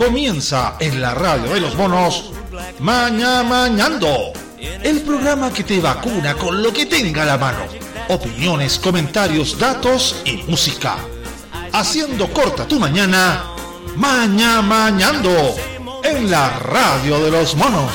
Comienza en la radio de los monos Mañando, el programa que te vacuna con lo que tenga a la mano. Opiniones, comentarios, datos y música. Haciendo corta tu mañana, Mañando, en la radio de los monos.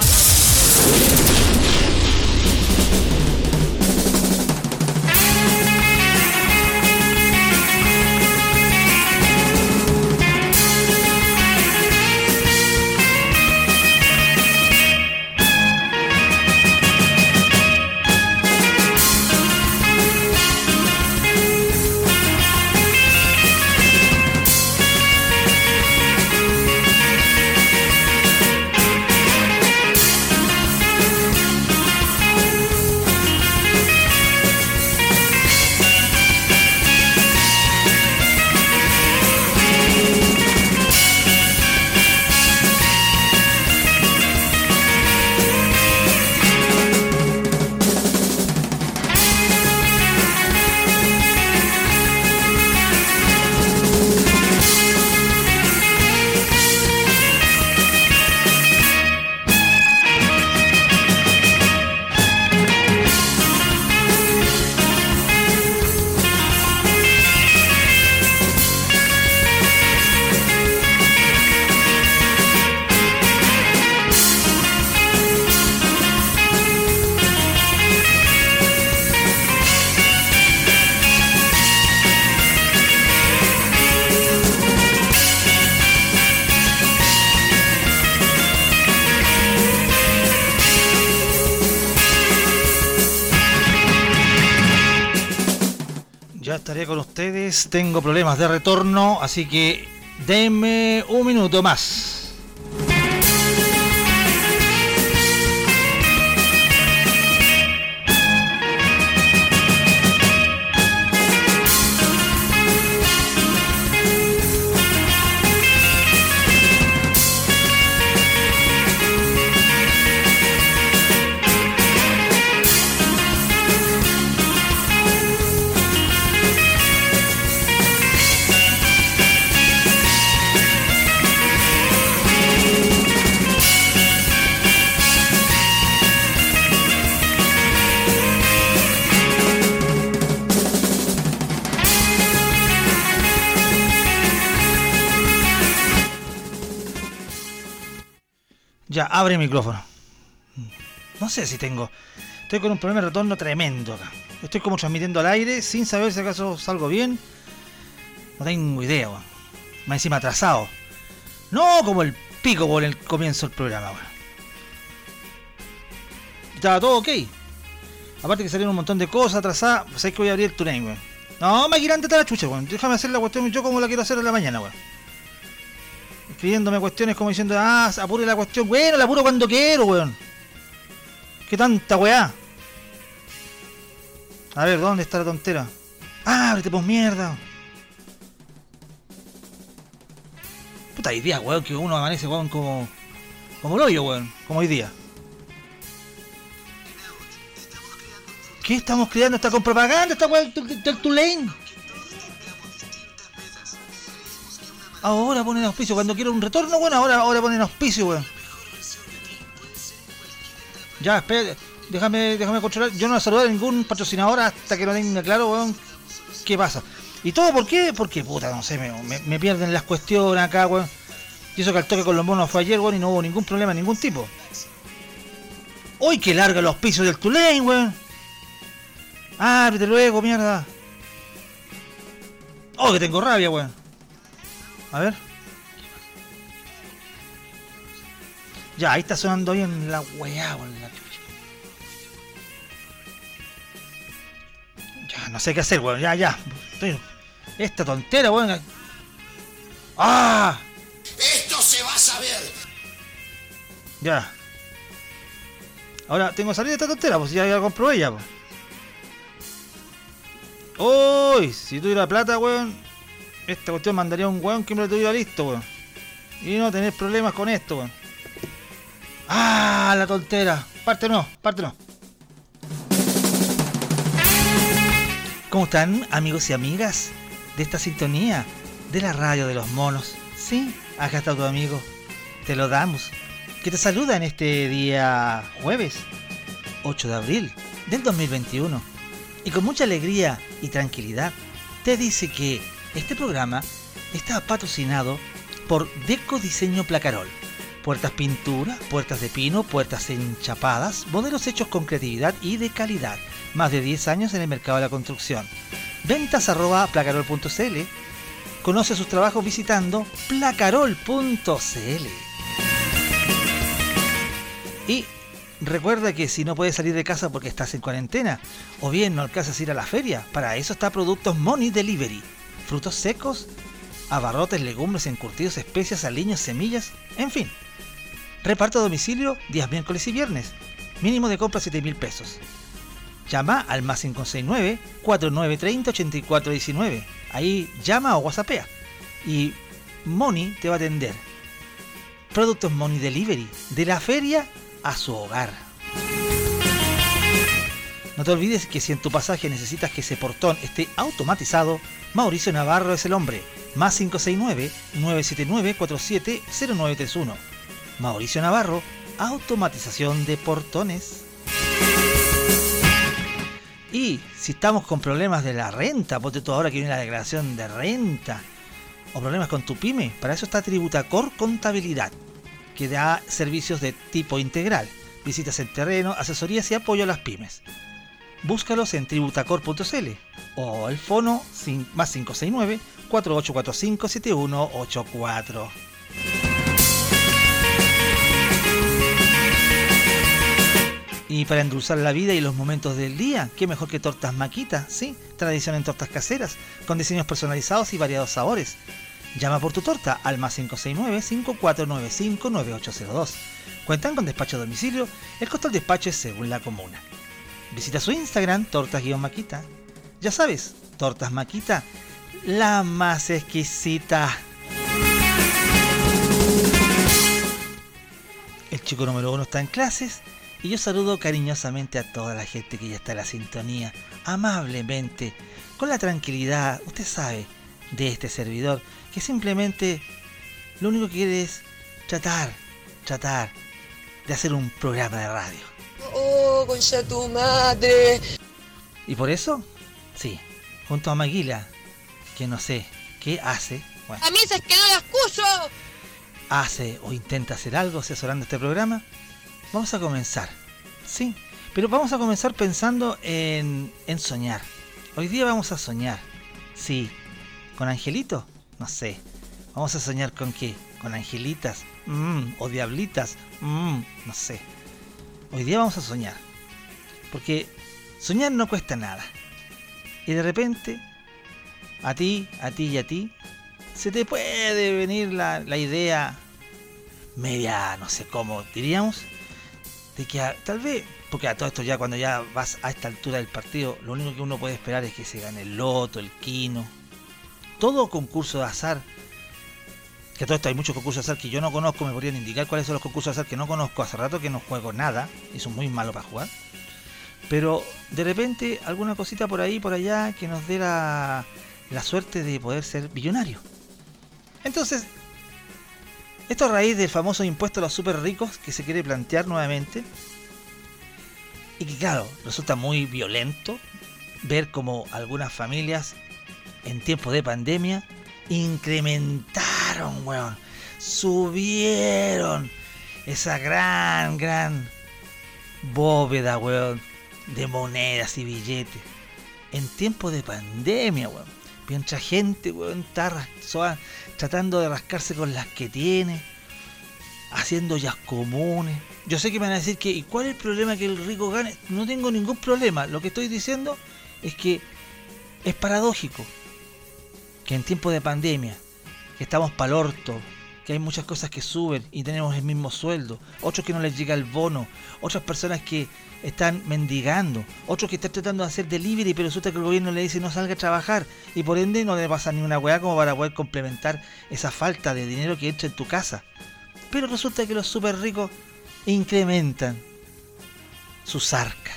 Estaré con ustedes, tengo problemas de retorno, así que denme un minuto más. Ya, abre el micrófono. No sé si tengo... Estoy con un problema de retorno tremendo acá. Estoy como transmitiendo al aire sin saber si acaso salgo bien. No tengo idea, weón. Más encima atrasado. No como el pico por el comienzo del programa, weón. Estaba todo ok. Aparte que salieron un montón de cosas atrasadas. Pues hay que voy a abrir el TuneIn, weón. No, maquinante está la chucha, weón. Déjame hacer la cuestión yo como la quiero hacer en la mañana, weón. Escribiéndome cuestiones como diciendo, apure la cuestión. Bueno, la apuro cuando quiero, weón. ¿Qué tanta weá? A ver, ¿dónde está la tontera? Ábrete, pues mierda. Puta, hay días, weón, que uno amanece, weón, como el hoyo, weón. Como hoy día. ¿Qué estamos creando? ¿Está con propaganda? ¿Está weón del Tulane? Ahora ponen auspicio, cuando quiero un retorno, bueno, ahora ponen auspicio, weón. Ya, espera, déjame controlar. Yo no voy a saludar a ningún patrocinador hasta que no tenga claro, weón, qué pasa. ¿Y todo por qué? Porque, puta, no sé, me pierden las cuestiones acá, weón. Y eso que al toque con los monos fue ayer, weón, y no hubo ningún problema, ningún tipo. ¡Uy, qué larga los auspicios del Tulane, weón! Ábrete luego, mierda. ¡Oh, que tengo rabia, weón! A ver. Ya, ahí está sonando bien la weá, weón. Ya, no sé qué hacer, weón. Ya. Esta tontera, weón. ¡Ah! ¡Esto se va a saber! Ya. Ahora tengo que salir de esta tontera, pues ya la comprobé ya, pues. Uy, si tuviera plata, weón, esta cuestión mandaría a un weón que me lo tuviera listo, weón. Y no tener problemas con esto, weón. ¡Ah, la tontera! Parte no. ¿Cómo están, amigos y amigas de esta sintonía de la radio de los monos? ¿Sí? Acá está tu amigo. Te lo damos. Que te saluda en este día jueves 8 de abril del 2021. Y con mucha alegría y tranquilidad te dice que este programa está patrocinado por Deco Diseño Placarol. Puertas pintura, puertas de pino, puertas enchapadas, modelos hechos con creatividad y de calidad. Más de 10 años en el mercado de la construcción. Ventas @placarol.cl. Conoce sus trabajos visitando placarol.cl. Y recuerda que si no puedes salir de casa porque estás en cuarentena o bien no alcanzas a ir a la feria, para eso está Productos Money Delivery. Frutos secos, abarrotes, legumbres, encurtidos, especias, aliños, semillas, en fin. Reparto a domicilio días miércoles y viernes. Mínimo de compra 7.000 pesos. Llama al más 569 4930 8419. Ahí llama o whatsappea. Y Moni te va a atender. Productos Money Delivery. De la feria a su hogar. No te olvides que si en tu pasaje necesitas que ese portón esté automatizado, Mauricio Navarro es el hombre. Más 569 979 470931. Mauricio Navarro, automatización de portones. Y si estamos con problemas de la renta, ponte tú ahora que viene la declaración de renta, o problemas con tu pyme, para eso está Tributacor Contabilidad, que da servicios de tipo integral, visitas en terreno, asesorías y apoyo a las pymes. Búscalos en tributacor.cl o el fono más 569 4845 7184. Y para endulzar la vida y los momentos del día, qué mejor que Tortas Maquita, ¿sí? Tradición en tortas caseras, con diseños personalizados y variados sabores. Llama por tu torta al más 569-5495-9802. Cuentan con despacho a domicilio, el costo del despacho es según la comuna. Visita su Instagram, tortas-maquita. Ya sabes, Tortas Maquita, la más exquisita. El chico número 1 está en clases. Y yo saludo cariñosamente a toda la gente que ya está en la sintonía, amablemente, con la tranquilidad, usted sabe, de este servidor, que simplemente lo único que quiere es tratar de hacer un programa de radio. ¡Oh, concha tu madre! Y por eso, sí, junto a Maguila, que no sé qué hace, bueno, ¡A mí es que no la escucho! hace o intenta hacer algo asesorando este programa. Vamos a comenzar, sí, pero vamos a comenzar pensando en soñar. Hoy día vamos a soñar, sí, ¿con angelitos? No sé. ¿Vamos a soñar con qué? ¿Con angelitas? ¿O diablitas? No sé. Hoy día vamos a soñar, porque soñar no cuesta nada. Y de repente, a ti y a ti, se te puede venir la idea media, no sé cómo diríamos, de que tal vez, porque a todo esto ya cuando ya vas a esta altura del partido, lo único que uno puede esperar es que se gane el loto, el quino, todo concurso de azar, que a todo esto hay muchos concursos de azar que yo no conozco, me podrían indicar cuáles son los concursos de azar que no conozco, hace rato que no juego nada, y son muy malos para jugar, pero de repente alguna cosita por ahí, por allá, que nos dé la suerte de poder ser millonario. Entonces, esto a raíz del famoso impuesto a los super ricos que se quiere plantear nuevamente. Y que claro, resulta muy violento ver como algunas familias en tiempos de pandemia incrementaron, weón, subieron esa gran bóveda, weón, de monedas y billetes. En tiempos de pandemia, weón. Mientras gente, weón, está tratando de rascarse con las que tiene, haciendo ollas comunes. Yo sé que me van a decir que, ¿y cuál es el problema que el rico gane? No tengo ningún problema. Lo que estoy diciendo es que es paradójico que en tiempos de pandemia, que estamos pa'l orto, que hay muchas cosas que suben y tenemos el mismo sueldo, otros que no les llega el bono, otras personas que están mendigando, otros que están tratando de hacer delivery, pero resulta que el gobierno le dice no salga a trabajar y por ende no le pasa ni una weá como para poder complementar esa falta de dinero que entra en tu casa. Pero resulta que los super ricos incrementan sus arcas.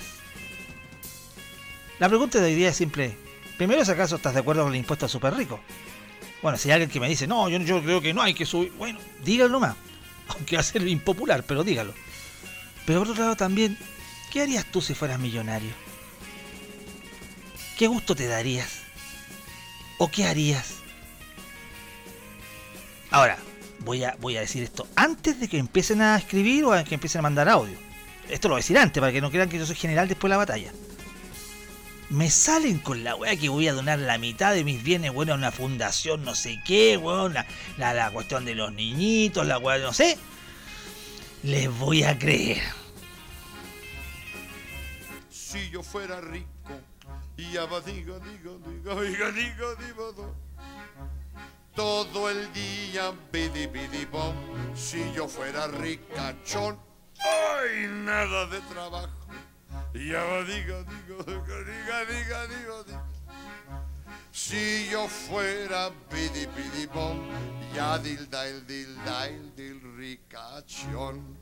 La pregunta de hoy día es simple. Primero, ¿es acaso estás de acuerdo con el impuesto a super ricos? Bueno, si hay alguien que me dice, no, yo creo que no hay que subir, bueno, dígalo nomás. Aunque va a ser impopular, pero dígalo. Pero por otro lado también, ¿qué harías tú si fueras millonario? ¿Qué gusto te darías? ¿O qué harías? Ahora, voy a decir esto antes de que empiecen a escribir o a que empiecen a mandar audio. Esto lo voy a decir antes, para que no crean que yo soy general después de la batalla. Me salen con la weá que voy a donar la mitad de mis bienes, bueno, a una fundación, no sé qué, weón, la cuestión de los niñitos, la weá, no sé. Les voy a creer. Si yo fuera rico, y abadiga, todo el día, bidi, bidi, bom. Si yo fuera ricachón, ¡ay! Nada de trabajo. Y abadiga, diga. Si yo fuera bidi, bidi, bom. Ya dil, ricachón.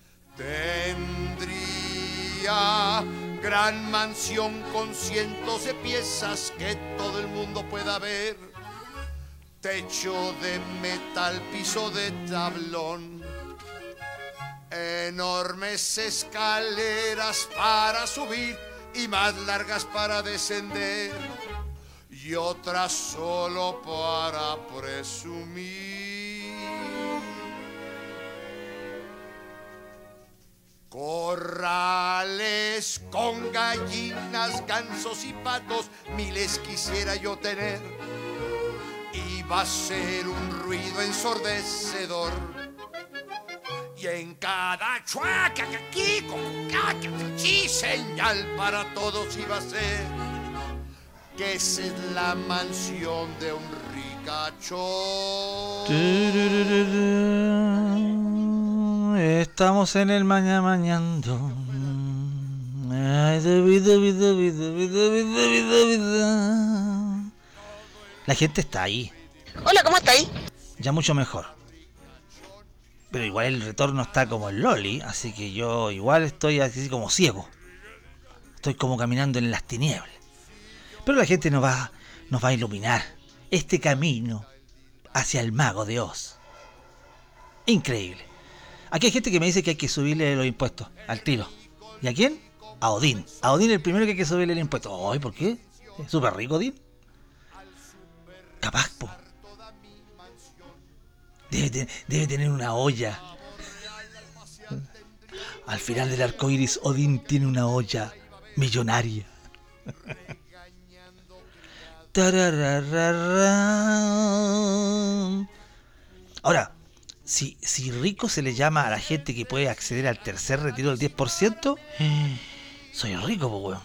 Tendría gran mansión con cientos de piezas que todo el mundo pueda ver. Techo de metal, piso de tablón. Enormes escaleras para subir y más largas para descender. Y otras solo para presumir. Corrales con gallinas, gansos y patos, miles quisiera yo tener. Y va a ser un ruido ensordecedor. Y en cada chuaca, señal para todos iba a ser que esa es la mansión de un ricachón. Estamos en el mañando. La gente está ahí. Hola, ¿cómo estáis? Ya mucho mejor. Pero igual el retorno está como el Loli, así que yo igual estoy así como ciego. Estoy como caminando en las tinieblas. Pero la gente nos va a iluminar este camino hacia el mago de Oz. Increíble. Aquí hay gente que me dice que hay que subirle los impuestos al tiro. ¿Y a quién? A Odín. A Odín el primero que hay que subirle el impuesto. Ay, ¿por qué? ¿Es súper rico Odín? Capaz, po. Debe tener una olla. Al final del arco iris, Odín tiene una olla millonaria. Ahora, si rico se le llama a la gente que puede acceder al tercer retiro del 10%, soy rico, po, weón.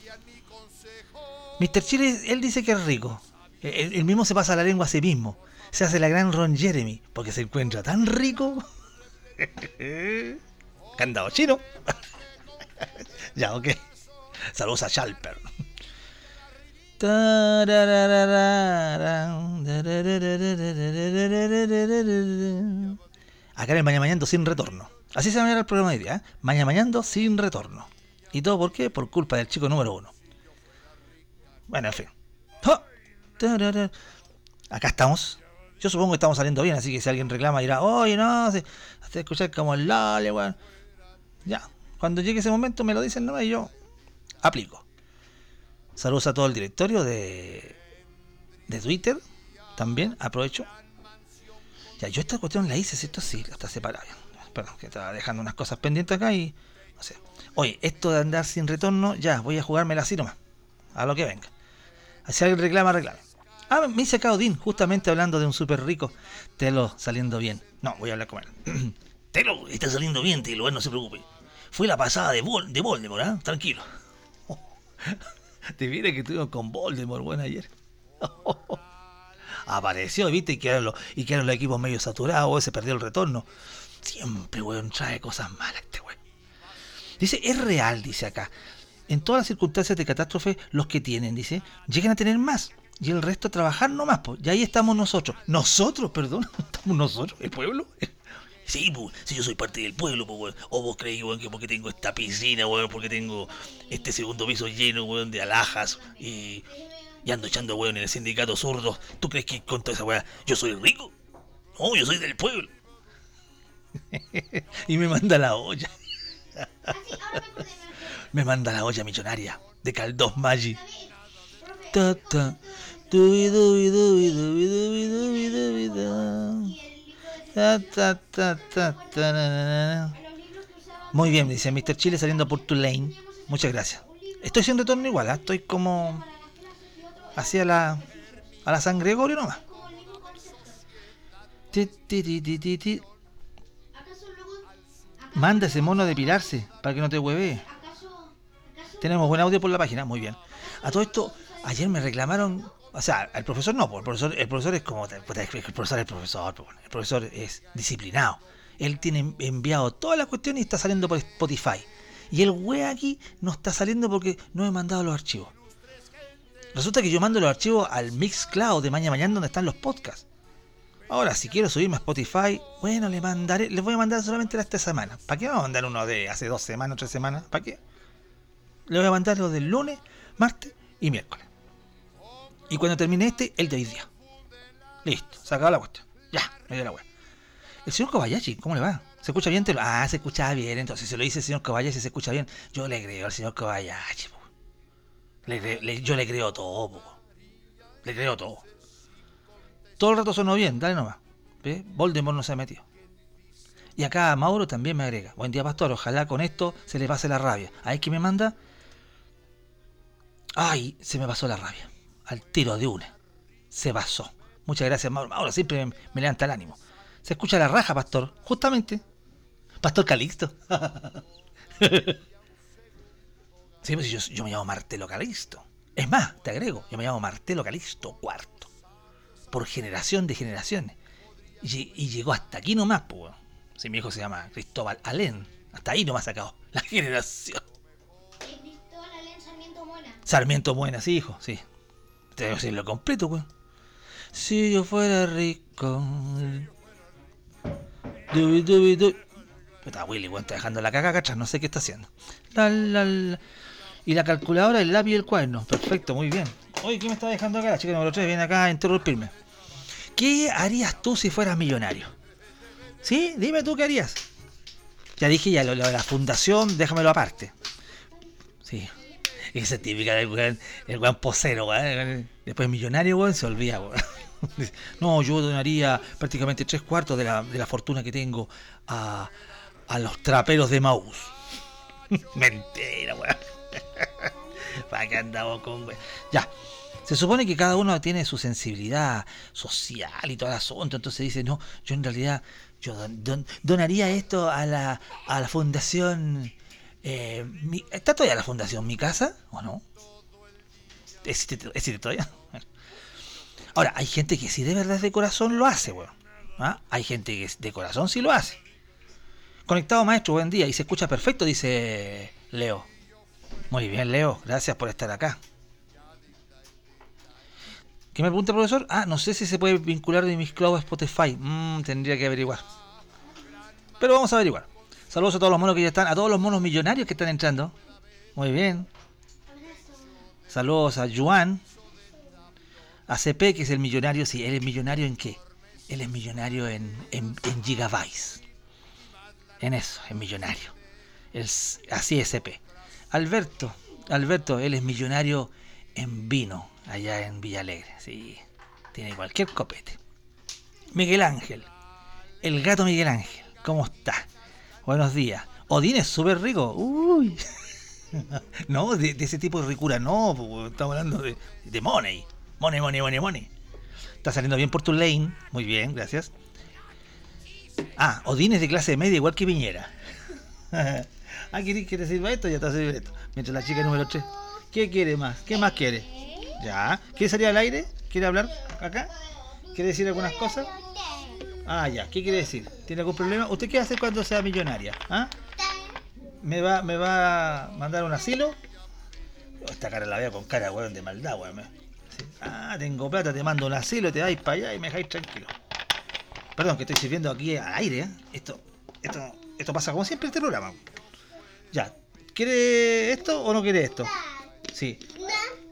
Mr. Chile, él dice que es rico. Él mismo se pasa la lengua a sí mismo. Se hace la gran Ron Jeremy, porque se encuentra tan rico. Candado chino. Ya, ok. Saludos a Schalper. Acá en el Mañamañando sin retorno. Así se llama el programa de hoy día, ¿eh? Mañamañando sin retorno. ¿Y todo por qué? Por culpa del chico número 1. Bueno, en fin. Acá estamos. Yo supongo que estamos saliendo bien, así que si alguien reclama dirá, oye, no, se escuchar como el Lale, weón. Ya, cuando llegue ese momento me lo dicen, no, y yo aplico. Saludos a todo el directorio de Twitter. También aprovecho. Ya, yo esta cuestión la hice, ¿cierto? Sí, está separada. Perdón, que estaba dejando unas cosas pendientes acá y no sé. Oye, esto de andar sin retorno, ya, voy a jugármela así nomás. A lo que venga. Si alguien reclama, reclame. Ah, me hice acá Odín, justamente hablando de un súper rico. Telo saliendo bien. No, voy a hablar con él. Telo, está saliendo bien, Telo, no se preocupe. Fue la pasada de Voldemort, ¿eh? Tranquilo. Te viene que estuvimos con Voldemort, bueno, ayer. Apareció, viste, y quedaron los equipos medio saturados, se perdió el retorno. Siempre, weón, trae cosas malas este weón. Dice, es real, dice acá. En todas las circunstancias de catástrofe, los que tienen, dice, llegan a tener más. Y el resto a trabajar nomás, pues. Y ahí estamos nosotros. Nosotros, perdón. ¿Estamos nosotros? ¿El pueblo? Sí, pues. Si yo soy parte del pueblo, pues, weón. O vos creéis, weón, que porque tengo esta piscina, weón, porque tengo este segundo piso lleno, weón, de alhajas y Y ando echando hueón en el sindicato zurdo. ¿Tú crees que con toda esa weá yo soy rico? No, yo soy del pueblo. Y me manda la olla. Me manda la olla millonaria de Caldós Maggi. Ta, ta. Dubi, dubi, dubi, dubi, dubi, dubi, dubi, dubi. Ta, ta, ta, ta, ta, na, na, na. Muy bien, dice Mr. Chile saliendo por Tulane. Muchas gracias. Estoy sin retorno igual, ¿eh? Estoy como hacia a la San Gregorio nomás. Ti, ti, ti, ti, ti, ti. Manda ese mono a depilarse para que no te huevee. Tenemos buen audio por la página, muy bien. A todo esto, ayer me reclamaron, o sea, el profesor no, el profesor es como, el profesor es disciplinado. Él tiene enviado todas las cuestiones y está saliendo por Spotify. Y el wea aquí no está saliendo porque no he mandado los archivos. Resulta que yo mando los archivos al Mixcloud de Mañana donde están los podcasts. Ahora, si quiero subirme a Spotify, bueno, les voy a mandar solamente esta semana. ¿Para qué vamos a mandar uno de hace 2 semanas, 3 semanas? ¿Para qué? Le voy a mandar los del lunes, martes y miércoles. Y cuando termine el de hoy día. Listo, se acabó la cuestión. Ya, me dio la wea. El señor Kobayashi, ¿cómo le va? ¿Se escucha bien? Se escucha bien. Entonces, si lo dice el señor Kobayashi, se escucha bien. Yo le creo al señor Kobayashi. Yo le creo todo. Le creo todo. Todo el rato sonó bien, dale nomás. ¿Ves? Voldemort no se ha metido. Y acá Mauro también me agrega. Buen día, pastor. Ojalá con esto se le pase la rabia. ¿Ahí que me manda? Ay, se me pasó la rabia. Al tiro de una. Se pasó. Muchas gracias, Mauro. Mauro siempre me levanta el ánimo. Se escucha la raja, pastor. Justamente. Pastor Calixto. Sí, pues yo me llamo Martelo Calixto. Es más, te agrego. Yo me llamo Martelo Calixto IV. Por generación de generaciones. Y llegó hasta aquí nomás, pues. Si mi hijo se llama Cristóbal Alén. Hasta ahí nomás ha sacado la generación. Cristóbal Alén Sarmiento Buena. Sarmiento Buena, sí, hijo, sí. Te debo decir lo completo, pues. Si yo fuera rico. Dubi, dubi, dubi. Está Willy, weón, está dejando la caca, cachas, no sé qué está haciendo. Y la calculadora, el lápiz y el cuaderno. Perfecto, muy bien. Oye, ¿qué me está dejando acá? La chica número 3 viene acá a interrumpirme. ¿Qué harías tú si fueras millonario? ¿Sí? Dime tú qué harías. Ya dije ya, lo de la fundación, déjamelo aparte. Sí. Esa es típica del weón posero, weón. Después millonario, weón, se olvida, weón. No, yo donaría prácticamente 3/4 de la fortuna que tengo a los traperos de Maús. Mentira, weón. ¿Para qué andamos con weón? Ya. Se supone que cada uno tiene su sensibilidad social y todo el asunto. Entonces dice, no, yo en realidad yo donaría esto a la fundación. ¿Está todavía la fundación Mi Casa o no? ¿Existe todavía? Bueno. Ahora, hay gente que sí de verdad de corazón lo hace, weón. ¿Ah? Hay gente que de corazón sí lo hace. Conectado, maestro, buen día. Y se escucha perfecto, dice Leo. Muy bien, Leo, gracias por estar acá. ¿Qué me pregunta el profesor? No sé si se puede vincular de Mixcloud a Spotify. Tendría que averiguar. Pero vamos a averiguar. Saludos a todos los monos que ya están, a todos los monos millonarios que están entrando. Muy bien. Saludos a Juan. A CP, que es el millonario. Sí, él es millonario ¿en qué? Él es millonario en gigabytes. En eso, es millonario. Así es CP. Alberto, él es millonario en vino. Allá en Villalegre, sí. Tiene cualquier copete. Miguel Ángel. El gato Miguel Ángel. ¿Cómo está? Buenos días. Odín es súper rico. Uy. No, de ese tipo de ricura no. Estamos hablando de money. Money. Está saliendo bien por tu lane. Muy bien, gracias. Odín es de clase media igual que Piñera. ¿Quieres que te sirva esto? Ya te sirve esto. Mientras la chica número 3. ¿Qué quiere más? ¿Qué más quiere? Ya. ¿Quiere salir al aire? ¿Quiere hablar acá? ¿Quiere decir algunas cosas? Ya. ¿Qué quiere decir? ¿Tiene algún problema? ¿Usted qué va a hacer cuando sea millonaria? ¿Me va a mandar un asilo? Esta cara la veo con cara, weón, de maldad, weón. Sí. Tengo plata, te mando un asilo, te vais para allá y me dejáis tranquilo. Perdón, que estoy sirviendo aquí al aire, ¿eh? Esto pasa como siempre en este programa. Ya. ¿Quiere esto o no quiere esto? Sí.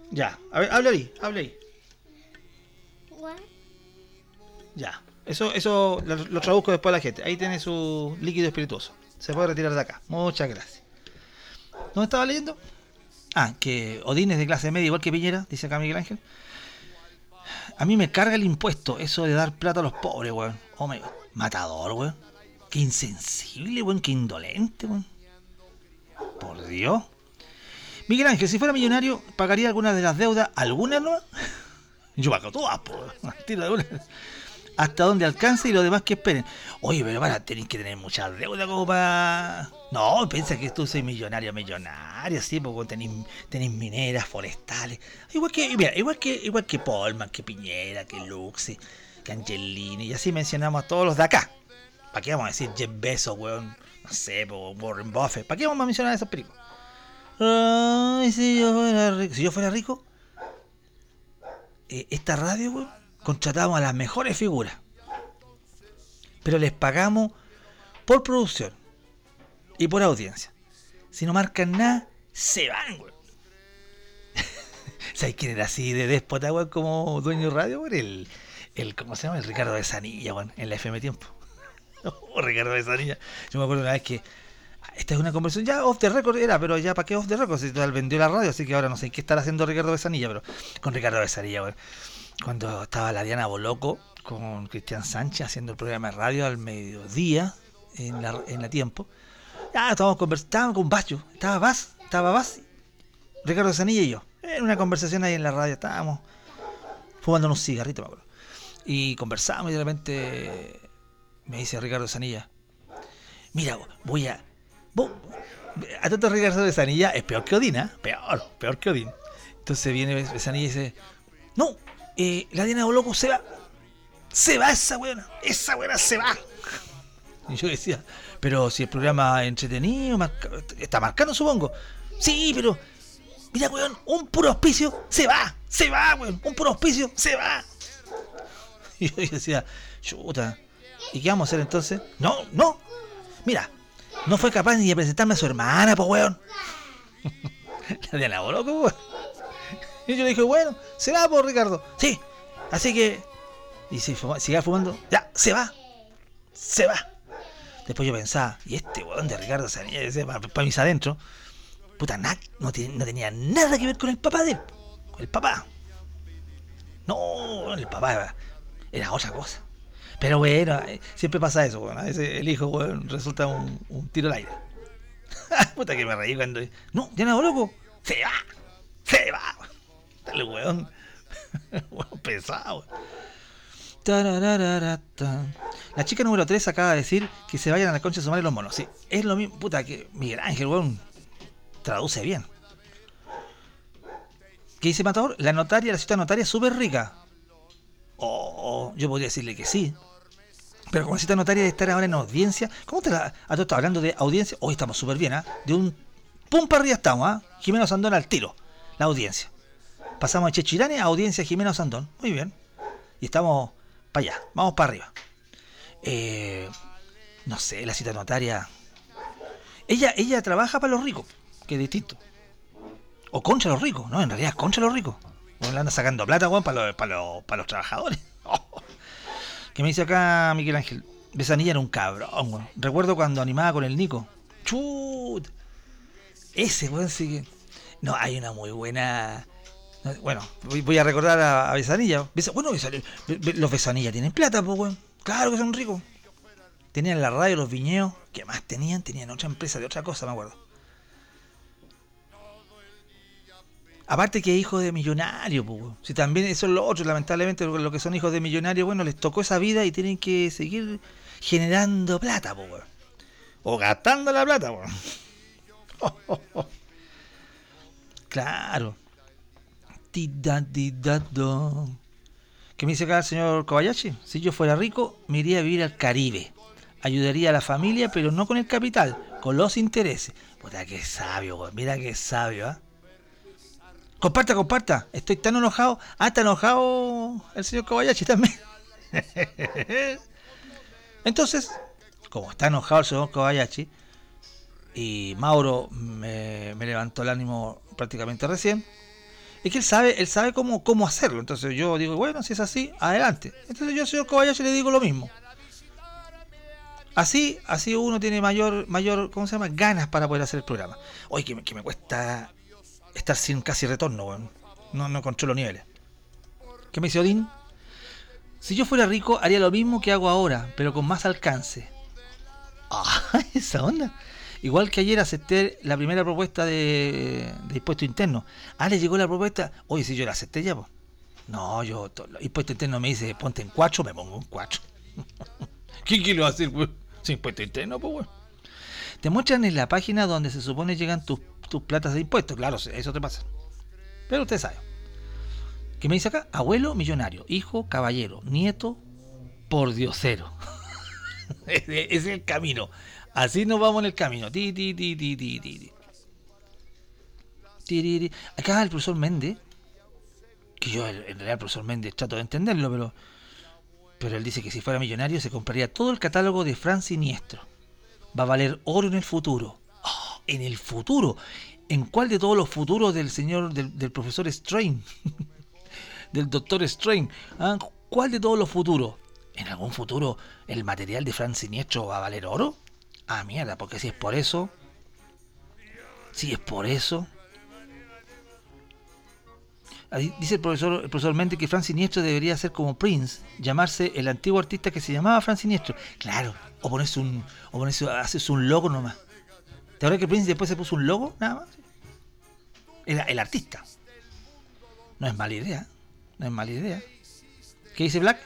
Ya, a ver, hable ahí. What? Ya. Eso lo traduzco después a la gente. Ahí tiene su líquido espirituoso. Se puede retirar de acá. Muchas gracias. ¿Dónde estaba leyendo? Ah, que Odín es de clase media igual que Piñera, dice acá Miguel Ángel. A mí me carga el impuesto, eso de dar plata a los pobres, weón. Hombre, matador, weón. Qué insensible, weón, qué indolente, weón. Por Dios. Miguel Ángel, si fuera millonario, ¿pagaría algunas de las deudas? ¿Algunas no? Yo pago todas, po. Tiro de una. Hasta donde alcance y lo demás que esperen. Oye, pero tenéis que tener mucha deuda como para... No, piensa que tú soy millonario, sí, porque tenéis mineras, forestales. Igual que Polman, que Piñera, que Luxi, que Angelini, y así mencionamos a todos los de acá. ¿Para qué vamos a decir Jeff Bezos, weón? No sé, Warren Buffett. ¿Para qué vamos a mencionar a esos películas? Ay, si yo fuera rico, esta radio, weón, contratamos a las mejores figuras, pero les pagamos por producción y por audiencia. Si no marcan nada, se van, güey. ¿Sabes quién era así de déspota, güey, como dueño de radio, güey? El ¿cómo se llama? El Ricardo Besanilla, güey, en la FM Tiempo. Ricardo Besanilla. Yo me acuerdo una vez que esta es una conversación ya off the record era, pero ya para qué off the record, si total vendió la radio, así que ahora no sé qué estará haciendo Ricardo Besanilla, pero con Ricardo Besanilla, güey. Cuando estaba la Diana Boloco con Cristian Sánchez haciendo el programa de radio al mediodía en la Tiempo. Ya estábamos conversando con Bacho. Estaba Vaz, Ricardo Zanilla y yo. En una conversación ahí en la radio. Estábamos fumando unos cigarritos, me acuerdo. Y conversamos y de repente me dice Ricardo Zanilla: mira, a tanto Ricardo Zanilla es peor que Odín, ¿eh? Peor que Odín. Entonces viene Zanilla y dice: no, la Diana Boloco se va esa weona se va. Y yo decía, pero si el programa es entretenido, está marcando, supongo. Sí, pero mira, weón, un puro auspicio se va, weón, un puro auspicio se va. Y yo decía, chuta, ¿y qué vamos a hacer entonces? No, mira, no fue capaz ni de presentarme a su hermana, pues weón. La Diana Boloco, weón. Y yo le dije, bueno, se va por Ricardo. Sí, así que... Y si siga fumando, ya, se va. Después yo pensaba, y este weón de Ricardo Zanilla, para mis adentros, puta, no tenía nada que ver con el papá de él. Con el papá. No, el papá era otra cosa. Pero bueno, siempre pasa eso, weón. A veces el hijo, weón, resulta un tiro al aire. Puta que me reí cuando... No, ya no, loco. Se va. El weón pesado. La chica número 3 acaba de decir que se vayan a la concha de su madre los monos. Sí, es lo mismo, puta, que Miguel Ángel, weón, traduce bien. ¿Qué dice Matador? La ciudad notaria es súper rica. Yo podría decirle que sí. Pero como la ciudad notaria de estar ahora en audiencia, ¿cómo te la has estado hablando de audiencia? Hoy estamos súper bien, ¿ah? De un pum para arriba estamos, ¿ah? Jimeno Sandón al tiro, la audiencia. Pasamos de Chechirane a audiencia Jimeno Sandón. Muy bien. Y estamos para allá. Vamos para arriba. No sé, la cita notaria. Ella trabaja para los ricos, que es distinto. O contra los ricos. No, en realidad es contra los ricos. Le anda sacando plata, weón, para los trabajadores. ¿Qué me dice acá Miguel Ángel? Besanilla era un cabrón, weón. Recuerdo cuando animaba con el Nico. Chut. Ese, weón, sí que... No, hay una muy buena... Bueno, voy a recordar a Besanilla. Bueno, los Besanilla tienen plata, pues, weón. Claro que son ricos. Tenían la radio, los viñedos. ¿Qué más tenían? Tenían otra empresa de otra cosa, me acuerdo. Aparte que hijos de millonarios, pues, weón. Si también eso es lo otro, lamentablemente, lo que son hijos de millonarios, bueno, les tocó esa vida y tienen que seguir generando plata, pues, weón. O gastando la plata, weón. Claro. ¿Qué me dice acá el señor Kobayashi? Si yo fuera rico, me iría a vivir al Caribe. Ayudaría a la familia, pero no con el capital, con los intereses. Puta, qué sabio, güey. Mira qué sabio, ¿ah? Comparta. Estoy tan enojado. Está enojado el señor Kobayashi también. Entonces, como está enojado el señor Kobayashi, y Mauro me levantó el ánimo prácticamente recién, Es que él sabe cómo hacerlo. Entonces yo digo, bueno, si es así, adelante. Entonces yo al señor Kobayashi le digo lo mismo. Así uno tiene mayor, ¿cómo se llama? Ganas para poder hacer el programa. Oye, que me cuesta estar sin casi retorno, weón. No controlo niveles. ¿Qué me dice Odín? Si yo fuera rico, haría lo mismo que hago ahora, pero con más alcance. Ah, esa onda. Igual que ayer acepté la primera propuesta de impuesto interno. Ah, le llegó la propuesta. Oye, si yo la acepté ya, pues. No, impuesto interno me dice, ponte en 4, me pongo en 4. ¿Qué quiero hacer, güey? Sin impuesto interno, pues, güey. Te muestran en la página donde se supone llegan tus platas de impuestos. Claro, eso te pasa. Pero usted sabe. ¿Qué me dice acá? Abuelo millonario, hijo caballero, nieto por diosero. Es el camino. Así nos vamos en el camino. Acá el profesor Méndez, que yo en realidad el profesor Méndez trato de entenderlo, pero él dice que si fuera millonario se compraría todo el catálogo de Fran Siniestro. Va a valer oro en el futuro. Oh, en el futuro. ¿En cuál de todos los futuros del señor, del profesor Strange? Del doctor Strange. ¿Ah? ¿Cuál de todos los futuros? ¿En algún futuro el material de Fran Siniestro va a valer oro? Ah, mierda, porque si es por eso. Dice el profesor Méndez que Fran Siniestro debería ser como Prince, llamarse el antiguo artista que se llamaba Fran Siniestro. Claro, haces un logo nomás. ¿Te acuerdas que Prince después se puso un logo? Nada más. El artista. No es mala idea. ¿Qué dice Black?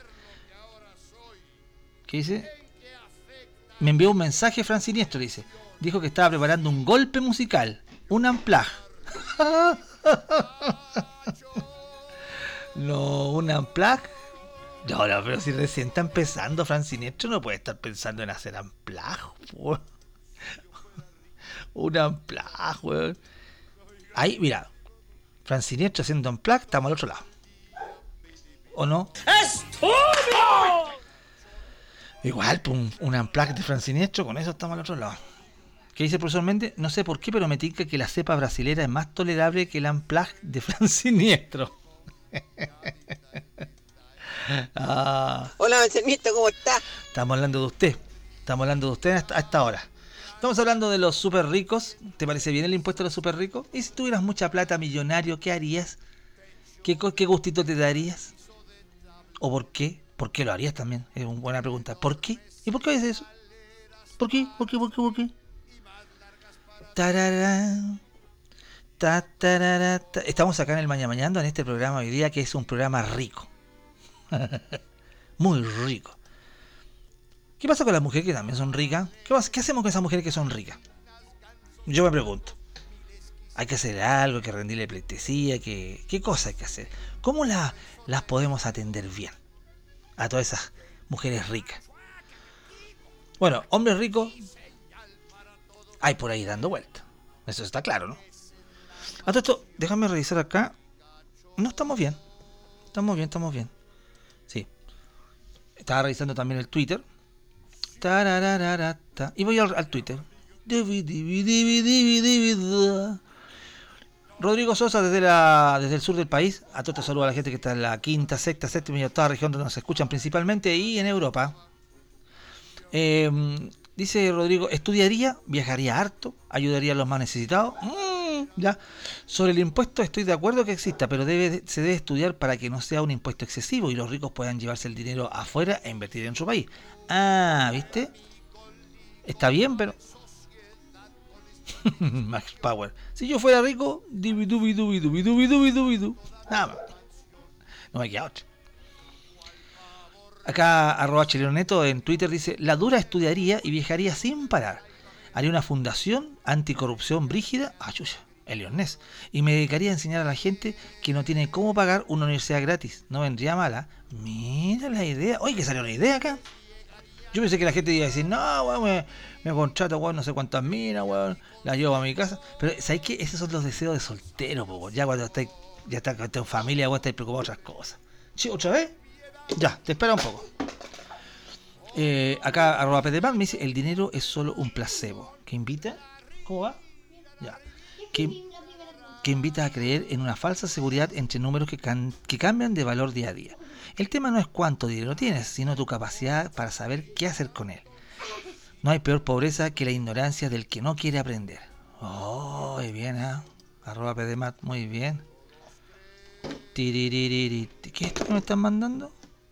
¿Qué dice? Me envió un mensaje Fran Siniestro, dice. Dijo que estaba preparando un golpe musical, un unplug. No, un unplug. No, pero si recién está empezando Fran Siniestro, no puede estar pensando en hacer unplug. Un unplug, weón. Ahí, mira. Fran Siniestro haciendo unplug, estamos al otro lado. ¿O no? ¡Estúpido! Igual, un unplug de Fran Siniestro, con eso estamos al otro lado. ¿Qué dice el profesor Méndez? No sé por qué, pero me tinca que la cepa brasilera es más tolerable que el unplug de Fran Siniestro. Hola, Bencenito, ¿cómo está? Estamos hablando de usted a esta hora. Estamos hablando de los super ricos. ¿Te parece bien el impuesto a los super ricos? ¿Y si tuvieras mucha plata, millonario, qué harías? ¿Qué gustito te darías? ¿O por qué? ¿Por qué lo harías también? Es una buena pregunta. ¿Por qué? ¿Y por qué haces eso? ¿Por qué? Tararán. Estamos acá en el Mañamañando, en este programa hoy día, que es un programa rico. Muy rico. ¿Qué pasa con las mujeres que también son ricas? ¿Qué hacemos con esas mujeres que son ricas? Yo me pregunto. Hay que hacer algo, hay que rendirle pleitesía, ¿qué cosa hay que hacer? ¿Cómo las podemos atender bien a todas esas mujeres ricas? Bueno, hombres ricos hay por ahí dando vuelta. Eso está claro, ¿no? A todo esto, déjame revisar acá. No, estamos bien. Estamos bien. Sí. Estaba revisando también el Twitter. Y voy al Twitter. Rodrigo Sosa desde el sur del país. A todo esto saludo a la gente que está en la quinta, sexta, séptima y octava región donde nos escuchan principalmente, y en Europa. Dice Rodrigo, estudiaría, viajaría harto, ayudaría a los más necesitados. Ya. Sobre el impuesto estoy de acuerdo que exista, pero se debe estudiar para que no sea un impuesto excesivo y los ricos puedan llevarse el dinero afuera e invertir en su país. Ah, ¿viste? Está bien, pero... Max Power. Si yo fuera rico, nada más. No me queda otra. Acá @chileroneto en Twitter dice: la dura estudiaría y viajaría sin parar. Haría una fundación anticorrupción brígida, Elion Ness, y me dedicaría a enseñar a la gente que no tiene cómo pagar una universidad gratis. No vendría mala. Mira la idea. Oye, que salió una idea acá. Yo pensé que la gente iba a decir, no, weón, me contrato, weón, no sé cuántas minas, weón, la llevo a mi casa. Pero, ¿sabes qué? Esos son los deseos de soltero, weón. Ya cuando estás con tu familia, weón, estás preocupado de otras cosas. ¿Sí, otra vez? Ya, te espera un poco. Acá, @PDPan me dice, el dinero es solo un placebo. ¿Qué invita? ¿Cómo va? Ya. que invita a creer en una falsa seguridad entre números que cambian de valor día a día. El tema no es cuánto dinero tienes, sino tu capacidad para saber qué hacer con él. No hay peor pobreza que la ignorancia del que no quiere aprender. Oh, muy bien, @pdmat, muy bien. ¿Qué es esto que me están mandando?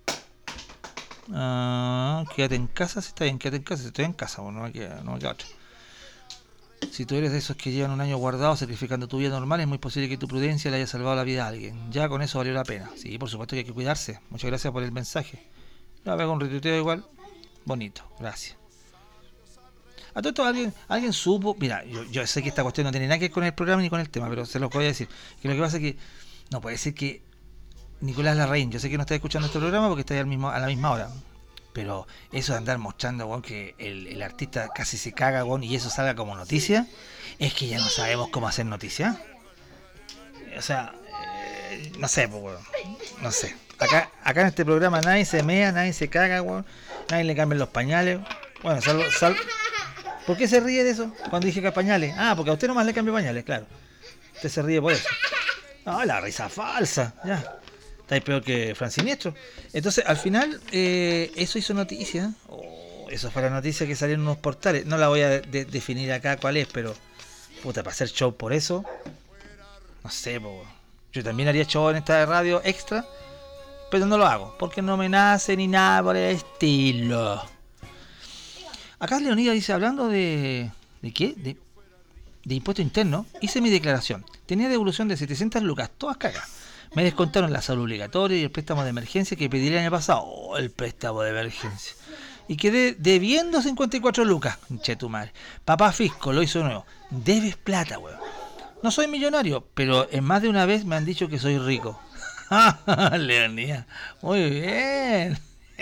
Quédate en casa, si está bien, quédate en casa, si estoy en casa, bueno, no me queda otra. Si tú eres de esos que llevan un año guardado sacrificando tu vida normal, es muy posible que tu prudencia le haya salvado la vida a alguien. Ya con eso valió la pena. Sí, por supuesto que hay que cuidarse. Muchas gracias por el mensaje. La veo con retuiteo igual. Bonito, gracias. A todo esto alguien supo. Mira, yo sé que esta cuestión no tiene nada que ver con el programa ni con el tema, pero se los voy a decir. Que lo que pasa es que no puede ser que Nicolás Larraín, yo sé que no está escuchando este programa porque está ahí a la misma hora. Pero eso de andar mostrando, weón, que el artista casi se caga, weón, y eso salga como noticia, es que ya no sabemos cómo hacer noticia. O sea, no sé, pues, weón. No sé. Acá en este programa nadie se mea, nadie se caga, weón. Nadie le cambian los pañales. Bueno, salvo. ¿Por qué se ríe de eso? Cuando dije que pañales. Porque a usted nomás le cambio pañales, claro. Usted se ríe por eso. No, la risa falsa, ya. Está ahí peor que Fran Siniestro. Entonces, al final, eso hizo noticia. Eso fue la noticia que salió en unos portales. No la voy a definir acá cuál es, pero puta, para hacer show por eso, no sé, yo también haría show en esta radio extra, pero no lo hago, porque no me nace ni nada por el estilo. Acá Leonida dice, hablando ¿de qué? De impuesto interno, hice mi declaración. Tenía devolución de 700 lucas, todas cagas. Me descontaron la salud obligatoria y el préstamo de emergencia que pedí el año pasado. El préstamo de emergencia. Y quedé debiendo 54 lucas. Che tu madre. Papá Fisco lo hizo de nuevo. Debes plata, weón. No soy millonario, pero en más de una vez me han dicho que soy rico. Leonía. Muy bien.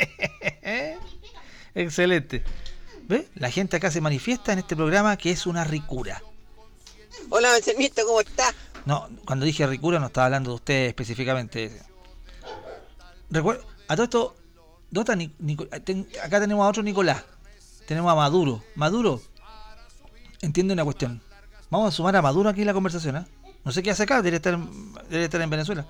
Excelente. ¿Ves? La gente acá se manifiesta en este programa que es una ricura. Hola, Bencenito, ¿cómo está? No, cuando dije ricura no estaba hablando de usted específicamente. Recuerda, a todo esto, acá tenemos a otro Nicolás. Tenemos a Maduro. Maduro, entiende una cuestión. Vamos a sumar a Maduro aquí en la conversación, ¿eh? No sé qué hace acá, debe estar en Venezuela.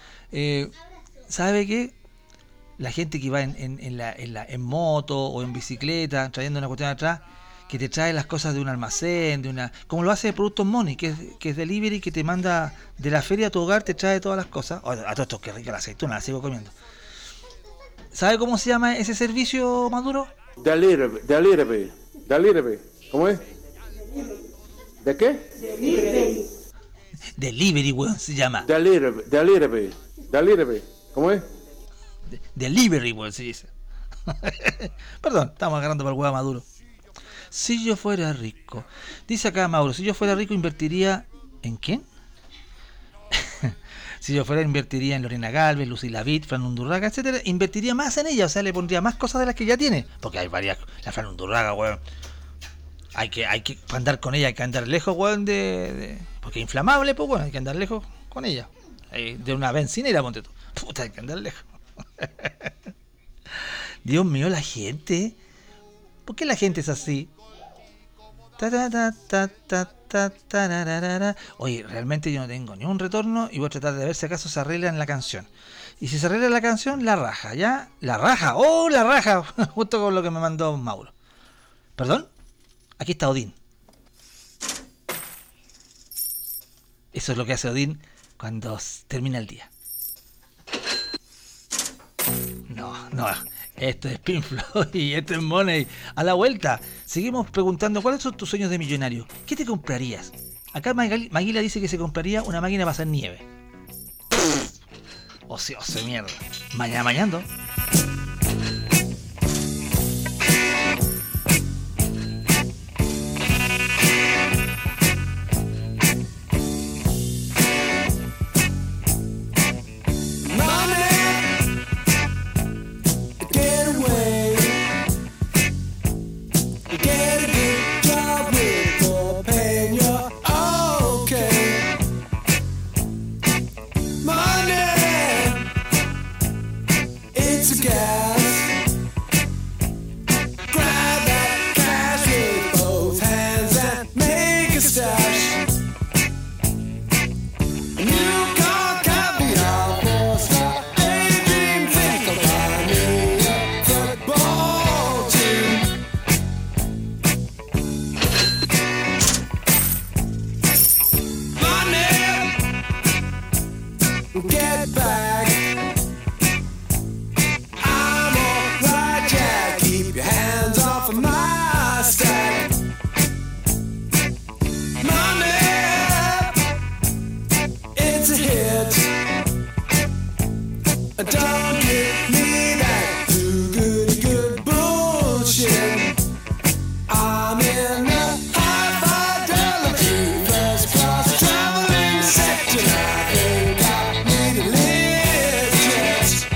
¿Sabe qué? La gente que va en moto o en bicicleta, trayendo una cuestión atrás, que te trae las cosas de un almacén, como lo hace Productos Money, que es delivery, que te manda de la feria a tu hogar, te trae todas las cosas. A todo esto, qué rica la aceituna, la sigo comiendo. ¿Sabe cómo se llama ese servicio, Maduro? Delivery. ¿Cómo es? ¿De qué? Delivery, weón, se llama. Delivery. ¿Cómo es? Delivery, weón, se dice. Perdón, estamos agarrando para el huevo Maduro. Si yo fuera rico, dice acá Mauro, si yo fuera rico invertiría ¿en quién? Si yo fuera invertiría en Lorena Galvez, Lucila Vitt, Fran Undurraga, etcétera, invertiría más en ella, o sea, le pondría más cosas de las que ya tiene, porque hay varias, la Fran Undurraga, weón. Hay que para andar con ella, hay que andar lejos, weón, porque es inflamable, pues bueno, hay que andar lejos con ella. De una bencinera, ponte tú. Puta, hay que andar lejos. Dios mío, la gente. ¿Por qué la gente es así? Oye, realmente yo no tengo ni un retorno y voy a tratar de ver si acaso se arregla en la canción. Y si se arregla la canción, la raja, ¿ya? La raja, ¡oh, la raja! Justo con lo que me mandó Mauro. ¿Perdón? Aquí está Odín. Eso es lo que hace Odín cuando termina el día. No, esto es Pink Floyd y esto es Money. A la vuelta, seguimos preguntando ¿cuáles son tus sueños de millonario? ¿Qué te comprarías? Acá Maguila dice que se compraría una máquina para hacer nieve. Ocioso de mierda. Mañando. It's get back. I'm alright, Jack. Keep your hands off of my stack. Money, it's a hit. Don't give me that too good bullshit. I'm in a high fidelity first class traveling section. I think I need a lift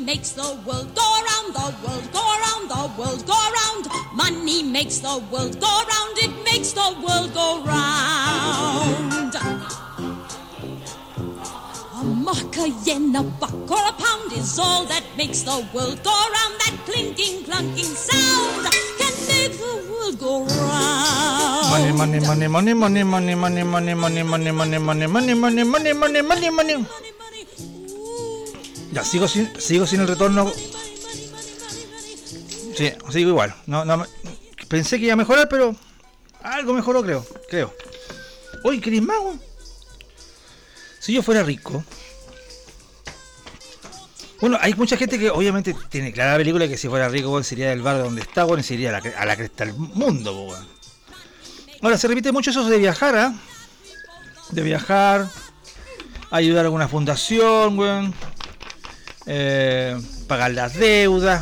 makes the world go round, the world go round, the world go round. Money makes the world go round, it makes the world go round. A mark, a yen, a buck, or a pound is all that makes the world go round. That clinking, clunking sound can make the world go round. Money, money, money, money, money, money, money, money, money, money, money, money, money, money, money, money, money, money. Ya, sigo sin el retorno. Sí, sigo igual. No, pensé que iba a mejorar, pero algo mejoró, creo. Oye, ¿querés más, güey? Si yo fuera rico. Bueno, hay mucha gente que obviamente tiene clara la película que si fuera rico, güey, sería del bar donde está, güey, y se iría a la cresta del mundo, güey. Ahora, se repite mucho eso de viajar, ¿ah? De viajar, ayudar a alguna fundación, güey. Pagar las deudas.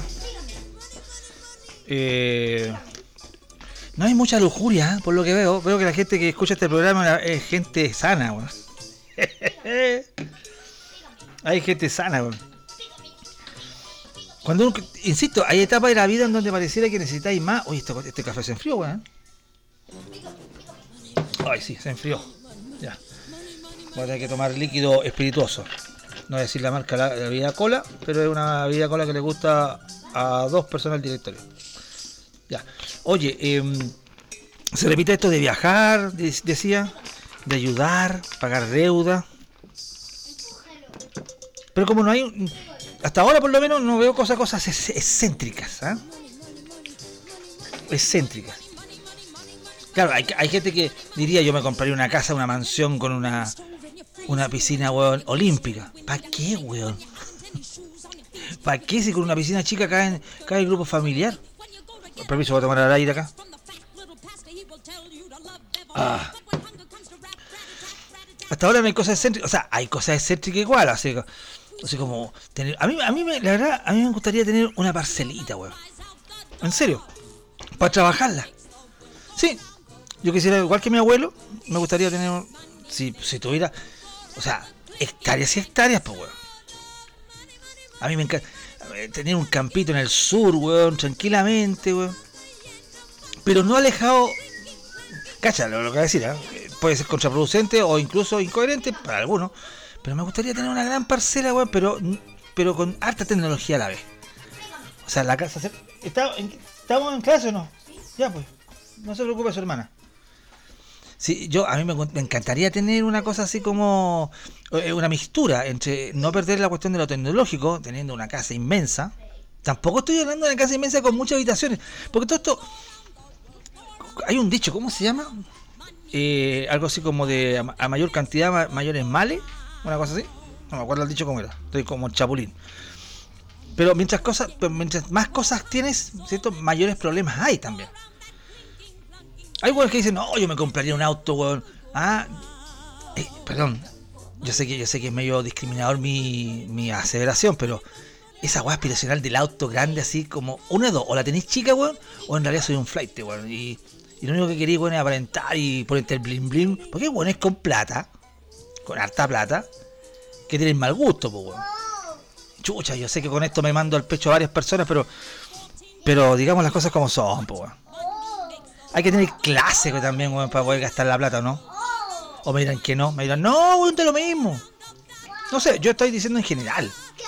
No hay mucha lujuria, por lo que veo. Veo que la gente que escucha este programa es gente sana, güey. Hay gente sana, güey. Cuando uno, insisto, hay etapas de la vida en donde pareciera que necesitáis más. Oye, este café se enfrió, güey. Ay, sí, se enfrió. Ya. Voy a tener que tomar líquido espirituoso. No voy a decir la marca, la bebida cola, pero es una bebida cola que le gusta a 2 personas del directorio. Ya. Oye, se repite esto de viajar, decía, de ayudar, pagar deuda. Pero como no hay, hasta ahora por lo menos no veo cosas excéntricas, ¿eh? Excéntricas. Claro, hay gente que diría, yo me compraría una casa, una mansión con una piscina, weón, olímpica. ¿Para qué, weón? ¿Para qué si con una piscina chica cae el grupo familiar? Permiso, voy a tomar el aire acá. Hasta ahora no hay cosas excéntricas. O sea, hay cosas excéntricas igual. Así como tener. La verdad, a mí me gustaría tener una parcelita, weón. En serio. Para trabajarla. Sí. Yo quisiera, igual que mi abuelo, me gustaría tener. Si tuviera. O sea, hectáreas y hectáreas, pues, weón. A mí me encanta tener un campito en el sur, weón, tranquilamente, weón. Pero no alejado. Cacha, lo que voy a decir, ¿eh? Puede ser contraproducente o incluso incoherente para algunos. Pero me gustaría tener una gran parcela, weón, pero con harta tecnología a la vez. O sea, la casa. ¿Estamos en clase o no? Ya, pues. No se preocupe su hermana. Sí, a mí me encantaría tener una cosa así como una mixtura entre no perder la cuestión de lo tecnológico, teniendo una casa inmensa. Tampoco estoy hablando de una casa inmensa con muchas habitaciones, porque todo esto, hay un dicho, ¿cómo se llama? Algo así como de a mayor cantidad, mayores males, una cosa así. No me acuerdo el dicho cómo era, estoy como chapulín. Pero mientras más cosas tienes, ¿cierto? Mayores problemas hay también. Hay weones que dicen, no, yo me compraría un auto, weón. Perdón. Yo sé que es medio discriminador mi aseveración, pero esa weá aspiracional del auto grande así como una de dos, o la tenéis chica, weón, o en realidad soy un flight, weón. Y lo único que queréis, weón, es aparentar y ponerte el bling bling. Porque weón es con plata, con harta plata, que tienen mal gusto, pues, weón. Chucha, yo sé que con esto me mando al pecho a varias personas, pero digamos las cosas como son, pues, weón. Hay que tener clase también, weón, para poder gastar la plata, ¿no? O me dirán que no. Me dirán, no, weón, te lo mismo. No sé, yo estoy diciendo en general.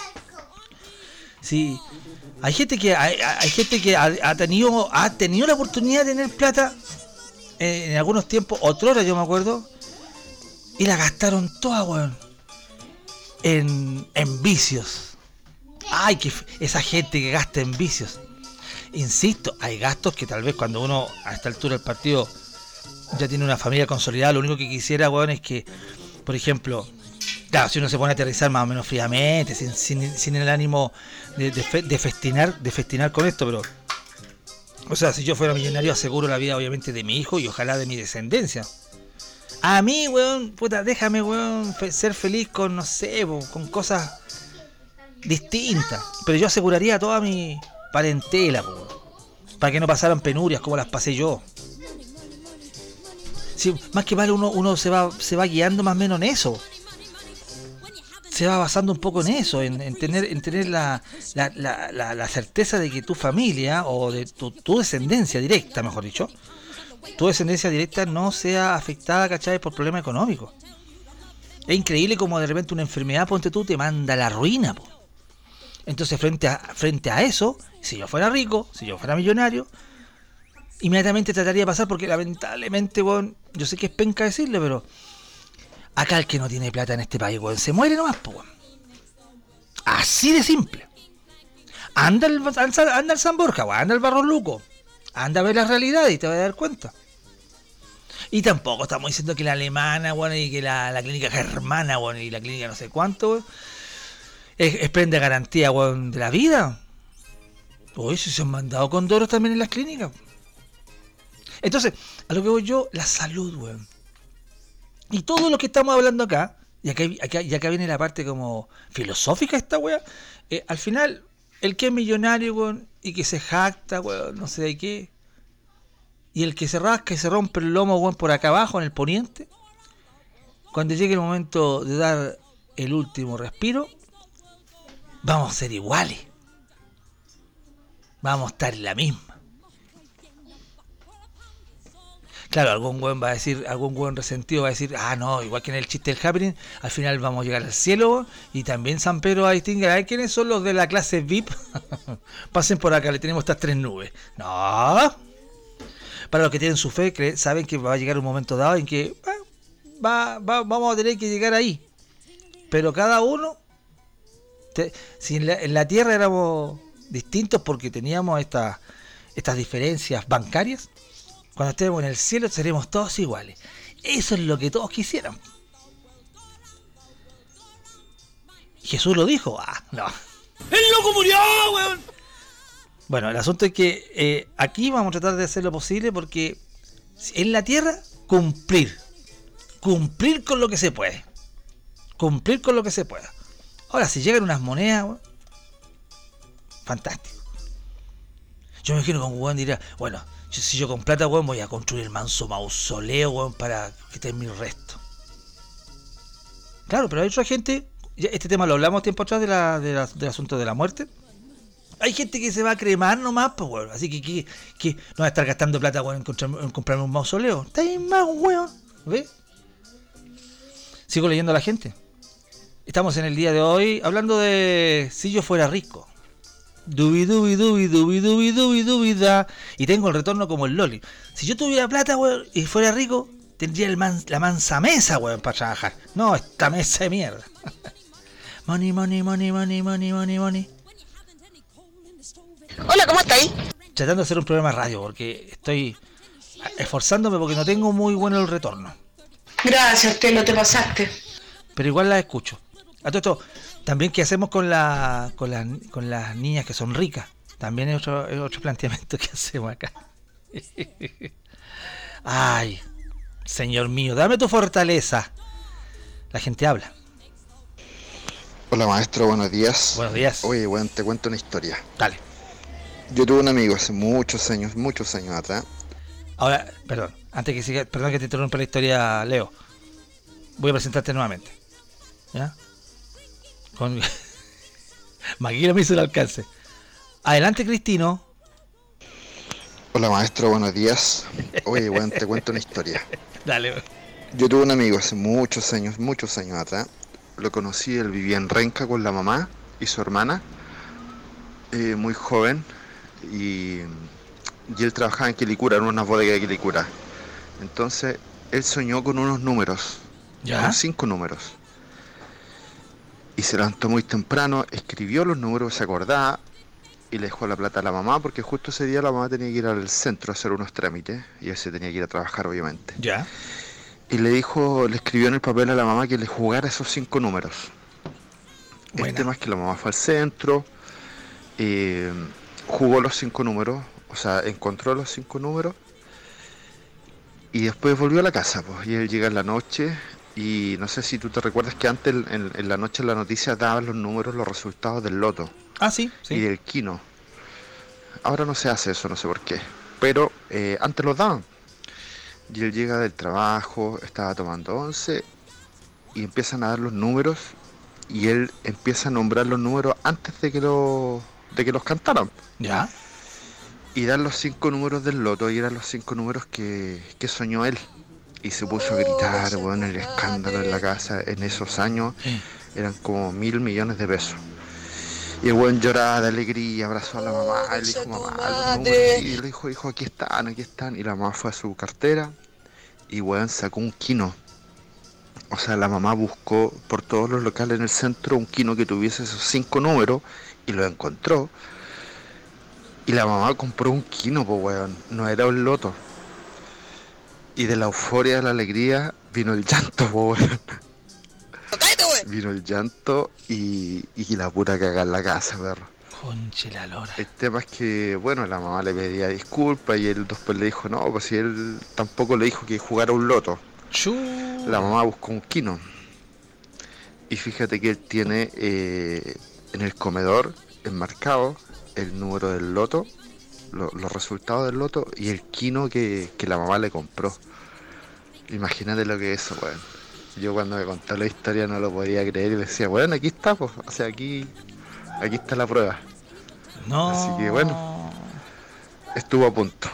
Sí. Hay gente que ha tenido la oportunidad de tener plata en algunos tiempos, otrora yo me acuerdo, y la gastaron toda, weón, en vicios. Ay, que esa gente que gasta en vicios. Insisto, hay gastos que tal vez cuando uno a esta altura del partido ya tiene una familia consolidada, lo único que quisiera, weón, es que, por ejemplo, claro, si uno se pone a aterrizar más o menos fríamente, sin el ánimo de festinar con esto, pero, o sea, si yo fuera millonario aseguro la vida obviamente de mi hijo y ojalá de mi descendencia. A mí, weón, puta, déjame, weón, ser feliz con, no sé, con cosas distintas, pero yo aseguraría a toda mi parentela, para que no pasaran penurias como las pasé yo. Sí, más que mal uno se va guiando más o menos en eso. se va basando un poco en eso, en tener la certeza de que tu familia o de tu descendencia directa, mejor dicho, tu descendencia directa no sea afectada, ¿cachai?, por problemas económicos. Es increíble como de repente una enfermedad, ponte tú, te manda a la ruina, po. Entonces frente a eso, si yo fuera rico, si yo fuera millonario, inmediatamente trataría de pasar, porque lamentablemente, weón, yo sé que es penca decirle, pero acá el que no tiene plata en este país, weón, se muere nomás, po, weón. Así de simple. Anda al San Borja, weón, anda al Barros Luco, anda a ver la realidad y te vas a dar cuenta. Y tampoco estamos diciendo que la alemana, bueno, y que la clínica germana, bueno, y la clínica no sé cuánto, bueno, es prenda garantía, bueno, de la vida. Uy, si se han mandado condoros también en las clínicas. Entonces, a lo que voy yo, la salud, weón. Y todo lo que estamos hablando acá, y acá viene la parte como filosófica esta weá, al final, el que es millonario, weón, y que se jacta, weón, no sé de qué, y el que se rasca y se rompe el lomo, weón, por acá abajo en el poniente, cuando llegue el momento de dar el último respiro, vamos a ser iguales. Vamos a estar en la misma. Claro, algún weón resentido va a decir, no, igual que en el chiste del Happening, al final vamos a llegar al cielo, y también San Pedro va a distinguir, a ver quiénes son los de la clase VIP. Pasen por acá, le tenemos estas 3 nubes. No. Para los que tienen su fe, saben que va a llegar un momento dado en que vamos a tener que llegar ahí. Pero cada uno, si en la tierra éramos distintos porque teníamos estas diferencias bancarias, cuando estemos en el cielo seremos todos iguales. Eso es lo que todos quisieran. Jesús lo dijo. No. ¡El loco murió, weón! Bueno, el asunto es que aquí vamos a tratar de hacer lo posible, porque en la tierra cumplir con lo que se puede. Cumplir con lo que se pueda. Ahora, si llegan unas monedas, weón, fantástico. Yo me imagino que un weón dirá, bueno, si yo con plata, weón, voy a construir el manso mausoleo, weón, para que estén mis restos. Claro, pero hay otra gente, este tema lo hablamos tiempo atrás del asunto de la muerte. Hay gente que se va a cremar nomás, pues, weón. Así que no va a estar gastando plata, weón, en comprarme un mausoleo. Está ahí más, weón. ¿Ves? Sigo leyendo a la gente. Estamos en el día de hoy hablando de si yo fuera rico. Dubi da. Y tengo el retorno como el Loli. Si yo tuviera plata, weón, y fuera rico, tendría la mansa mesa, weón, para trabajar. No, esta mesa de mierda. Money. Hola, ¿cómo estáis? Tratando de hacer un programa de radio, porque estoy esforzándome porque no tengo muy bueno el retorno. Gracias, te pasaste. Pero igual la escucho. A todo esto, también qué hacemos con las niñas que son ricas. También es otro planteamiento que hacemos acá. Ay, Señor mío, dame tu fortaleza. La gente habla. Hola maestro, buenos días. Buenos días. Oye, bueno, te cuento una historia. Dale. Yo tuve un amigo hace muchos años atrás. Ahora, perdón que te interrumpa la historia, Leo. Voy a presentarte nuevamente. ¿Ya? Con Maguila me hizo el alcance. Adelante, Cristino. Hola maestro, buenos días. Oye, bueno, te cuento una historia. Dale. Yo tuve un amigo hace muchos años atrás. Lo conocí, él vivía en Renca con la mamá y su hermana, muy joven, y él trabajaba en Quilicura, en una bodega de Quilicura. Entonces, él soñó con unos números, con 5 números. Y se levantó muy temprano, escribió los números, se acordaba, y le dejó la plata a la mamá, porque justo ese día la mamá tenía que ir al centro a hacer unos trámites, y él se tenía que ir a trabajar, obviamente. Ya. Y le escribió en el papel a la mamá que le jugara esos 5 números. Buena. El tema es que la mamá fue al centro, jugó los 5 números, o sea, encontró los 5 números, y después volvió a la casa, pues, y él llega en la noche, y no sé si tú te recuerdas que antes en la noche en la noticia daban los números, los resultados del loto. Ah, sí. Y del quino. Ahora no se hace eso, no sé por qué, pero antes los daban. Y él llega del trabajo, estaba tomando once y empiezan a dar los números y él empieza a nombrar los números antes de que los cantaran. ¿Ya? Y dan los 5 números del loto, y eran los 5 números que soñó él. Y se puso a gritar, bueno, el escándalo en la casa en esos años eran como 1.000 millones de pesos. Y el weón lloraba de alegría, abrazó a la mamá, y le dijo, mamá, los números, y le dijo, hijo, aquí están. Y la mamá fue a su cartera y weón sacó un quino. O sea, la mamá buscó por todos los locales en el centro un quino que tuviese esos 5 números y lo encontró. Y la mamá compró un quino, pues weón, no era un loto. Y de la euforia, de la alegría, vino el llanto, pues weón. Vino el llanto y la pura cagada en la casa, perro. Conche la lora. El tema es que, bueno, la mamá le pedía disculpas y él después le dijo, no, pues si él tampoco le dijo que jugara un loto. La mamá buscó un quino. Y fíjate que él tiene en el comedor enmarcado el número del loto, los resultados del loto y el quino que la mamá le compró. Imagínate lo que es eso, weón. Yo cuando me contó la historia no lo podía creer y decía, bueno, aquí está, pues, o sea, aquí está la prueba. No. Así que bueno, estuvo a punto.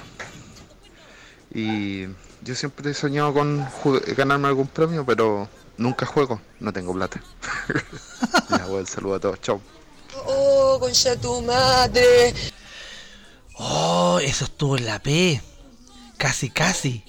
Y yo siempre he soñado con ganarme algún premio, pero nunca juego, no tengo plata. Ya, bueno, saludo a todos, chao. Oh, concha tu madre. Oh, eso estuvo en la P. Casi.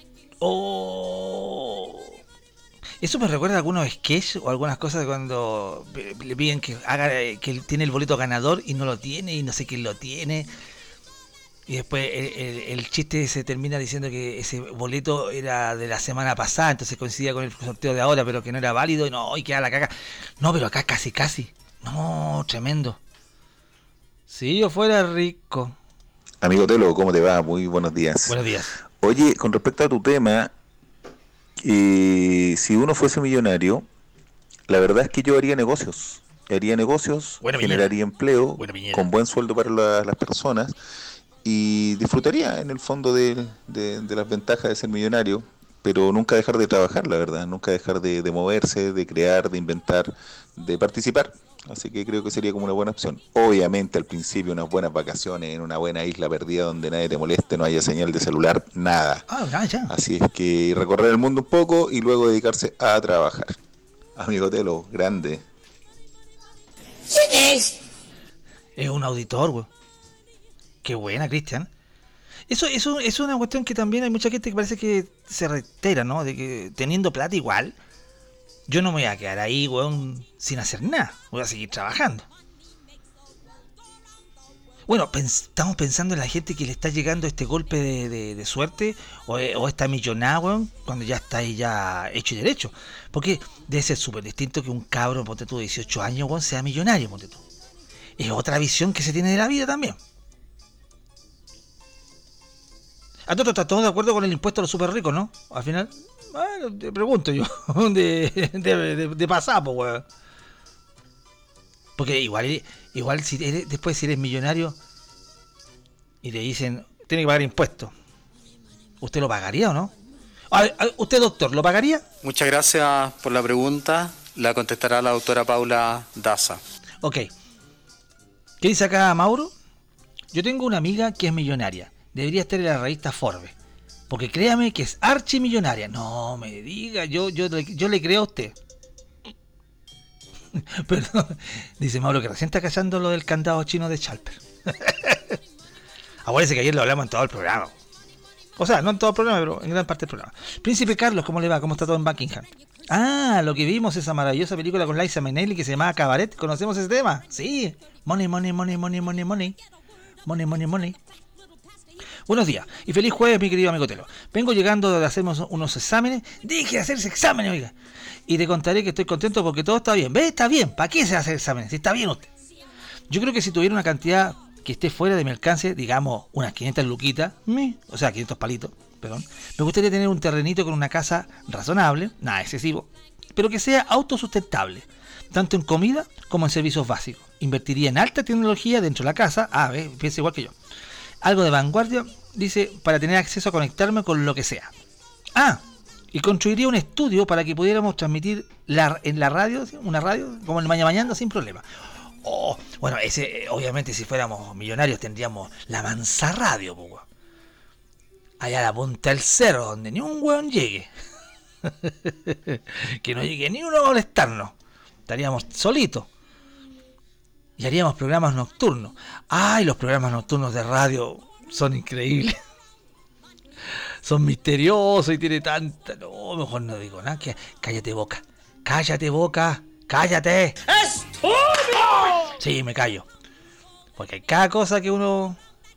Oh. Eso me recuerda a algunos sketches o algunas cosas de cuando le piden que haga, que él tiene el boleto ganador y no lo tiene y no sé quién lo tiene. Y después el chiste se termina diciendo que ese boleto era de la semana pasada, entonces coincidía con el sorteo de ahora, pero que no era válido y queda la caca. No, pero acá casi. No, tremendo. Si yo fuera rico. Amigo Telo, ¿cómo te va? Muy buenos días. Buenos días. Oye, con respecto a tu tema, si uno fuese millonario, la verdad es que yo haría negocios. Generaría empleo con buen sueldo para las personas y disfrutaría en el fondo de las ventajas de ser millonario, pero nunca dejar de trabajar, la verdad, nunca dejar de moverse, de crear, de inventar, de participar. Así que creo que sería como una buena opción. Obviamente al principio unas buenas vacaciones en una buena isla perdida donde nadie te moleste, no haya señal de celular, nada. Ya. Así es que recorrer el mundo un poco y luego dedicarse a trabajar. Amigo Telo, grande. Es un auditor, güey. Qué buena, Cristian. Eso es una cuestión que también hay mucha gente que parece que se reitera, ¿no? De que teniendo plata igual, yo no me voy a quedar ahí, weón, sin hacer nada. Voy a seguir trabajando. Bueno, estamos pensando en la gente que le está llegando este golpe de suerte o esta millonada, weón, cuando ya está ahí ya hecho y derecho. Porque debe ser súper distinto que un cabro, ponte tú, de 18 años, weón, sea millonario, ponte tú. Es otra visión que se tiene de la vida también. A todos estamos de acuerdo con el impuesto a los súper ricos, ¿no? Al final, bueno, te pregunto yo, de pasar, pues, weón. Porque igual si eres millonario y te dicen, tiene que pagar impuestos, ¿usted lo pagaría o no? ¿Usted, doctor, lo pagaría? Muchas gracias por la pregunta. La contestará la doctora Paula Daza. Ok. ¿Qué dice acá Mauro? Yo tengo una amiga que es millonaria. Debería estar en la revista Forbes. Porque créame que es archimillonaria. No me diga, yo le creo a usted. Perdón. Dice Mauro que recién está cachando lo del candado chino de Schalper. Acuérdense que ayer lo hablamos en todo el programa. O sea, no en todo el programa, pero en gran parte del programa. Príncipe Carlos, ¿cómo le va? ¿Cómo está todo en Buckingham? Ah, lo que vimos, esa maravillosa película con Liza Minnelli que se llama Cabaret. ¿Conocemos ese tema? Sí. Money. Buenos días y feliz jueves, mi querido amigo Telo. Vengo llegando de hacernos unos exámenes. Deje de hacerse exámenes, oiga. Y te contaré que estoy contento porque todo está bien. ¿Ves? Está bien. ¿Para qué se hace exámenes? Si está bien usted. Yo creo que si tuviera una cantidad que esté fuera de mi alcance, digamos unas 500 luquitas, o sea, 500 palitos, perdón, me gustaría tener un terrenito con una casa razonable, nada excesivo, pero que sea autosustentable, tanto en comida como en servicios básicos. Invertiría en alta tecnología dentro de la casa. Piensa igual que yo. Algo de vanguardia, dice, para tener acceso a conectarme con lo que sea. Y construiría un estudio para que pudiéramos transmitir en la radio, una radio, como el Mañana sin problema. Oh, bueno, ese, obviamente si fuéramos millonarios tendríamos la Mansa Radio, pues, weón. Allá a la punta del cerro, donde ni un weón llegue. Que no llegue ni uno a molestarnos. Estaríamos solitos. Y haríamos programas nocturnos. Ay, los programas nocturnos de radio son increíbles. Son misteriosos y tiene tanta... No, mejor no digo nada. Cállate boca. Cállate boca. Cállate. ¡Estúpido! Sí, me callo. Porque hay cada cosa que uno...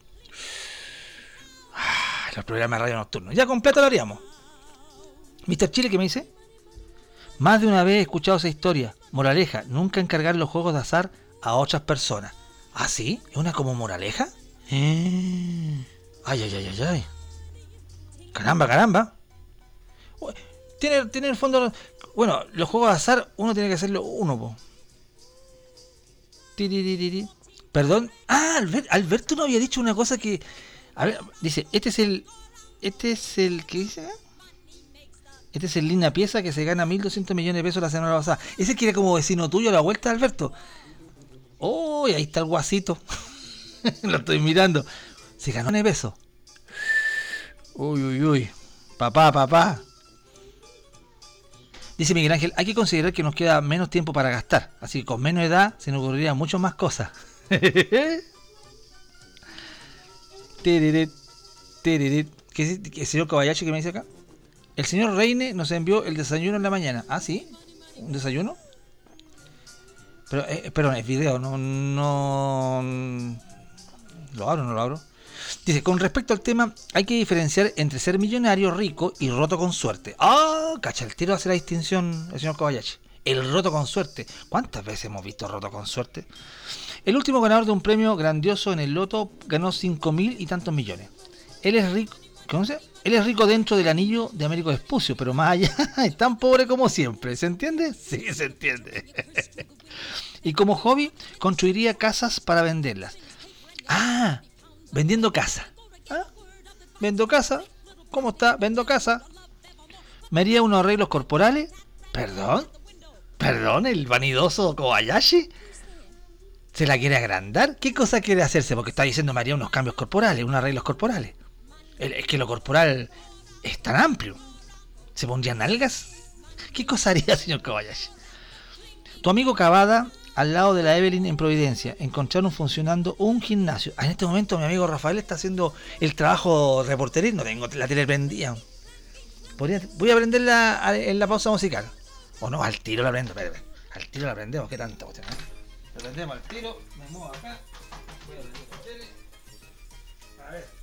los programas de radio nocturnos. Ya completo lo haríamos. Mr. Chile, ¿qué me dice? Más de una vez he escuchado esa historia. Moraleja, nunca encargar los juegos de azar a otras personas. ¿Ah, sí? ¿Es una como moraleja? Ay, ay, ay, ay, ay. Caramba, caramba. Tiene el fondo... Bueno, los juegos de azar uno tiene que hacerlo uno, po. Perdón. Ah, Alberto no había dicho una cosa que... A ver, dice, este es el... ¿Qué dice? Este es el Lina Pieza que se gana 1.200 millones de pesos la semana pasada. Ese que era como vecino tuyo a la vuelta, Alberto. Oh, y ahí está el guasito. Lo estoy mirando. Se ganó de pesos. Uy, uy, uy. Papá. Dice Miguel Ángel, hay que considerar que nos queda menos tiempo para gastar. Así que con menos edad se nos ocurrirían muchas más cosas. ¿Qué señor Kobayashi que me dice acá? El señor Reine nos envió el desayuno en la mañana. ¿Ah, sí? ¿Un desayuno? Pero, perdón, es video, no... ¿Lo abro o no lo abro? Dice, con respecto al tema, hay que diferenciar entre ser millonario rico y roto con suerte. ¡Ah! Cacha, el tiro hace la distinción el señor Kobayashi. El roto con suerte. ¿Cuántas veces hemos visto roto con suerte? El último ganador de un premio grandioso en el loto ganó 5.000 y tantos millones. Él es rico... ¿Cómo se llama? Él es rico dentro del anillo de Américo Vespucio, pero más allá es tan pobre como siempre. ¿Se entiende? Sí, se entiende. Y como hobby, construiría casas para venderlas. Ah, vendiendo casa. ¿Ah? Vendo casa. ¿Cómo está? Vendo casa. Me haría unos arreglos corporales. ¿Perdón? ¿Perdón? ¿El vanidoso Kobayashi? ¿Se la quiere agrandar? ¿Qué cosa quiere hacerse? Porque está diciendo me haría unos cambios corporales, unos arreglos corporales. Es que lo corporal es tan amplio. ¿Se pondrían nalgas? ¿Qué cosa haría, señor Kobayashi? Tu amigo Cavada, al lado de la Evelyn en Providencia, encontraron funcionando un gimnasio. En este momento mi amigo Rafael está haciendo el trabajo reporteril. No tengo la tele prendida. Voy a prenderla en la pausa musical. O no, al tiro la prendo. Espera. Al tiro la prendemos. ¿Qué tanta cuestión? La prendemos al tiro. Me muevo acá. Voy a prender la tele. A ver.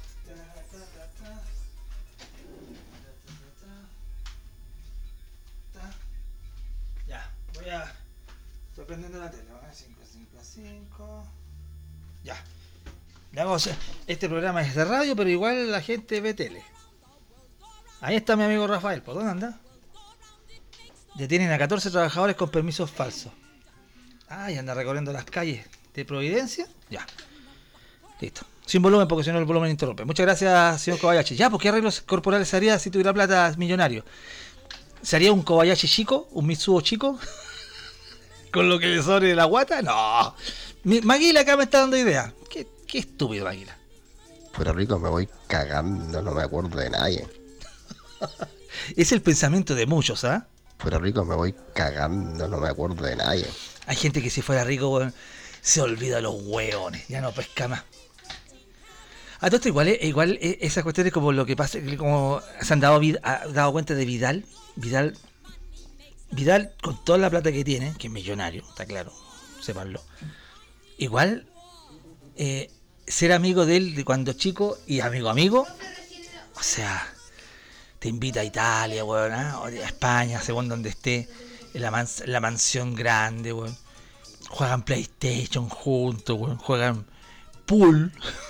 Ya, estoy prendiendo la tele. 5. Ya. Este programa es de radio, pero igual la gente ve tele. Ahí está mi amigo Rafael. ¿Por dónde anda? Detienen a 14 trabajadores con permisos falsos. Ah, y anda recorriendo las calles de Providencia. Ya. Listo. Sin volumen, porque si no el volumen interrumpe. Muchas gracias, señor Kobayashi. Ya, pues ¿qué arreglos corporales se haría si tuviera plata millonario? ¿Se haría un Kobayashi chico? ¿Un Mitsuo chico? ¿Con lo que le sobre la guata? No. Maguila acá me está dando idea. Qué estúpido, Maguila. Pero rico, me voy cagando, no me acuerdo de nadie. Es el pensamiento de muchos, ¿ah? Pero rico, me voy cagando, no me acuerdo de nadie. Hay gente que si fuera rico, bueno, se olvida de los hueones, ya no pesca más. A todo esto igual esas cuestiones como lo que pasa, como se han dado cuenta de Vidal. Vidal, con toda la plata que tiene, que es millonario, está claro, sépanlo. Igual, ser amigo de él de cuando chico y amigo, o sea, te invita a Italia, weón, o a España, según donde esté, en la mansión grande, weón. Juegan PlayStation juntos, weón, juegan pool.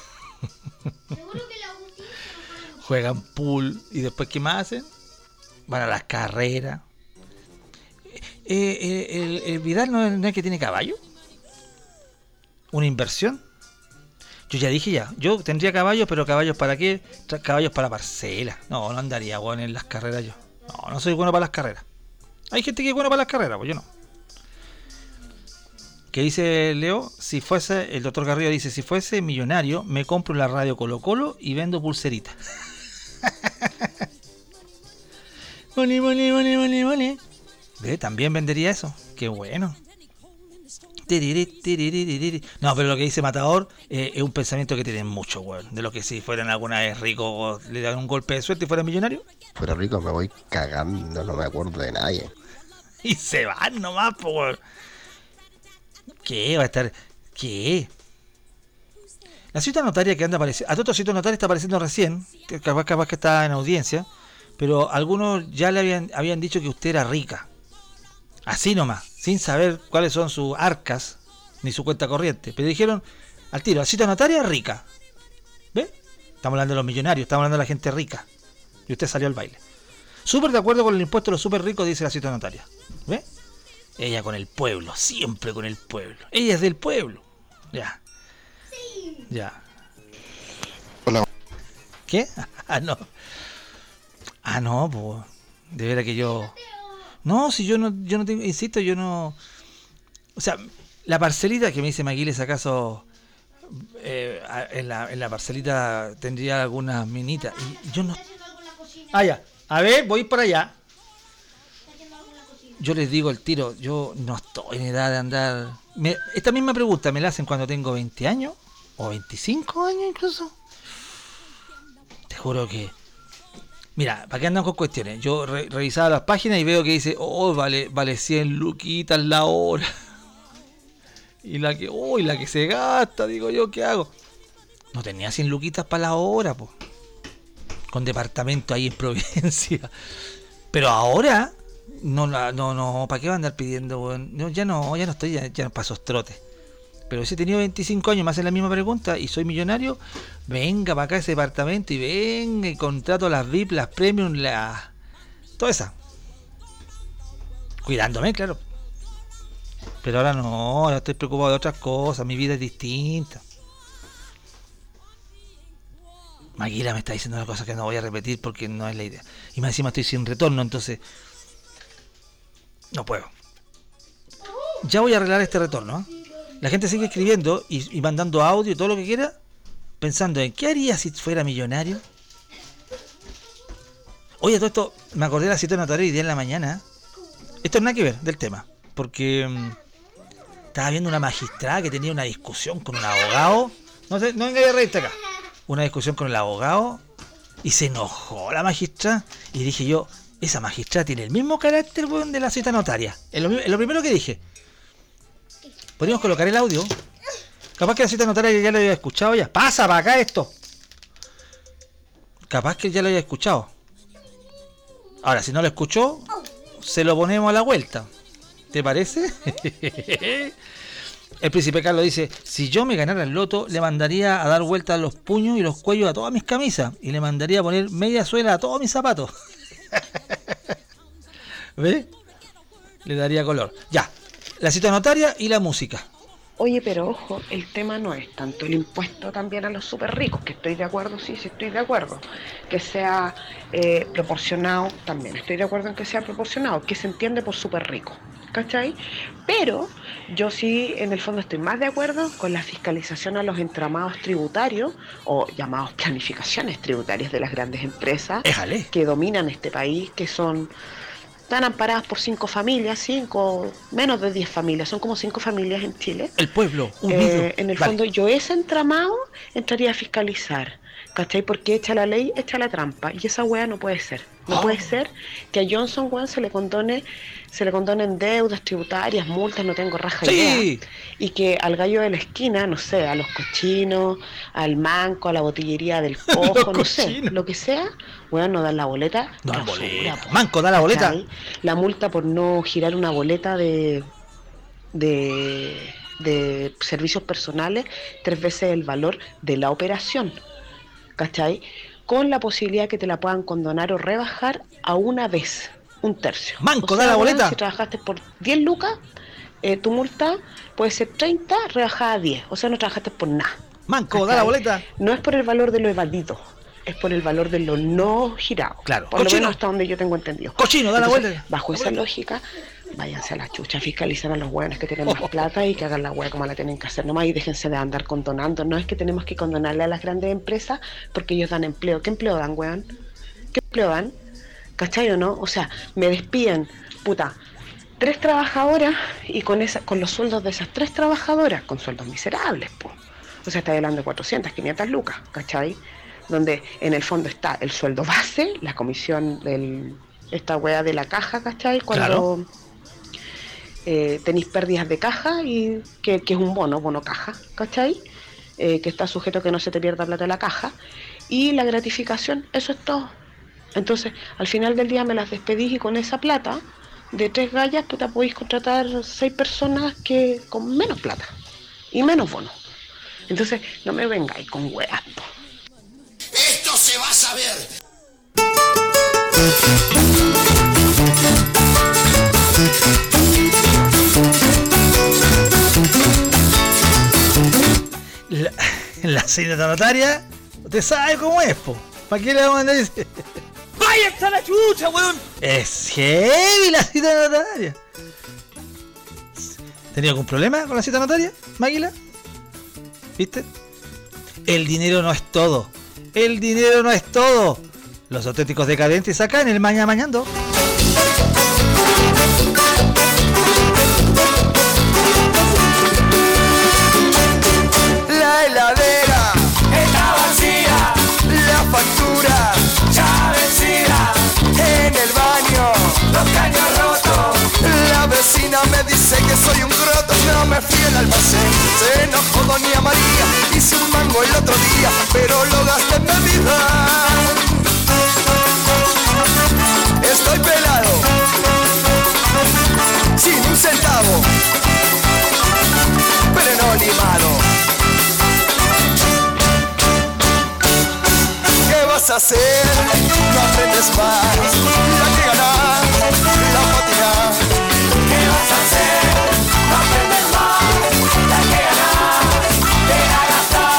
Juegan pool y después ¿qué más hacen? Van a las carreras. El Vidal no es que tiene caballo. ¿Una inversión? Yo ya dije yo tendría caballos, pero caballos para qué? Caballos para parcela. No andaría bueno en las carreras yo. No soy bueno para las carreras. Hay gente que es buena para las carreras, pues yo no. ¿Qué dice Leo? Si fuese, el doctor Garrido dice, si fuese millonario, me compro la radio Colo Colo y vendo pulseritas. Money. ¿Ve? También vendería eso. Qué bueno. No, pero lo que dice Matador es un pensamiento que tienen mucho, weón. De lo que si fueran alguna vez ricos, le dan un golpe de suerte y fueran millonarios. Fuera rico me voy cagando, no me acuerdo de nadie. Y se van nomás, po, weón. ¿Qué? Va a estar... ¿Qué? La cita notaria que anda apareciendo... A todo cita notaria está apareciendo recién. Capaz que está en audiencia. Pero algunos ya le habían dicho que usted era rica. Así nomás. Sin saber cuáles son sus arcas. Ni su cuenta corriente. Pero dijeron al tiro, la cita notaria rica. ¿Ve? Estamos hablando de los millonarios. Estamos hablando de la gente rica. Y usted salió al baile. Súper de acuerdo con el impuesto de los súper ricos, dice la cita notaria. ¿Ve? Ella con el pueblo, siempre con el pueblo. Ella es del pueblo. Ya. Sí. Ya. Hola. ¿Qué? No. No, pues. De veras que yo. No, si yo no tengo, insisto, yo no. O sea, la parcelita que me dice Maquiles, acaso en la parcelita tendría algunas minitas. Y yo no. Ya. A ver, voy para allá. Yo les digo el tiro, yo no estoy en edad de andar... Esta misma pregunta me la hacen cuando tengo 20 años, o 25 años incluso. Te juro que... Mira, ¿para qué andan con cuestiones? Yo revisaba las páginas y veo que dice, vale 100 luquitas la hora. Y la que se gasta, digo yo, ¿qué hago? No tenía 100 luquitas para la hora, pues. Con departamento ahí en Providencia. Pero ahora... No, ¿para qué va a andar pidiendo, weón? No, ya no estoy, ya no paso trotes. Pero si he tenido 25 años, me hacen la misma pregunta y soy millonario, venga para acá ese departamento y venga y contrato las VIP, las Premium, toda esa. Cuidándome, claro. Pero ahora no, ahora estoy preocupado de otras cosas, mi vida es distinta. Maguila me está diciendo una cosa que no voy a repetir porque no es la idea. Y más encima estoy sin retorno, entonces... No puedo. Ya voy a arreglar este retorno, ¿eh? La gente sigue escribiendo y mandando audio y todo lo que quiera, pensando en ¿qué haría si fuera millonario? Oye, todo esto, me acordé de la cita notaria hoy día en la mañana. Esto no nada que ver del tema, porque estaba viendo una magistrada que tenía una discusión con un abogado. No venga a reírte acá. Una discusión con el abogado y se enojó la magistrada y dije yo, esa magistrada tiene el mismo carácter, weón, de la cita notaria. Es lo primero que dije. Podríamos colocar el audio. Capaz que la cita notaria ya lo había escuchado ya. Pasa para acá esto. Capaz que ya lo había escuchado. Ahora, si no lo escuchó, se lo ponemos a la vuelta. ¿Te parece? El príncipe Carlos dice, si yo me ganara el loto, le mandaría a dar vueltas los puños y los cuellos a todas mis camisas. Y le mandaría a poner media suela a todos mis zapatos. ¿Ve? Le daría color. Ya, la cita notaria y la música. Oye, pero ojo, el tema no es tanto el impuesto también a los súper ricos, que estoy de acuerdo, sí estoy de acuerdo, que sea proporcionado, también estoy de acuerdo en que sea proporcionado, que se entiende por súper rico, ¿cachai? Pero yo sí, en el fondo, estoy más de acuerdo con la fiscalización a los entramados tributarios, o llamados planificaciones tributarias de las grandes empresas que dominan este país, que son... Están amparadas por 5 familias, menos de 10 familias, son como 5 familias en Chile. El pueblo, en el fondo, yo ese entramado entraría a fiscalizar, ¿cachai? Porque echa la ley, echa la trampa, y esa weá no puede ser. No puede ser que a Johnson, weón, se le condonen deudas tributarias, multas, no tengo raja idea. Y que al gallo de la esquina, no sé, a los cochinos, al manco, a la botillería del cojo, no sé, lo que sea, weón, no dan la boleta. No dan boleta. Manco, da la boleta. ¿Cachai? La multa por no girar una boleta de servicios personales 3 veces el valor de la operación, ¿cachai? Con la posibilidad que te la puedan condonar o rebajar a una vez, 1/3. Manco, o sea, da la boleta. Si trabajaste por 10 lucas, tu multa puede ser 30, rebajada a 10. O sea, no trabajaste por nada. Manco, ¿cachai? Da la boleta. No es por el valor de lo evadido, es por el valor de lo no girado. Claro. Por lo menos hasta donde yo tengo entendido. Cochino, da la vuelta. Bajo esa lógica, váyanse a la chucha, fiscalizar a los hueones que tienen más plata y que hagan la hueá como la tienen que hacer nomás y déjense de andar condonando. No es que tenemos que condonarle a las grandes empresas porque ellos dan empleo. ¿Qué empleo dan, weón? ¿Qué empleo dan? ¿Cachai o no? O sea, me despiden, puta, 3 trabajadoras y con los sueldos de esas 3 trabajadoras, con sueldos miserables, pues. O sea, está hablando de 400, 500 lucas, ¿cachai? Donde en el fondo está el sueldo base, la comisión esta wea de la caja, ¿cachai? Cuando tenéis pérdidas de caja y que es un bono caja, ¿cachai? Que está sujeto a que no se te pierda plata de la caja. Y la gratificación, eso es todo. Entonces, al final del día me las despedís y con esa plata de 3 gallas, tú te podéis contratar 6 personas que con menos plata y menos bono. Entonces, no me vengáis con weas, po. ¡Esto se va a saber! La señora notaria, usted sabe cómo es, po. ¿Para qué le vamos a andar diciendo? ¡Vaya hasta la chucha, weón! Es heavy la cita notaria. ¿Tenía algún problema con la cita notaria, Máguila? ¿Viste? El dinero no es todo. El dinero no es todo. Los auténticos decadentes acá en el Maña Mañando. La heladera está vacía, la factura ya vencida, en el baño los caños rotos, la vecina me dice que soy un croto, no me fui al almacén, se enojó doña María, hice un mango el otro día, pero lo gasté en bebida. Estoy pelado, sin un centavo, pero no limado. ¿Qué vas a hacer? No aprendes más, la que ganar, la patina. ¿Qué vas a hacer? No aprendes más, la que ganar, te la gastar.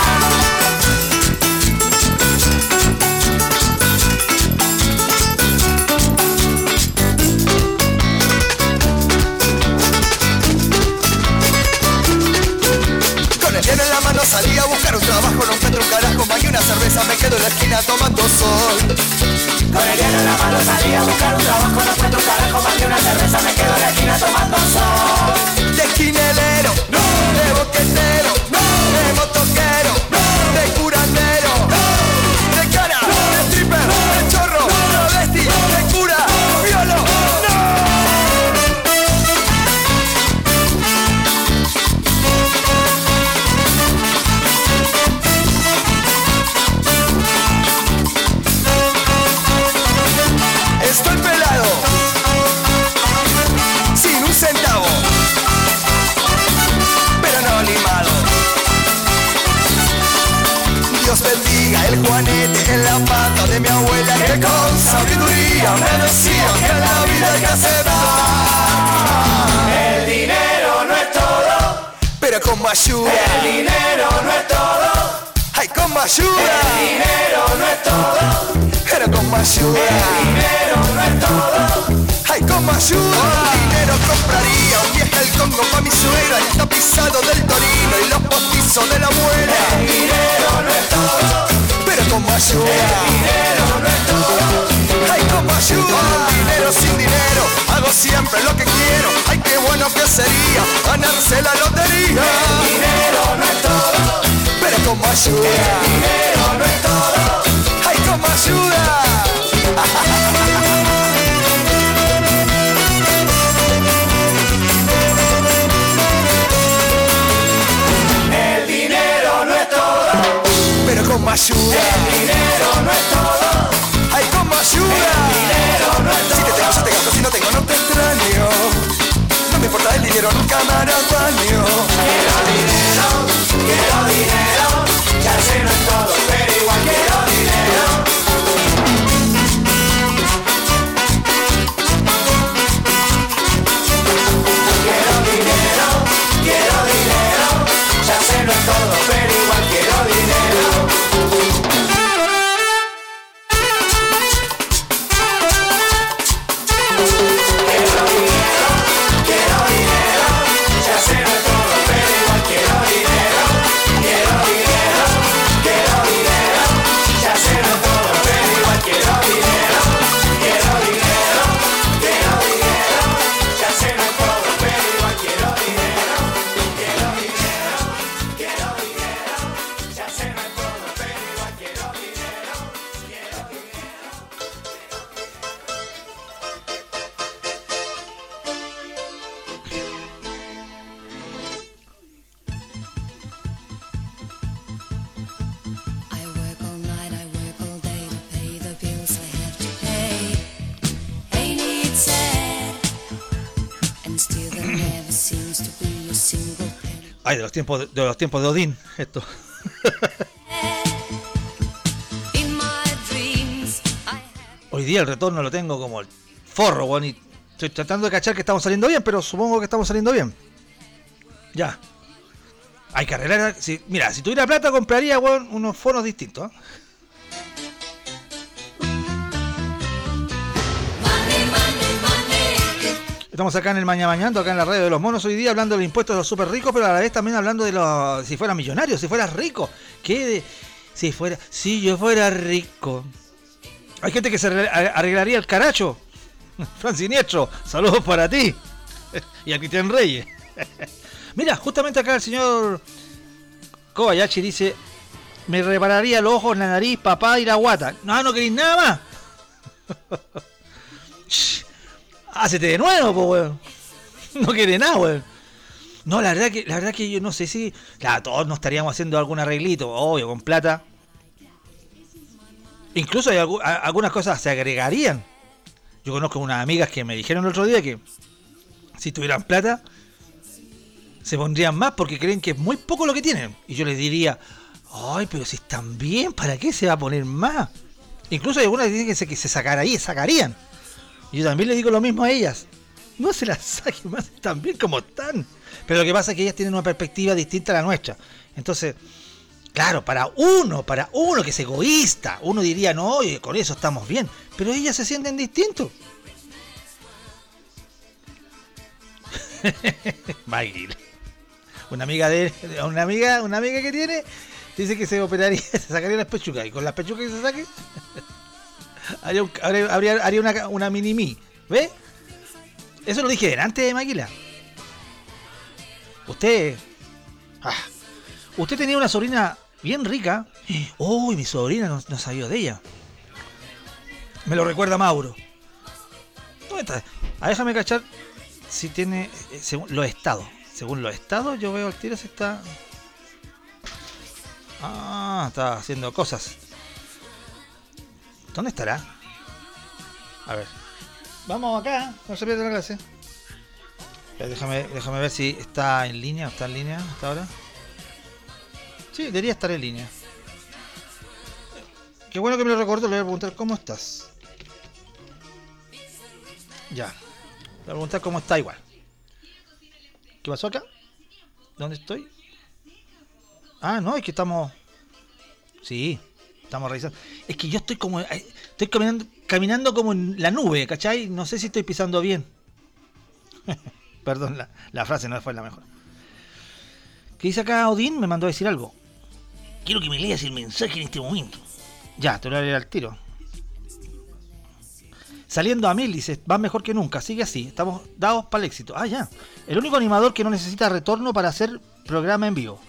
Con el dinero en la mano salí a buscar un trabajo, no encuentro un carajo, más que una cerveza, me quedo en la esquina tomando sol. Con el dinero en la mano salí a buscar un trabajo, no encuentro un carajo, más que una cerveza, me quedo en la esquina tomando sol. De esquinelero, no, de boquetero, no, de motoquero, no, de curandero, no, de cara, no, de stripper, no, de chorro, no, travesti, no, de cura, violo, no. Estoy pelado, sin un centavo, pero no limado. Dios bendiga el juanete en la pata de mi abuela, que con sabiduría me decía que en la vida hay que aceptar. El dinero no es todo, pero con ayuda. El dinero no es todo, ay, con ayuda. El dinero no es todo, pero con ayuda. El dinero no es todo, ay, con ayuda. El dinero compraría un viaje al Congo pa' mi suegra, el tapizado del Torino y los postizos de la abuela. El dinero no es todo, pero con ayuda. El dinero no es todo, ay, con ayuda. El dinero sin dinero, hago siempre lo que quiero. Ay, qué bueno que sería ganarse la lotería. El dinero no es todo, pero con ayuda. El dinero no es todo, ay, con ayuda. El dinero no es todo, pero con ayuda. El dinero no es todo, ay, con ayuda. El dinero no es todo, si te tengo yo te gasto, si no tengo no te extraño. No me importa el dinero, nunca me hará daño. Quiero dinero, ya sé no es todo, pero igual quiero dinero. Quiero dinero, ya sé no es todo, pero igual quiero dinero. Ay, de los tiempos de Odín, esto. Hoy día el retorno lo tengo como el forro, weón, y estoy tratando de cachar que estamos saliendo bien, pero supongo que estamos saliendo bien. Ya. Hay que arreglar. Mira, si tuviera plata compraría, weón, unos fonos distintos, ¿eh? Estamos acá en el Mañando, acá en la radio de los monos hoy día, hablando de los impuestos de los súper ricos, pero a la vez también hablando de los... Si fueras millonario, si fueras rico. Si yo fuera rico. Hay gente que se arreglaría el caracho. Fran Siniestro, saludos para ti. Y a Cristian Reyes. Mira, justamente acá el señor Kobayashi dice: me repararía los ojos, la nariz, papá y la guata. No queréis nada más. Hácete de nuevo, po, weón. No quiere nada, weón. No, la verdad que yo no sé si... Claro, todos nos estaríamos haciendo algún arreglito, obvio, con plata. Incluso hay algunas cosas se agregarían. Yo conozco unas amigas que me dijeron el otro día que si tuvieran plata se pondrían más porque creen que es muy poco lo que tienen. Y yo les diría, ay, pero si están bien, ¿para qué se va a poner más? Incluso hay algunas que dicen que se sacarían. Y yo también les digo lo mismo a ellas. No se las saquen más, tan bien como están. Pero lo que pasa es que ellas tienen una perspectiva distinta a la nuestra. Entonces, claro, para uno que es egoísta, uno diría, no, oye, con eso estamos bien. Pero ellas se sienten distintos. Maggie. Una amiga que tiene, dice que se operaría, se sacaría las pechugas. Y con las pechugas que se saque, haría una mini-mi. ¿Ves? Eso lo dije delante de Maquila. Usted tenía una sobrina bien rica. Uy, mi sobrina no sabía de ella. Me lo recuerda Mauro. ¿Dónde está? Déjame cachar si tiene... según los estados. Según los estados, yo veo al tiro si está... está haciendo cosas. ¿Dónde estará? A ver. Vamos acá. No se pierda la clase. Déjame ver si está en línea. ¿Está en línea hasta ahora? Sí, debería estar en línea. Qué bueno que me lo recordó. Le voy a preguntar cómo estás. Ya. Le voy a preguntar cómo está igual. ¿Qué pasó acá? ¿Dónde estoy? No, es que estamos... Sí, estamos revisando. Es que yo estoy caminando como en la nube, ¿cachai? No sé si estoy pisando bien. Perdón, la frase no fue la mejor. ¿Qué dice acá Odín? Me mandó a decir algo. Quiero que me leas el mensaje en este momento. Ya, te lo voy a leer al tiro. Saliendo a 1000, dice, va mejor que nunca, sigue así, estamos dados para el éxito. Ya. El único animador que no necesita retorno para hacer programa en vivo.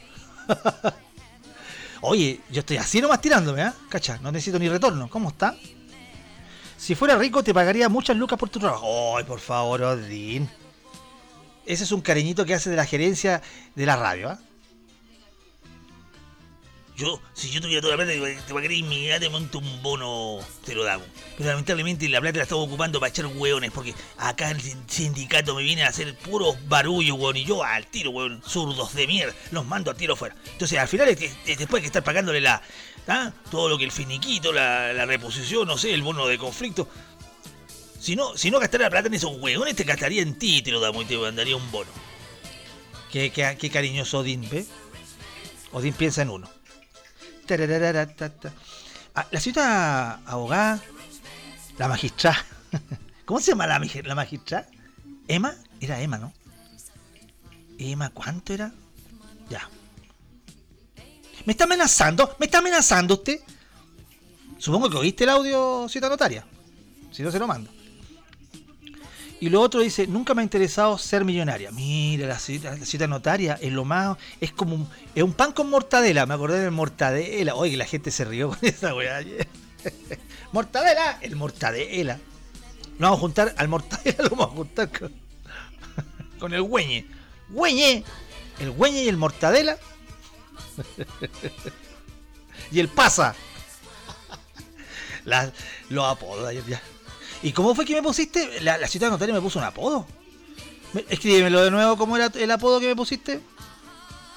Oye, yo estoy así nomás tirándome, ¿eh? Cacha, no necesito ni retorno. ¿Cómo está? Si fuera rico te pagaría muchas lucas por tu trabajo. Ay, por favor, Odín. Ese es un cariñito que hace de la gerencia de la radio, ¿eh? Si yo tuviera toda la plata, te pagaría inmediatamente un bono, te lo damos. Pero lamentablemente la plata la estamos ocupando para echar hueones, porque acá el sindicato me viene a hacer puros barullos, hueón, y yo al tiro, hueón, zurdos de mierda, los mando al tiro fuera. Entonces al final, después hay que estar pagándole todo lo que el finiquito, la reposición, no sé, el bono de conflicto. Si no gastara plata en esos hueones, te gastaría en ti y te lo damos y te mandaría un bono. Qué cariñoso Odín, ¿ves? Odín piensa en uno. La señora abogada, la magistrada. ¿Cómo se llama la magistrada? ¿Emma? Era Emma, ¿no? ¿Emma cuánto era? Ya. ¿Me está amenazando? ¿Me está amenazando usted? Supongo que oíste el audio, cita notaria. Si no, se lo mando. Y lo otro dice, nunca me ha interesado ser millonaria. Mira, la cita notaria es lo más... Es como es un pan con mortadela. Me acordé del mortadela. Oye, la gente se rió con esa weá ayer. Mortadela, el mortadela. Lo vamos a juntar al mortadela, lo vamos a juntar con el güeñe. Güeñe. El güeñe y el mortadela. Y el pasa. Los apodos ayer ya. ¿Y cómo fue que me pusiste? La cita notaria me puso un apodo. Escríbemelo de nuevo, ¿cómo era el apodo que me pusiste?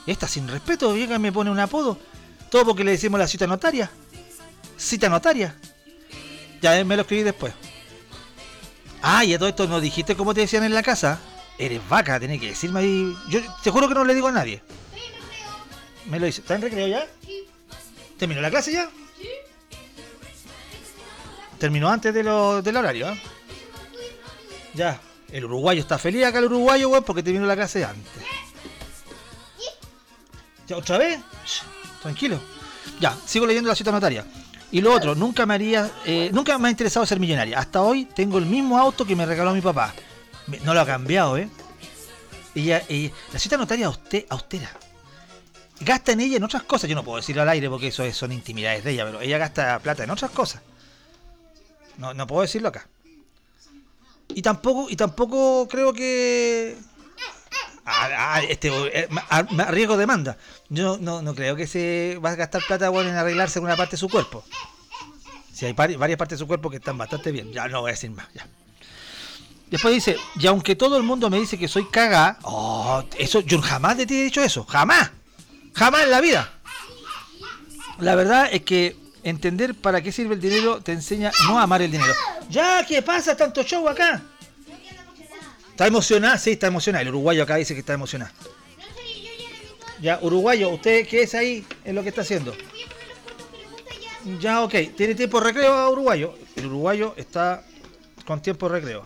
Esta sin respeto, vieja, me pone un apodo. Todo porque le decimos la cita notaria. Cita notaria. Ya me lo escribí después. Ah, y a todo esto no dijiste cómo te decían en la casa. Eres vaca, tenés que decirme ahí. Yo te juro que no le digo a nadie. Me lo dice. ¿Está en recreo ya? Sí. ¿Terminó la clase ya? Sí. Terminó antes del horario, ¿eh? Ya. El uruguayo está feliz acá, el uruguayo, weón, porque terminó la clase antes. ¿Ya otra vez? Tranquilo. Ya, sigo leyendo la cita notaria. Y lo otro, nunca me ha interesado ser millonaria. Hasta hoy tengo el mismo auto que me regaló mi papá. No lo ha cambiado, ¿eh? La cita notaria austera. Gasta en ella en otras cosas. Yo no puedo decirlo al aire porque eso son intimidades de ella, pero ella gasta plata en otras cosas. No puedo decirlo acá. Y tampoco creo que... a riesgo de demanda. Yo no creo que se va a gastar plata, bueno, en arreglarse una parte de su cuerpo. Si hay varias partes de su cuerpo que están bastante bien. Ya no voy a decir más. Ya. Después dice, y aunque todo el mundo me dice que soy cagá, eso yo jamás te he dicho eso. Jamás en la vida. La verdad es que entender para qué sirve el dinero te enseña no a amar el dinero. Ya, ¿qué pasa? Tanto show acá. ¿Está emocionada? Sí, está emocionada. El uruguayo acá dice que está emocionada. Ya, uruguayo, ¿usted qué es ahí en lo que está haciendo? Ya, ok. ¿Tiene tiempo de recreo, uruguayo? El uruguayo está con tiempo de recreo.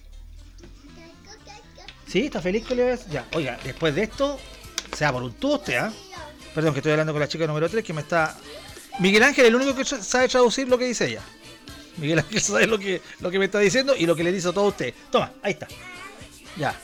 ¿Sí? ¿Está feliz que le ves? Ya, oiga, después de esto, se va por un tubo usted, ¿ah? Perdón, que estoy hablando con la chica número 3 que me está... Miguel Ángel es el único que sabe traducir lo que dice ella. Miguel Ángel sabe lo que me está diciendo y lo que le dice a todo usted. Toma, ahí está. Ya.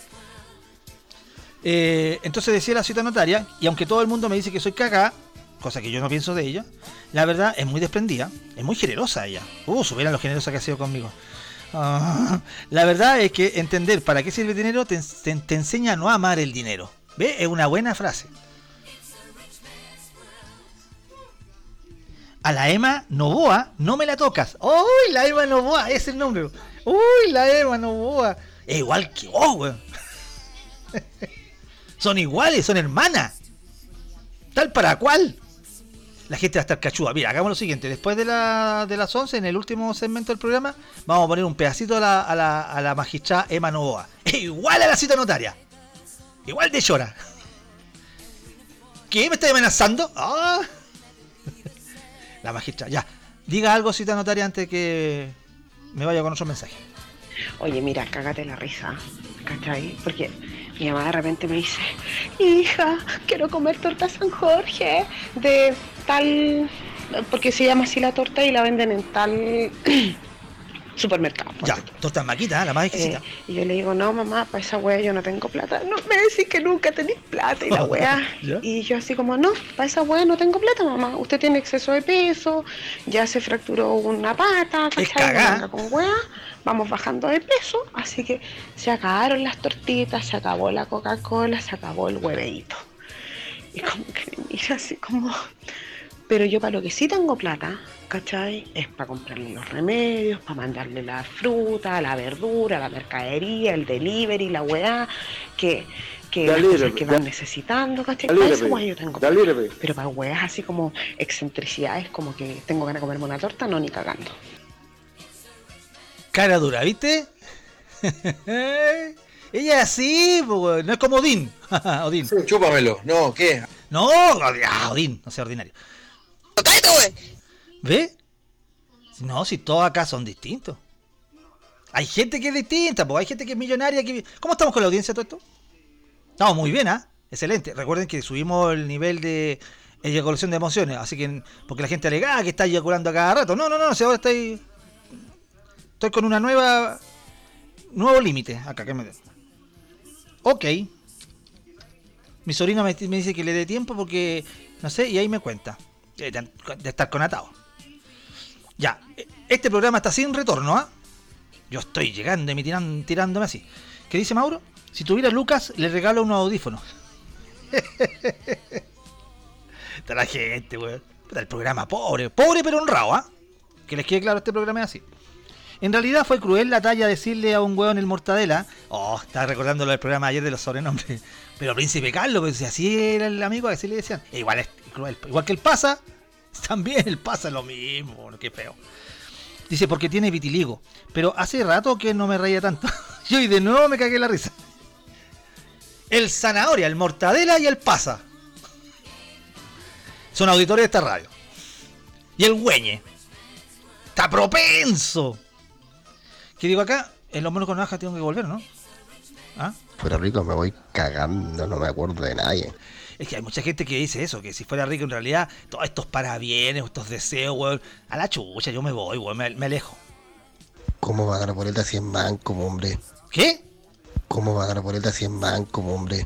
Entonces decía la cita notaria, y aunque todo el mundo me dice que soy cagá, cosa que yo no pienso de ella, la verdad es muy desprendida, es muy generosa ella. Supieran lo generosa que ha sido conmigo. La verdad es que entender para qué sirve el dinero te enseña a no amar el dinero. ¿Ve? Es una buena frase. A la Emma Novoa no me la tocas. ¡Uy, la Emma Novoa! Es el nombre. ¡Uy, la Emma Novoa! Es igual que vos, weón. Son iguales, son hermanas. Tal para cual. La gente va a estar cachuda. Mira, hagamos lo siguiente. Después de las 11, en el último segmento del programa, vamos a poner un pedacito a la magistrada Emma Novoa. Es igual a la cita notaria. Igual de llora. ¿Qué? ¿Me está amenazando? ¡Ah! La magistrada. Ya. Diga algo, cita notaria, antes que me vaya con otro mensaje. Oye, mira, cágate la risa, ¿cachai? Porque mi mamá de repente me dice, hija, quiero comer torta San Jorge de tal, porque se llama así la torta y la venden en tal supermercado. Ya, torta maquita, la más exquisita. Y yo le digo, no, mamá, para esa wea yo no tengo plata. No, me decís que nunca tenés plata y la wea. Y yo así como, no, para esa wea no tengo plata, mamá. Usted tiene exceso de peso, ya se fracturó una pata, ¿cachai? Con wea. Vamos bajando de peso, así que se acabaron las tortitas, se acabó la Coca-Cola, se acabó el hueveíto. Y como que me mira así como... Pero yo para lo que sí tengo plata, ¿cachai? Es para comprarle los remedios, para mandarle la fruta, la verdura, la mercadería, el delivery, la weá, que las cosas que van necesitando, ¿cachai? Para eso yo tengo plata. Pero para weás así como excentricidades, como que tengo ganas de comerme una torta, no, ni cagando. Cara dura, ¿viste? Ella es así, no es como Odín. Odín. Sí, chúpamelo. No, ¿qué? No, Odín, no sea ordinario. ¿Ve? No, si todos acá son distintos. Hay gente que es distinta, porque hay gente que es millonaria. ¿Cómo estamos con la audiencia todo esto? Estamos muy bien, ¿ah? Excelente. Recuerden que subimos el nivel de eyaculación de emociones, así que, porque la gente alega que está eyaculando a cada rato. No, si ahora estoy con una nuevo límite acá. Ok. Mi sobrino me dice que le dé tiempo porque, no sé, y ahí me cuenta de estar conatado. Ya, este programa está sin retorno, ¿ah? Yo estoy llegando y me tirándome así. ¿Qué dice Mauro? Si tuviera Lucas, le regalo unos audífonos. Está la gente, weón. El programa pobre pero honrado, ¿ah? Que les quede claro, este programa es así. En realidad fue cruel la talla decirle a un hueón el mortadela. Oh, estaba recordando lo del programa de ayer de los sobrenombres. Pero Príncipe Carlos, pues, si así era el amigo, así le decían. Igual es cruel. Igual que el Pasa, también el Pasa es lo mismo. Bueno, qué feo. Dice, porque tiene vitiligo. Pero hace rato que no me reía tanto. Yo y de nuevo me cagué la risa. El Zanahoria, el Mortadela y el Pasa son auditores de esta radio. Y el Güeñe está propenso. ¿Qué digo acá? En los monos con navaja tengo que volver, ¿no? ¿Ah? Fuera rico me voy cagando, no me acuerdo de nadie. Es que hay mucha gente que dice eso, que si fuera rico en realidad, todos estos parabienes, estos deseos, weón, a la chucha, yo me voy, weón, me alejo. ¿Cómo va a dar boleta si en banco, hombre? ¿Qué? ¿Cómo va a dar boleta si en banco, hombre?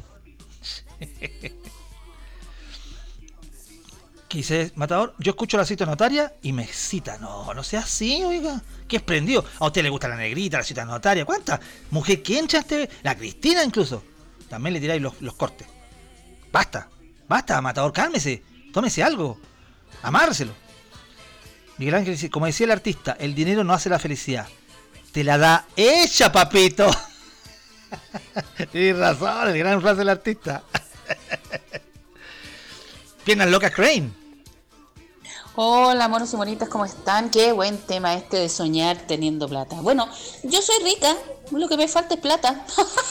¿Qué dice Matador? Yo escucho la cita notaria y me excita. No sea así, oiga. ¿Qué es prendido? A usted le gusta la negrita, la cita notaria. ¿Cuántas? Mujer que entra este, la Cristina incluso. También le tiráis los cortes. Basta, Matador, cálmese. Tómese algo. Amárselo. Miguel Ángel dice, como decía el artista, el dinero no hace la felicidad. Te la da ella, papito. Tienes razón, el gran frase del artista. Piernas locas, Crane. Hola, monos y monitas, ¿cómo están? Qué buen tema este de soñar teniendo plata. Bueno, yo soy rica, lo que me falta es plata.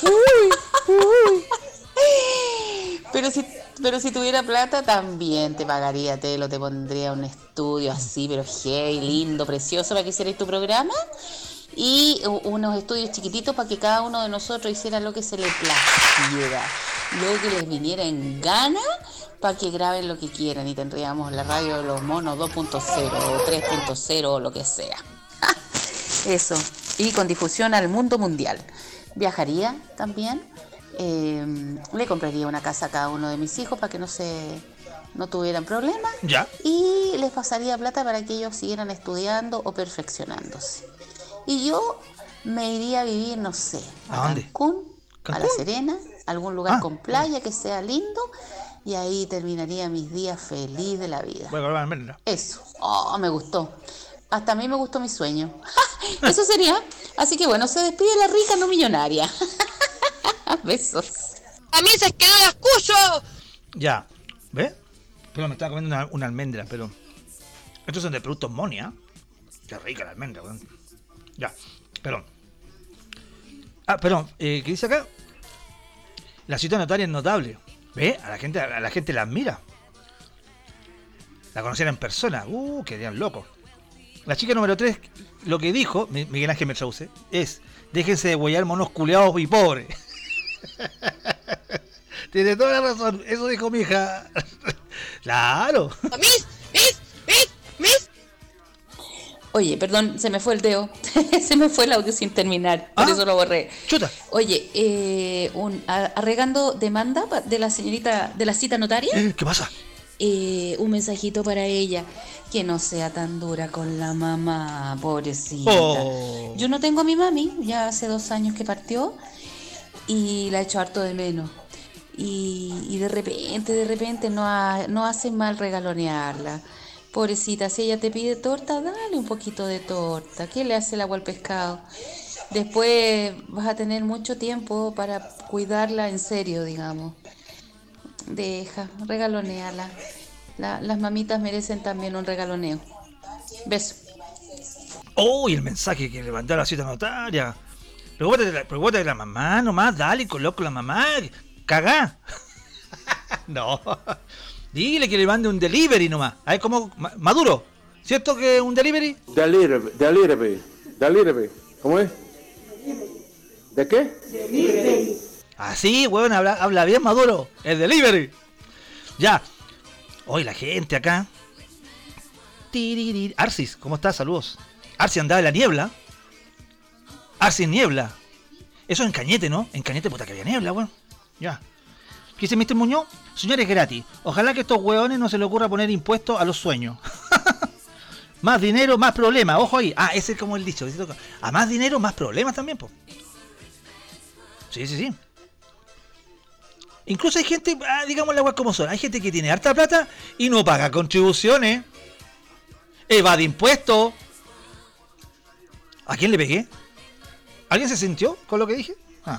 Pero si tuviera plata también te pagaría telo, te pondría un estudio así, pero hey, lindo, precioso, para que hicierais tu programa. Y unos estudios chiquititos para que cada uno de nosotros hiciera lo que se le placiera, lo que les viniera en gana, para que graben lo que quieran y tendríamos la radio de los monos 2.0 o 3.0 o lo que sea. Eso, y con difusión al mundo mundial. Viajaría también, le compraría una casa a cada uno de mis hijos para que no tuvieran problemas. Ya. Y les pasaría plata para que ellos siguieran estudiando o perfeccionándose. Y yo me iría a vivir, no sé, ¿a dónde? ¿Cancún? A La Serena, algún lugar con playa que sea lindo, y ahí terminaría mis días feliz de la vida. Eso, me gustó. Hasta a mí me gustó mi sueño. Eso sería. Así que bueno, se despide la rica no millonaria. Besos. A mí se quedó la escucho. Ya, ¿ves? Pero me estaba comiendo una almendra, pero estos son de productos Monia. Qué rica la almendra, weón. Ya, perdón. ¿Qué dice acá? La cita notaria es notable. ¿Ve? A la gente la admira. La conocían en persona. Quedarían locos. La chica número 3, lo que dijo, Miguel Ángel me traduce, es: déjense de huellar monos culeados y pobres. Tiene toda la razón. Eso dijo mi hija. Claro. Oye, perdón, se me fue el dedo. Se me fue el audio sin terminar. Por eso lo borré. Chuta. Oye, arregando demanda de la señorita de la cita notaria. ¿Qué pasa? Un mensajito para ella. Que no sea tan dura con la mamá, pobrecita. Yo no tengo a mi mami, ya hace 2 años que partió. Y la echo harto de menos. Y de repente no hace mal regalonearla. Pobrecita, si ella te pide torta, dale un poquito de torta. ¿Qué le hace el agua al pescado? Después vas a tener mucho tiempo para cuidarla en serio, digamos. Deja, regaloneala. Las mamitas merecen también un regaloneo. Beso. Y el mensaje que le mandó a la cita notaria. Preocúpate de la mamá nomás, dale, coloca la mamá. Cagá. No. Dile que le mande un delivery nomás. A ver cómo. Maduro. ¿Cierto que un delivery? Delivery. ¿Cómo es? ¿De qué? Delivery. Así, weón, habla bien Maduro. El delivery. Ya. Hoy la gente acá. Arcis, ¿cómo estás? Saludos. Arcis andaba en la niebla. Arcis niebla. Eso en Cañete, ¿no? En Cañete, puta que había niebla, weón. Ya. ¿Qué dice Mr. Muñoz? Soñar es gratis. Ojalá que estos hueones no se les ocurra poner impuestos a los sueños. Más dinero, más problemas. Ojo ahí. Ese es como el dicho. A más dinero, más problemas también, po. Sí. Incluso hay gente, digamos la hueá como son. Hay gente que tiene harta plata y no paga contribuciones. Evade impuestos. ¿A quién le pegué? ¿Alguien se sintió con lo que dije?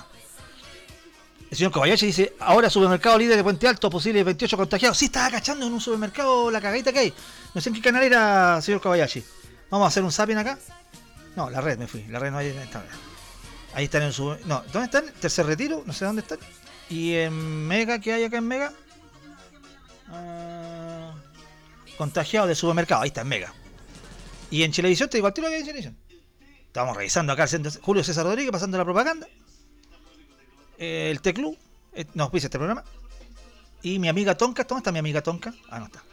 El señor Kobayashi dice, ahora supermercado líder de Puente Alto, posible 28 contagiados. Sí, estaba cachando en un supermercado la cagadita que hay. No sé en qué canal era, señor Kobayashi. Vamos a hacer un zapping acá. No, la red me fui. La red no hay. Ahí están en su... No, ¿dónde están? Tercer Retiro, no sé dónde están. Y en Mega, ¿qué hay acá en Mega? Contagiado de supermercado, ahí está en Mega. Y en Chilevisión, te digo al tiro que hay en Chilevisión. Estamos revisando acá el centro Julio César Rodríguez pasando la propaganda. El T-Club, no, puse este programa. Y mi amiga Tonka, ¿dónde está mi amiga Tonka? No está.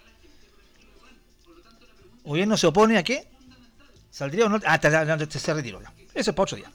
¿Gobierno se opone a qué? ¿Saldría o no? Se retiró. Eso es para otro día.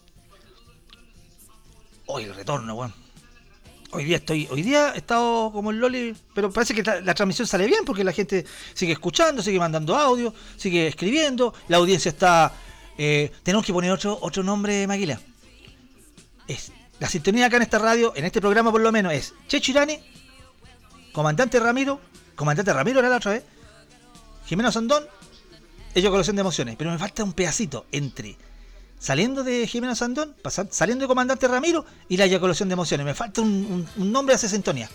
Hoy el retorno, weón. Hoy día he estado como el Loli, pero parece que la transmisión sale bien porque la gente sigue escuchando, sigue mandando audio, sigue escribiendo, la audiencia está... tenemos que poner otro nombre, Maguila. La sintonía acá en esta radio, en este programa por lo menos, es Checho Irane, Comandante Ramiro era la otra vez, Jimeno Sandón, Eyaculación de Emociones. Pero me falta un pedacito entre saliendo de Jimeno Sandón, saliendo de Comandante Ramiro y la Eyaculación de Emociones. Me falta un nombre de esa sintonía.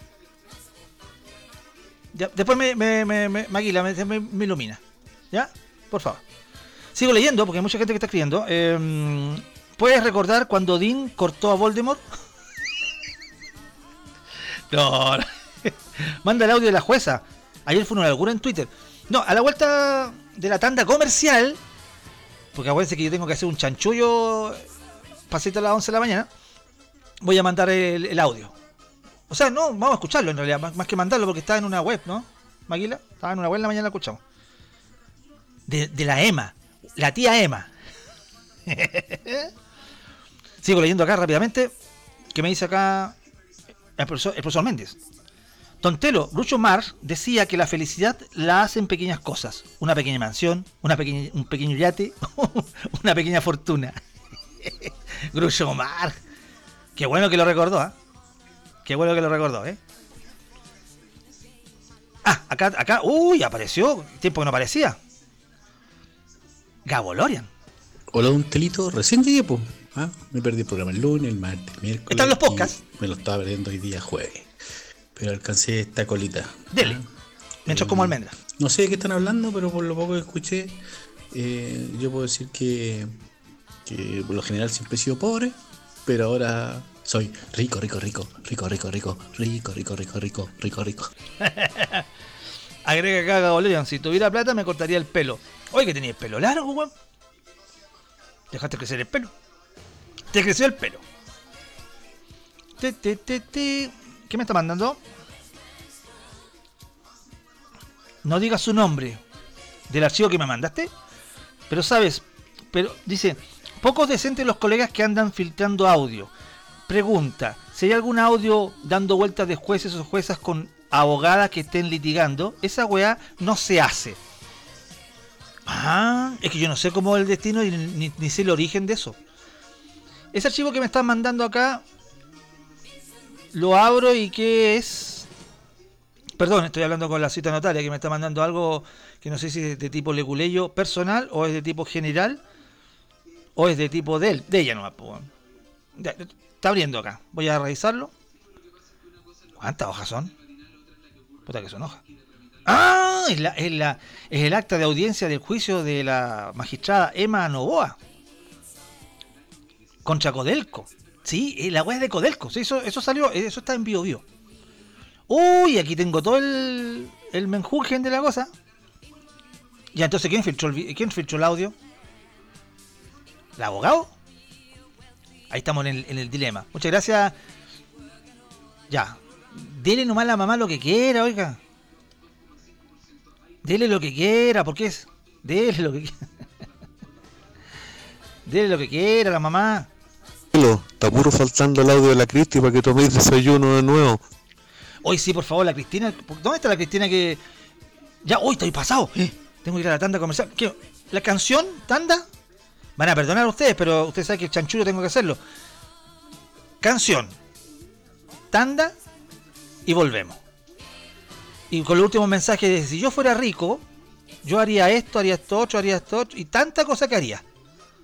Ya, después Maguila me ilumina. ¿Ya? Por favor. Sigo leyendo porque hay mucha gente que está escribiendo. ¿Puedes recordar cuando Dean cortó a Voldemort? No. Manda el audio de la jueza. Ayer fue una locura en Twitter. No, a la vuelta de la tanda comercial, porque acuérdense que yo tengo que hacer un chanchullo pasito a las 11 de la mañana, voy a mandar el audio. O sea, no, vamos a escucharlo en realidad, más que mandarlo porque está en una web, ¿no? Maguila, estaba en una web en la mañana, la escuchamos. De la Emma, la tía Emma. Sigo leyendo acá rápidamente, que me dice acá el profesor Méndez. Tontelo, Groucho Marx decía que la felicidad la hacen pequeñas cosas. Una pequeña mansión, un pequeño yate, una pequeña fortuna. Groucho Marx. Qué bueno que lo recordó, ¿eh? Qué bueno que lo recordó, ¿eh? Acá, uy, apareció. Tiempo que no aparecía. Gabo Lorian. Hola, don Telito, recién llegué, po. Me perdí el programa el lunes, el martes, el miércoles. ¿Están los podcasts? Me lo estaba perdiendo hoy día jueves. Pero alcancé esta colita. Dele. Mientras como almendra. No sé de qué están hablando, pero por lo poco que escuché, yo puedo decir que por lo general siempre he sido pobre, pero ahora soy rico. Agrega acá Gabo Lorian, si tuviera plata me cortaría el pelo. Oye, que tenía el pelo largo, weón. Dejaste crecer el pelo. Te creció el pelo. ¿Qué me está mandando? No digas su nombre del archivo que me mandaste. Pero sabes, dice, pocos decentes los colegas que andan filtrando audio. Pregunta, si hay algún audio dando vueltas de jueces o juezas con abogadas que estén litigando, esa weá no se hace. Es que yo no sé cómo es el destino y ni sé el origen de eso. Ese archivo que me están mandando acá, lo abro y ¿qué es? Perdón, estoy hablando con la cita notaria que me está mandando algo que no sé si es de tipo leguleyo personal o es de tipo general o es de tipo de ella nomás. Está abriendo acá, voy a revisarlo. ¿Cuántas hojas son? Puta que son hojas. Es el acta de audiencia del juicio de la magistrada Emma Novoa contra Codelco. Sí, la web de Codelco. Sí, eso salió, eso está en Bio. Uy, aquí tengo todo el menjurgen de la cosa. Ya, entonces, ¿quién filtró el audio? ¿El abogado? Ahí estamos en el dilema. Muchas gracias. Ya. Dele nomás a la mamá lo que quiera, oiga. Dele lo que quiera, porque es... Dele lo que quiera. Dele lo que quiera a la mamá. Está puro faltando el audio de la Cristi para que toméis desayuno de nuevo. Hoy sí, por favor, la Cristina. ¿Dónde está la Cristina que...? Ya, hoy estoy pasado. Tengo que ir a la tanda comercial. ¿Qué? ¿La canción? ¿Tanda? Van a perdonar a ustedes, pero ustedes saben que el chanchullo tengo que hacerlo. Canción. Tanda. Y volvemos. Y con el último mensaje de si yo fuera rico, yo haría esto otro, y tanta cosa que haría.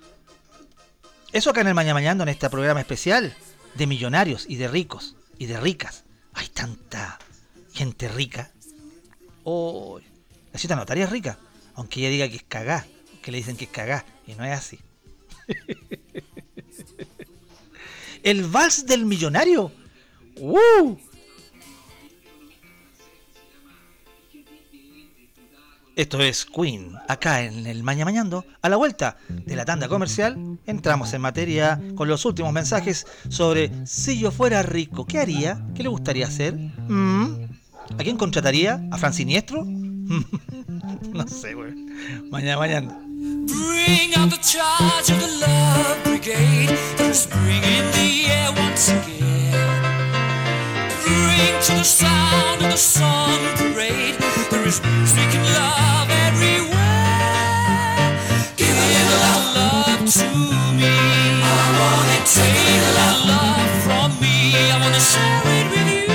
Eso acá en el Mañamañando, en este programa especial de millonarios y de ricos y de ricas. Hay tanta gente rica. Oh, la cita notaria es rica, aunque ella diga que es cagá, que le dicen que es cagá, y no es así. El vals del millonario. Esto es Queen, acá en el Mañamañando. A la vuelta de la tanda comercial, entramos en materia con los últimos mensajes sobre si yo fuera rico, ¿qué haría? ¿Qué le gustaría hacer? ¿A quién contrataría? ¿A Fran Siniestro? No sé, güey. Mañando. Bring out the charge of the love brigade. Just bring in the air once again. Bring to the sound of the song parade. There is music and love everywhere. Give a little love to me. I want it. Take a little love from me. I want to share it with you.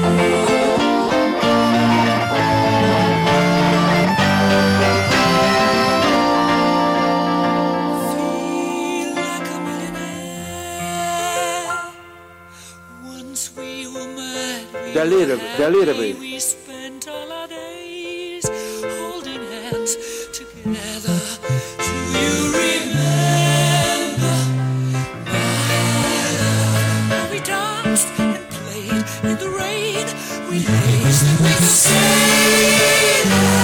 A little bit. We spent all our days holding hands together. Do you remember my love? We danced and played in the rain. We raced and we stayed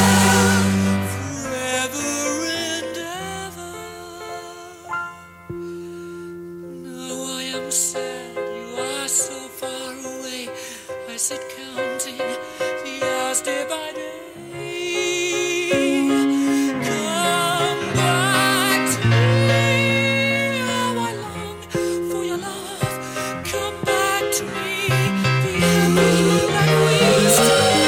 forever and ever. Now I am sad you are so far away. I sit counting the hours day by day. Come back to me. How I long for your love. Come back to me. Be happy like we used to be.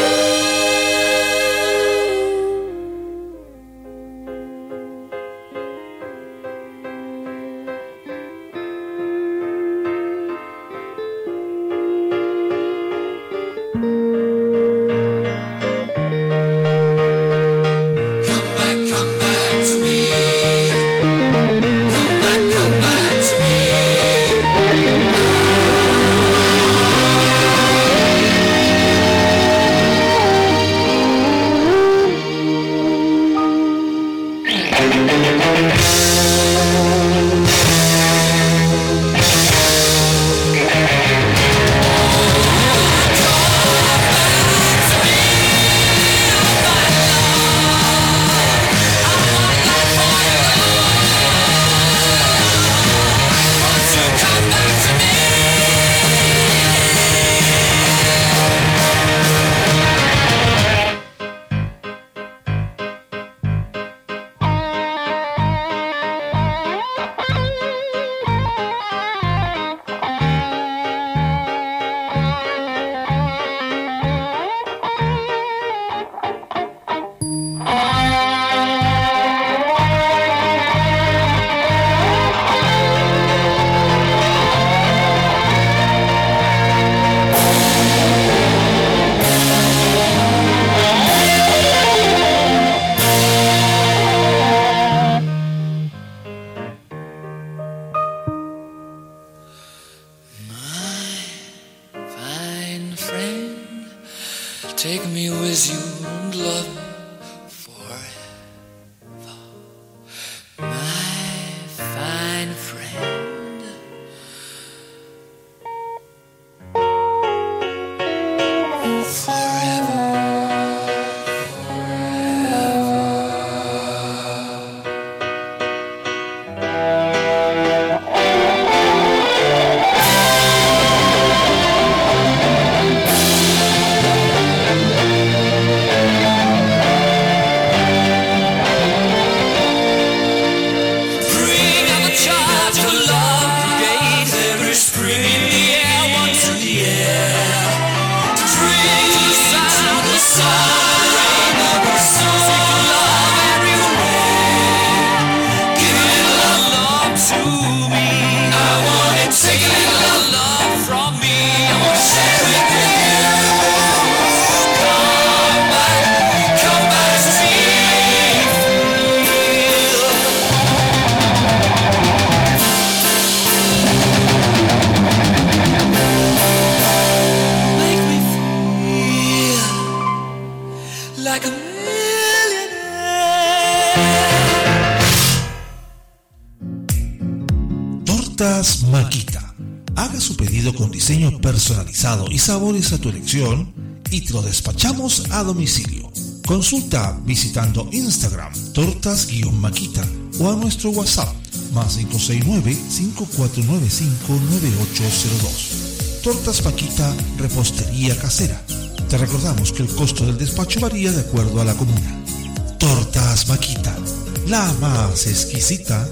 Tortas Maquita. Haga su pedido con diseño personalizado y sabores a tu elección y te lo despachamos a domicilio. Consulta visitando Instagram tortas-maquita o a nuestro WhatsApp +569 5495 9802. Tortas Maquita, repostería casera. Te recordamos que el costo del despacho varía de acuerdo a la comuna. Tortas Maquita, la más exquisita.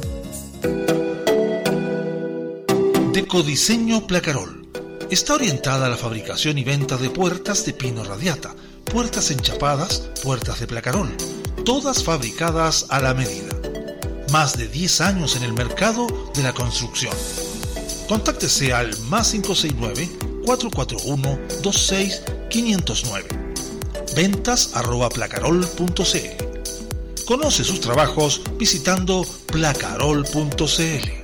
Decodiseño Placarol. Está orientada a la fabricación y venta de puertas de pino radiata, puertas enchapadas, puertas de placarol, todas fabricadas a la medida. Más de 10 años en el mercado de la construcción. Contáctese al +569 441 26 509. ventas@placarol.cl. Conoce sus trabajos visitando placarol.cl.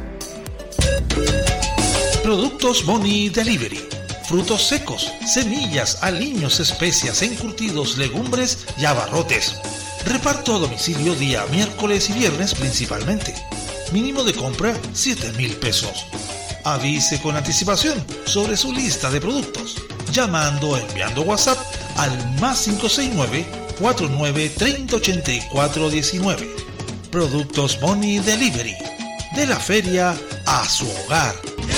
Productos Boni Delivery. Frutos secos, semillas, aliños, especias, encurtidos, legumbres y abarrotes. Reparto a domicilio día miércoles y viernes principalmente. Mínimo de compra 7,000 pesos. Avise con anticipación sobre su lista de productos, llamando o enviando WhatsApp al +569 49 30 84 19. Productos Boni Delivery. De la feria a su hogar.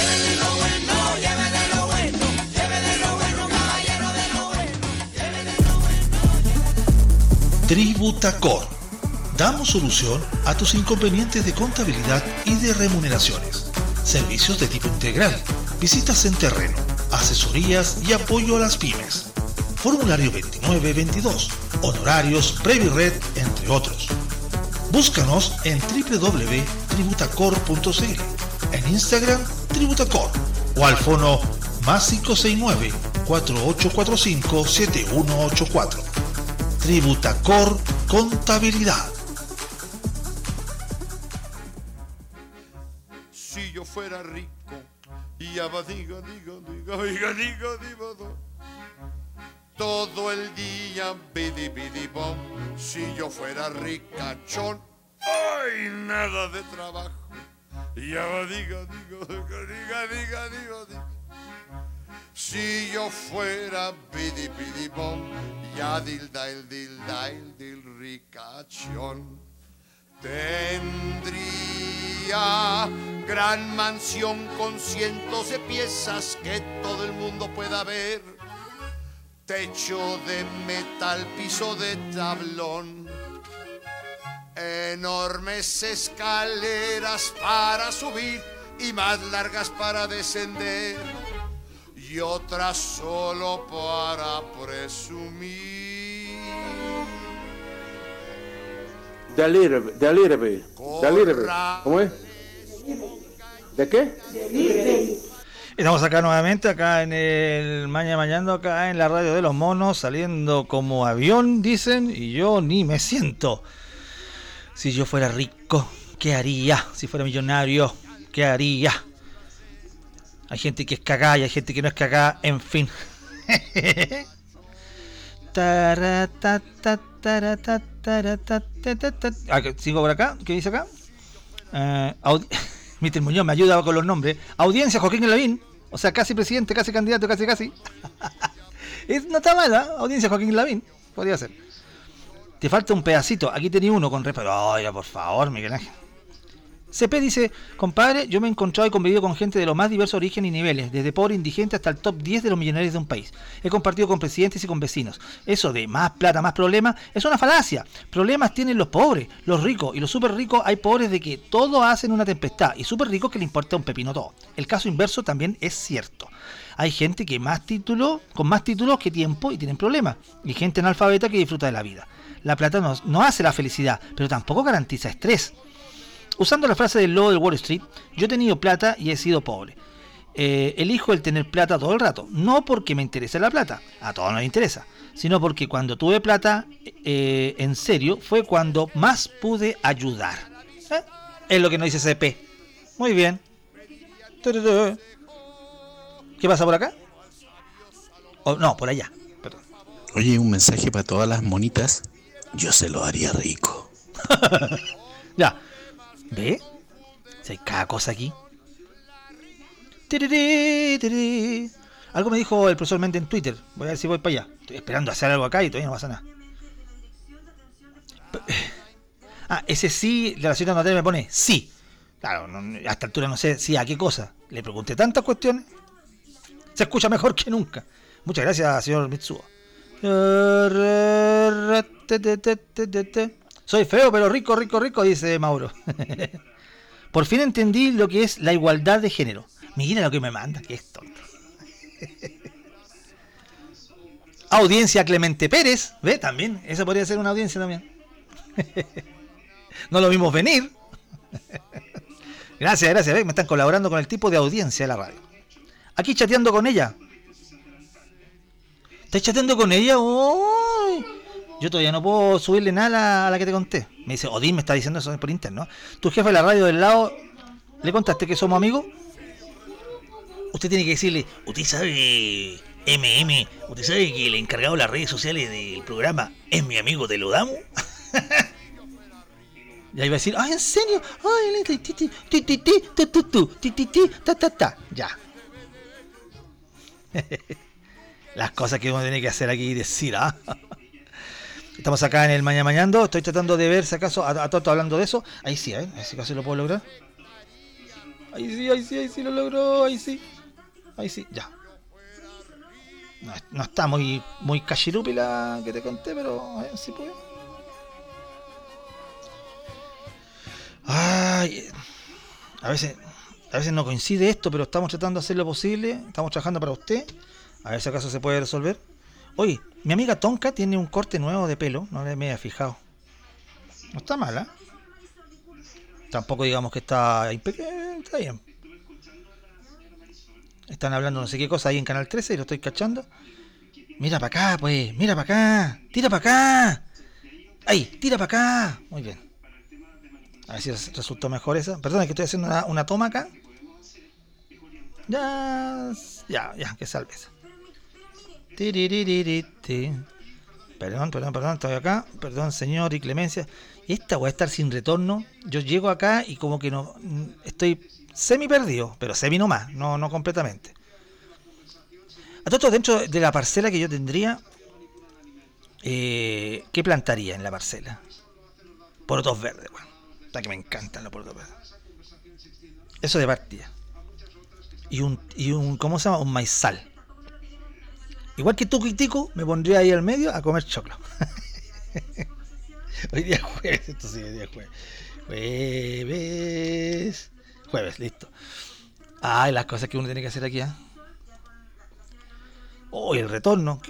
Tributacor. Damos solución a tus inconvenientes de contabilidad y de remuneraciones. Servicios de tipo integral, visitas en terreno, asesorías y apoyo a las pymes. Formulario 2922, honorarios, Previred, entre otros. Búscanos en www.tributacor.cl, en Instagram Tributacor o al fono +569 4845 7184. Tributacor Contabilidad. Si yo fuera rico y abadiga, todo el día bidi bidi bom. Si yo fuera ricachón, ay, nada de trabajo. Y abadiga, si yo fuera bidi bidi bom, ya dilda el ricachón. Tendría gran mansión con cientos de piezas que todo el mundo pueda ver. Techo de metal, piso de tablón, enormes escaleras para subir y más largas para descender, y otras solo para presumir. Delivery. ¿Cómo es? ¿De qué? Estamos acá nuevamente, acá en el Mañando, acá en la radio de los monos, saliendo como avión, dicen, y yo ni me siento. Si yo fuera rico, ¿qué haría? Si fuera millonario, ¿qué haría? Hay gente que es cagada y hay gente que no es cagada, en fin. Sigo por acá, ¿qué dice acá? Mr. Muñoz me ayuda con los nombres. Audiencia Joaquín Lavín, o sea, casi presidente, casi candidato, casi. No está mala, Audiencia Joaquín Lavín, podría ser. Te falta un pedacito, aquí tenía uno con respeto. Oiga, por favor, Miguel Ángel. CP dice, compadre, yo me he encontrado y convivido con gente de los más diversos orígenes y niveles, desde pobre indigente hasta el top 10 de los millonarios de un país. He compartido con presidentes y con vecinos. Eso de más plata, más problemas, es una falacia. Problemas tienen los pobres, los ricos, y los súper ricos hay pobres de que todo hacen una tempestad, y súper ricos que le importa un pepino todo. El caso inverso también es cierto. Hay gente que con más títulos que tiempo y tienen problemas, y gente analfabeta que disfruta de la vida. La plata no hace la felicidad, pero tampoco garantiza estrés. Usando la frase del lobo del Wall Street, yo he tenido plata y he sido pobre. Elijo el tener plata todo el rato, no porque me interese la plata, a todos nos interesa, sino porque cuando tuve plata, en serio, fue cuando más pude ayudar. Es lo que nos dice CP. Muy bien. ¿Qué pasa por acá? No, por allá. Perdón. Oye, un mensaje para todas las monitas. Yo se lo haría rico. Ya. ¿Ve? Si hay cada cosa aquí. Algo me dijo el profesor Méndez en Twitter. Voy a ver si voy para allá. Estoy esperando hacer algo acá y todavía no pasa nada. Ese sí, la señora Natalia me pone sí. Claro, a esta altura no sé si a qué cosa. Le pregunté tantas cuestiones. Se escucha mejor que nunca. Muchas gracias, señor Mitsuo. Soy feo, pero rico, dice Mauro. Por fin entendí lo que es la igualdad de género. Mira lo que me manda, que es tonto. Audiencia Clemente Pérez. ¿Ve? También. Esa podría ser una audiencia también. No lo vimos venir. Gracias. ¿Ve? Me están colaborando con el tipo de audiencia de la radio. Aquí chateando con ella. ¿Estás chateando con ella? ¡Oh! Yo todavía no puedo subirle nada a la que te conté. Me dice, Odín me está diciendo eso por interno. Tu jefe de la radio del lado, ¿le contaste que somos amigos? Usted tiene que decirle, usted sabe, usted sabe que el encargado de las redes sociales del programa es mi amigo, ¿te lo damos? Y ahí va a decir, ¿en serio? Ya. Las cosas que uno tiene que hacer aquí y decir, Estamos acá en el Mañando. Estoy tratando de ver si acaso a Toto hablando de eso. Ahí sí, a ver si acaso lo puedo lograr. Ahí sí lo logró. Ahí sí, ya. No está muy cachirupi la que te conté, pero a ver si puede. Ay, a veces no coincide esto, pero estamos tratando de hacer lo posible. Estamos trabajando para usted. A ver si acaso se puede resolver. Oye, mi amiga Tonka tiene un corte nuevo de pelo. No me había fijado. No está mala. Tampoco digamos que está impecable. Está bien. Están hablando no sé qué cosa ahí en Canal 13 y lo estoy cachando. Mira para acá, pues. Mira para acá. Tira para acá. Ahí, tira para acá. Muy bien. A ver si resultó mejor esa. Perdón, es que estoy haciendo una toma acá. Ya, que salve esa. Perdón, estoy acá. Perdón, señor y clemencia. Esta voy a estar sin retorno. Yo llego acá y como que no estoy semi perdido, pero semi nomás, no completamente. A todo esto, dentro de la parcela que yo tendría, ¿qué plantaría en la parcela? Porotos verdes, bueno. Hasta que me encantan los porotos verdes. Eso de partida. Y un ¿cómo se llama? Un maizal. Igual que tú, Tico, me pondría ahí al medio a comer choclo. Hoy día es jueves, esto sí, hoy día es jueves. Jueves, listo. Las cosas que uno tiene que hacer aquí, el retorno.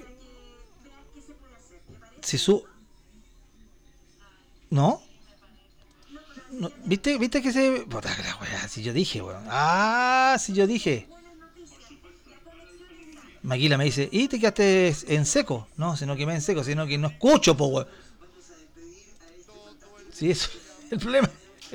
¿No? ¿Viste que se... Si yo dije, weón. Si yo dije. Maquila me dice, ¿y te quedaste en seco? No, si no quemé en seco, sino que no escucho, po, weón. Sí, eso es el problema.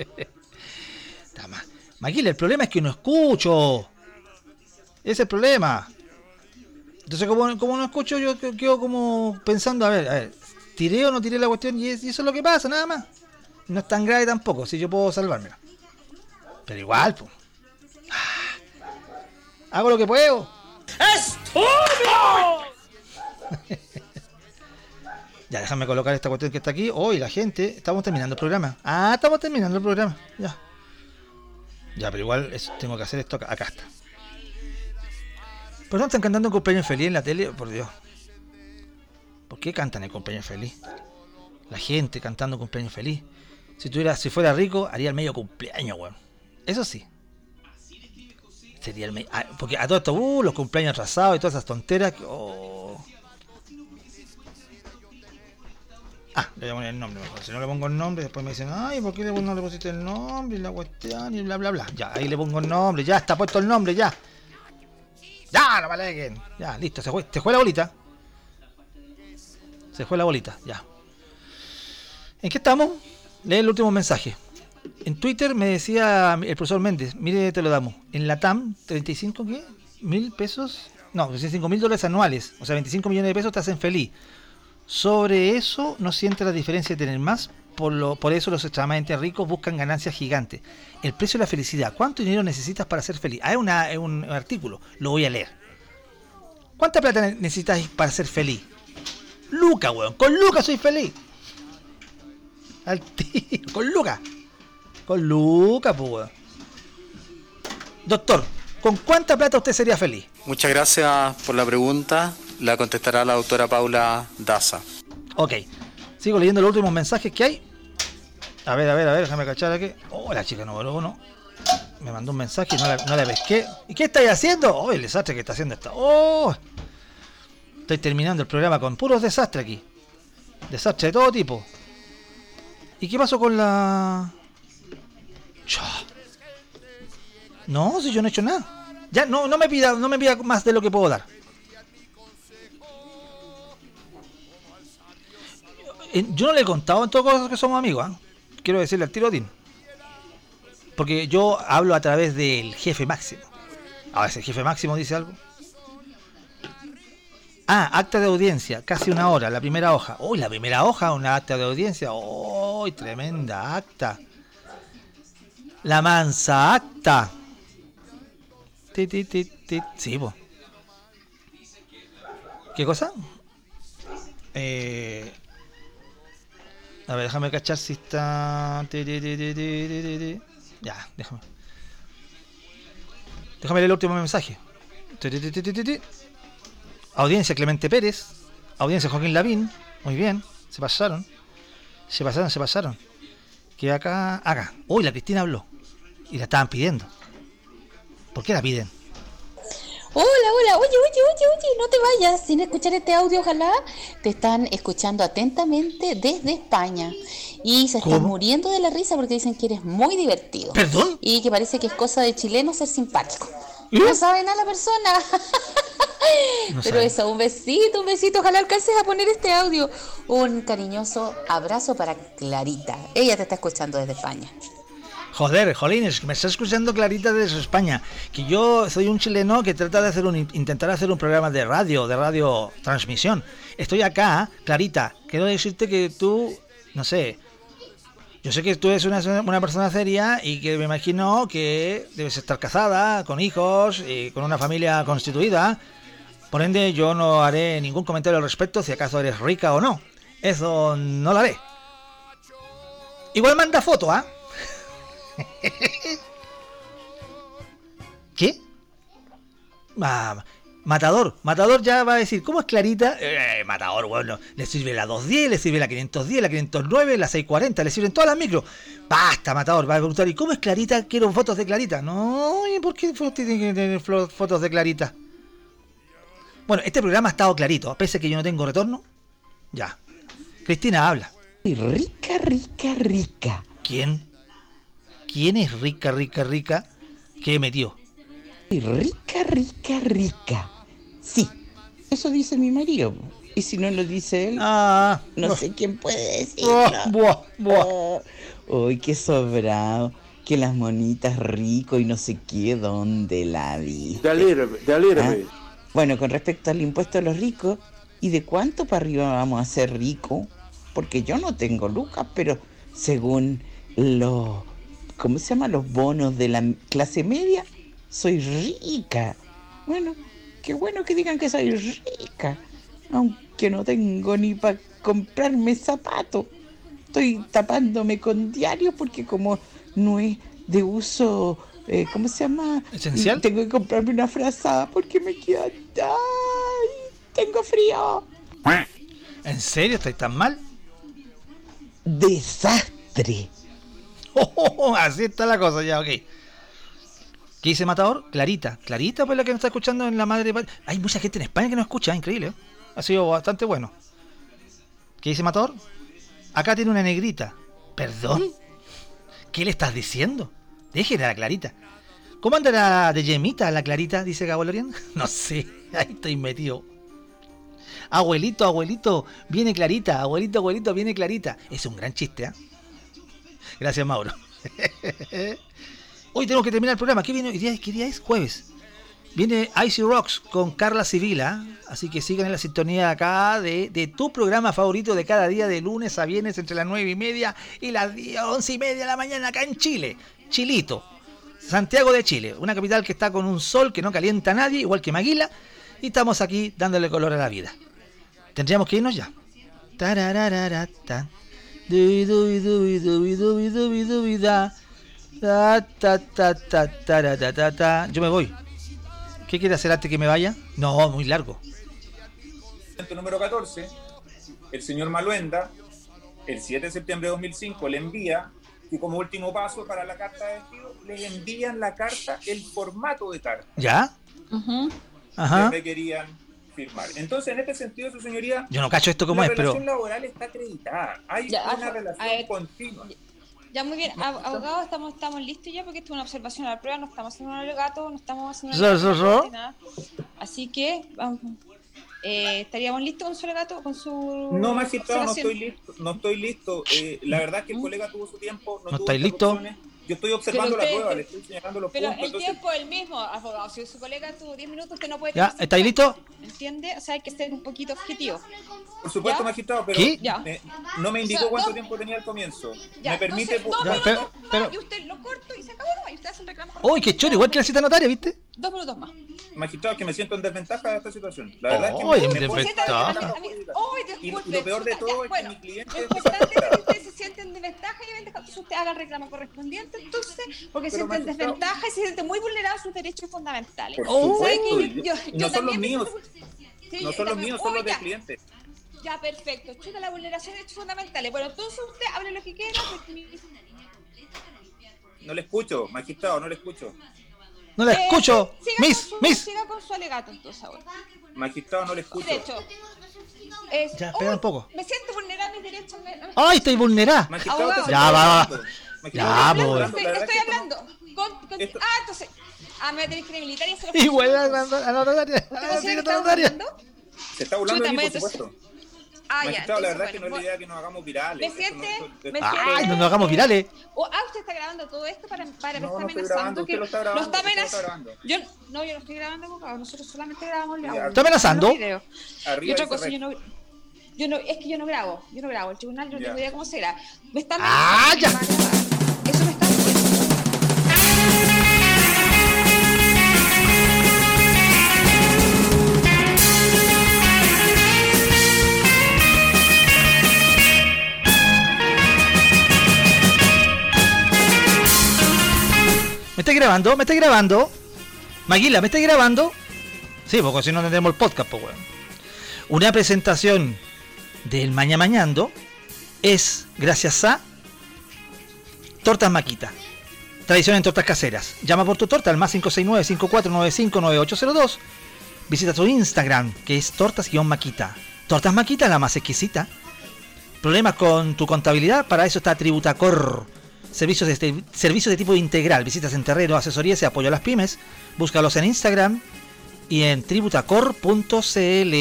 Maquila, el problema es que no escucho. Ese es el problema. Entonces, como no escucho, yo quedo como pensando, a ver, ¿tiré o no tiré la cuestión? Y eso es lo que pasa, nada más. No es tan grave tampoco, si yo puedo salvármela. Pero igual, pues. Hago lo que puedo. ¡Estúpido! Ya, déjame colocar esta cuestión que está aquí. Hoy la gente, estamos terminando el programa. Estamos terminando el programa. Ya, pero igual tengo que hacer esto acá. Acá está. Perdón, están cantando un cumpleaños feliz en la tele, por Dios. ¿Por qué cantan el cumpleaños feliz? La gente cantando cumpleaños feliz. Si fuera rico, haría el medio cumpleaños, weón. Eso sí. Sería el medio. Porque a todo esto, los cumpleaños atrasados y todas esas tonteras. Le voy a poner el nombre mejor. Si no le pongo el nombre, después me dicen, ¿por qué no le pusiste el nombre? Y la cuestión, y bla, bla, bla. Ya, ahí le pongo el nombre. Ya está puesto el nombre, ya. Ya, no me aleguen. Ya, listo, se fue la bolita. Ya. ¿En qué estamos? Lee el último mensaje. En Twitter me decía el profesor Méndez, mire, te lo damos. En la TAM, 35, ¿qué? ¿1,000 pesos? No, $25,000 anuales. O sea, 25 millones de pesos te hacen feliz. Sobre eso, ¿no siente la diferencia de tener más? por eso los extremadamente ricos buscan ganancias gigantes. El precio de la felicidad. ¿Cuánto dinero necesitas para ser feliz? Es un artículo, lo voy a leer. ¿Cuánta plata necesitas para ser feliz? Luca, weón. Con Luca soy feliz. Al tiro. Con Luca. Con Luca, pues, weón. Doctor, ¿con cuánta plata usted sería feliz? Muchas gracias por la pregunta. La contestará la doctora Paula Daza. Ok. Sigo leyendo los últimos mensajes que hay. A ver, déjame cachar aquí. Oh, la chica número 1. Me mandó un mensaje y no la pesqué. ¿Y qué estáis haciendo? Oh, el desastre que está haciendo esta. Oh. Estoy terminando el programa con puros desastres aquí. Desastre de todo tipo. ¿Y qué pasó con la...? No, si yo no he hecho nada. Ya, no me pida más de lo que puedo dar. Yo no le he contado en todo caso que somos amigos, ¿eh? Quiero decirle al tirotín. Porque yo hablo a través del jefe máximo. A ver si el jefe máximo dice algo. Acta de audiencia, casi una hora, la primera hoja. Uy, la primera hoja, una acta de audiencia. Uy, tremenda acta. La mansa acta. Sí, po. ¿Qué cosa? A ver, déjame cachar si está... Ya, déjame leer el último mensaje. Audiencia Clemente Pérez. Audiencia Joaquín Lavín. Muy bien, se pasaron. Que acá. Uy, la Cristina habló. Y la estaban pidiendo. ¿Por qué la piden? Hola, oye, no te vayas sin escuchar este audio, ojalá. Te están escuchando atentamente desde España y se están muriendo de la risa porque dicen que eres muy divertido. ¿Perdón? Y que parece que es cosa de chileno ser simpático. No sabe nada la persona. Pero eso, un besito, ojalá alcances a poner este audio. Un cariñoso abrazo para Clarita. Ella te está escuchando desde España. Joder, jolines, me está escuchando Clarita desde España. Que yo soy un chileno que trata de intentar hacer un programa de radio transmisión. Estoy acá, Clarita. Quiero decirte que tú, no sé, yo sé que tú eres una persona seria y que me imagino que debes estar casada, con hijos y con una familia constituida. Por ende, yo no haré ningún comentario al respecto si acaso eres rica o no. Eso no lo haré. Igual manda foto, ¿ah? ¿Qué? Matador ya va a decir, ¿cómo es Clarita? Matador, bueno, le sirve la 210, le sirve la 510, la 509, la 640, le sirven todas las micros. Basta, Matador, va a preguntar, ¿y cómo es Clarita? Quiero fotos de Clarita. No, ¿y por qué tiene que tener fotos de Clarita? Bueno, este programa ha estado clarito, pese a que yo no tengo retorno. Ya. Cristina, habla. Rica. ¿Quién es rica? ¿Qué metió? Rica. Sí, eso dice mi marido. Y si no lo dice él, no sé quién puede decirlo. Uy, qué sobrado. Que las monitas rico y no sé qué, ¿dónde la vi? Delírame. Bueno, con respecto al impuesto a los ricos, ¿y de cuánto para arriba vamos a ser ricos? Porque yo no tengo lucas, pero según los... ¿Cómo se llama? Los bonos de la clase media, soy rica. Bueno, qué bueno que digan que soy rica, aunque no tengo ni para comprarme zapatos. Estoy tapándome con diario porque como no es de uso, ¿cómo se llama? ¿Esencial? Tengo que comprarme una frazada porque me queda... ¡Ay! Tengo frío. ¿En serio? ¿Estáis tan mal? Desastre. Así está la cosa ya, ok. ¿Qué dice Matador? Clarita, pues la que nos está escuchando en la madre. Hay mucha gente en España que nos escucha, increíble, ¿eh? Ha sido bastante bueno. ¿Qué dice Matador? Acá tiene una negrita. ¿Perdón? ¿Qué le estás diciendo? Déjela a la Clarita. ¿Cómo andará de yemita la Clarita? Dice Gabo Lorian. No sé, ahí estoy metido. Abuelito, viene Clarita. Abuelito, viene Clarita. Es un gran chiste, ¿eh? Gracias, Mauro. Hoy tenemos que terminar el programa. ¿Qué viene? ¿Qué día es? Jueves. Viene Icy Rocks con Carla Sibila. Así que sigan en la sintonía acá de tu programa favorito de cada día, de lunes a viernes, entre las 9:30 y las 11:30 de la mañana, acá en Chile. Chilito, Santiago de Chile, una capital que está con un sol que no calienta a nadie, igual que Maguila. Y estamos aquí dándole color a la vida. Tendríamos que irnos ya. Yo me voy. ¿Qué quiere hacer antes que me vaya? No, muy largo. Número 14, el señor Maluenda, el 7 de septiembre de 2005, le envía, y como último paso para la carta de despido, les envían la carta, el formato de carta. ¿Ya? Ajá. Que querían firmar. Entonces, en este sentido, su señoría, yo no cacho esto como es, pero la relación laboral está acreditada. Hay una relación continua. Ya, muy bien, abogados, estamos listos ya, porque esto es una observación a la prueba, no estamos haciendo un alegato, no estamos haciendo nada. Así que estaríamos listos con su alegato, con su... No, magistrado, no estoy listo. La verdad es que el colega tuvo su tiempo, no estáis listos. Yo estoy observando la prueba, le estoy señalando los puntos. Pero el tiempo es el mismo, abogado. Si su colega tuvo 10 minutos, usted no puede... ¿Ya? ¿Estáis listos? ¿Entiende? O sea, hay que ser un poquito objetivo. Por supuesto, ¿ya? Magistrado, pero no me indicó cuánto tiempo tenía al comienzo. ¿Me permite...? Pero y usted lo corto y se acabó, y usted hace un reclamo. ¡Uy, qué choro! Igual que la cita notaria, ¿viste? 2 minutos más. Magistrado, que me siento en desventaja de esta situación. La verdad es que en desventaja. Y lo peor de todo es que mi cliente... Lo importante es que usted se siente en desventaja y entonces usted haga el reclamo correspondiente, entonces, porque se siente en desventaja y se siente muy vulnerado a sus derechos fundamentales. No son los míos. No son los míos, son los del cliente. Ya, perfecto. Chuta la vulneración de derechos fundamentales. Bueno, entonces usted hable lo que quiera. No le escucho, magistrado, no le escucho. No la escucho. Siga con su alegato entonces ahora. Magistrado, no le escucho. De hecho, ya, espera un poco. Me siento vulnerada a mis derechos. ¡Ay, estoy vulnerada! Ya, va. Ya, pues. Estoy hablando. Entonces. Me voy a tener que inhabilitar y hacer. Igual a la notaria. Se está burlando de mí, por supuesto. Magistrado, la verdad es que no es la idea que nos hagamos virales. ¡Ay, no nos hagamos virales! ¿Usted está grabando todo esto para me está amenazando? Usted lo está grabando. Yo no estoy grabando, abogado. Nosotros solamente grabamos el audio. ¿Está amenazando? Y otra cosa, es que yo no grabo. El tribunal no tengo idea cómo se graba. Me están ya. Eso me está diciendo. ¿Me estáis grabando? Maguila, ¿me estáis grabando? Sí, porque si no tendremos el podcast, pues weón. Una presentación del Mañando es gracias a Tortas Maquita. Tradición en tortas caseras. Llama por tu torta al más 569-5495-9802. Visita su Instagram, que es tortas-maquita. Tortas Maquita, la más exquisita. ¿Problemas con tu contabilidad? Para eso está Tributacor. Servicios de tipo integral, visitas en terreno, asesorías y apoyo a las pymes. Búscalos en Instagram y en tributacor.cl.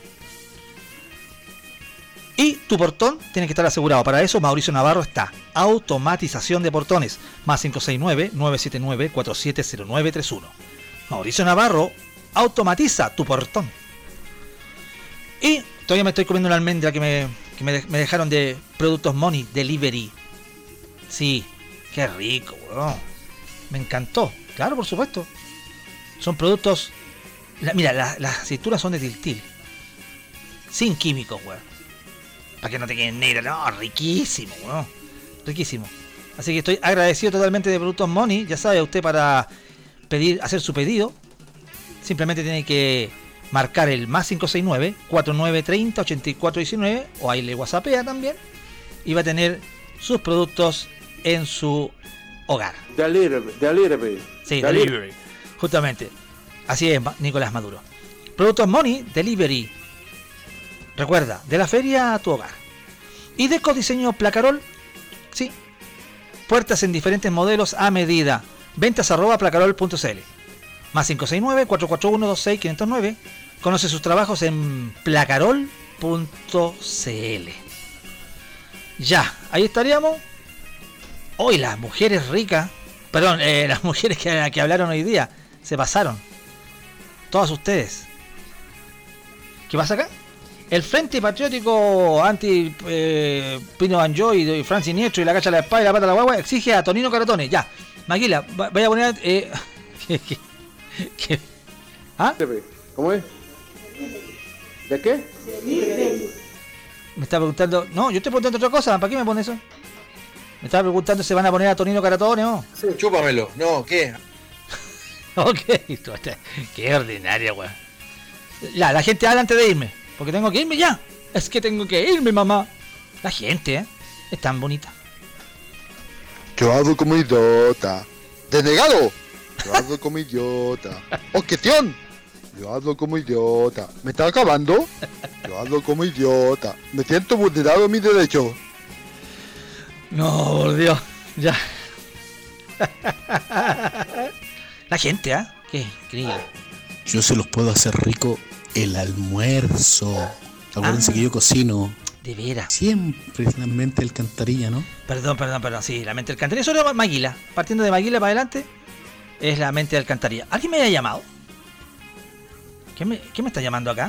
Y tu portón tiene que estar asegurado. Para eso Mauricio Navarro está. Automatización de portones. Más 569-979-470931. Mauricio Navarro automatiza tu portón. Y todavía me estoy comiendo una almendra que me dejaron de Productos Money Delivery. Sí, qué rico, weón. Me encantó. Claro, por supuesto. Son productos... Mira, las aceitunas son de Tiltil. Sin químicos, weón. Para que no te queden negras. No, riquísimo, weón. Riquísimo. Así que estoy agradecido totalmente de Productos Money. Ya sabe, usted para hacer su pedido, simplemente tiene que marcar el más 569-4930-8419. O ahí le whatsappea también. Y va a tener sus productos en su hogar. Delivery. Sí, delivery. Justamente. Así es, Nicolás Maduro. Productos Money Delivery. Recuerda, de la feria a tu hogar. Y Deco Diseño Placarol. Sí. Puertas en diferentes modelos a medida. Ventas @placarol.cl. Más 569-441-26509. Conoce sus trabajos en placarol.cl. Ya, ahí estaríamos. Hoy las mujeres ricas, perdón, las mujeres que hablaron hoy día, se pasaron. todas ustedes. ¿Qué pasa acá? El Frente Patriótico anti Pino Banjo y Fran Siniestro y la Cacha de la Espada y la Pata de la Guagua exige a Tonino Caratone. Ya, Maquila, vaya a poner... ¿Qué? ¿Ah? ¿Cómo es? ¿De qué? Me está preguntando... No, yo estoy preguntando otra cosa. ¿Para qué me pone eso? Me estaba preguntando si van a poner a Tonino Caratone o no. Sí, chúpamelo. No, ¿qué? Ok. Qué ordinaria, weón. La gente habla antes de irme. Porque tengo que irme ya. Es que tengo que irme, mamá. La gente, es tan bonita. Yo hablo como idiota. ¡Denegado! Yo hablo como idiota. ¡Objeción! Yo hablo como idiota. ¿Me está acabando? Yo hablo como idiota. Me siento vulnerado a mis derechos. No, por Dios. Ya. La gente, Qué increíble. Yo se los puedo hacer rico el almuerzo. Acuérdense que yo cocino. De veras. Siempre la mente alcantarilla, ¿no? Perdón. Sí, la mente alcantarilla. Eso era Maguila. Partiendo de Maguila para adelante, es la mente alcantarilla. ¿Alguien me haya llamado? ¿Qué me está llamando acá?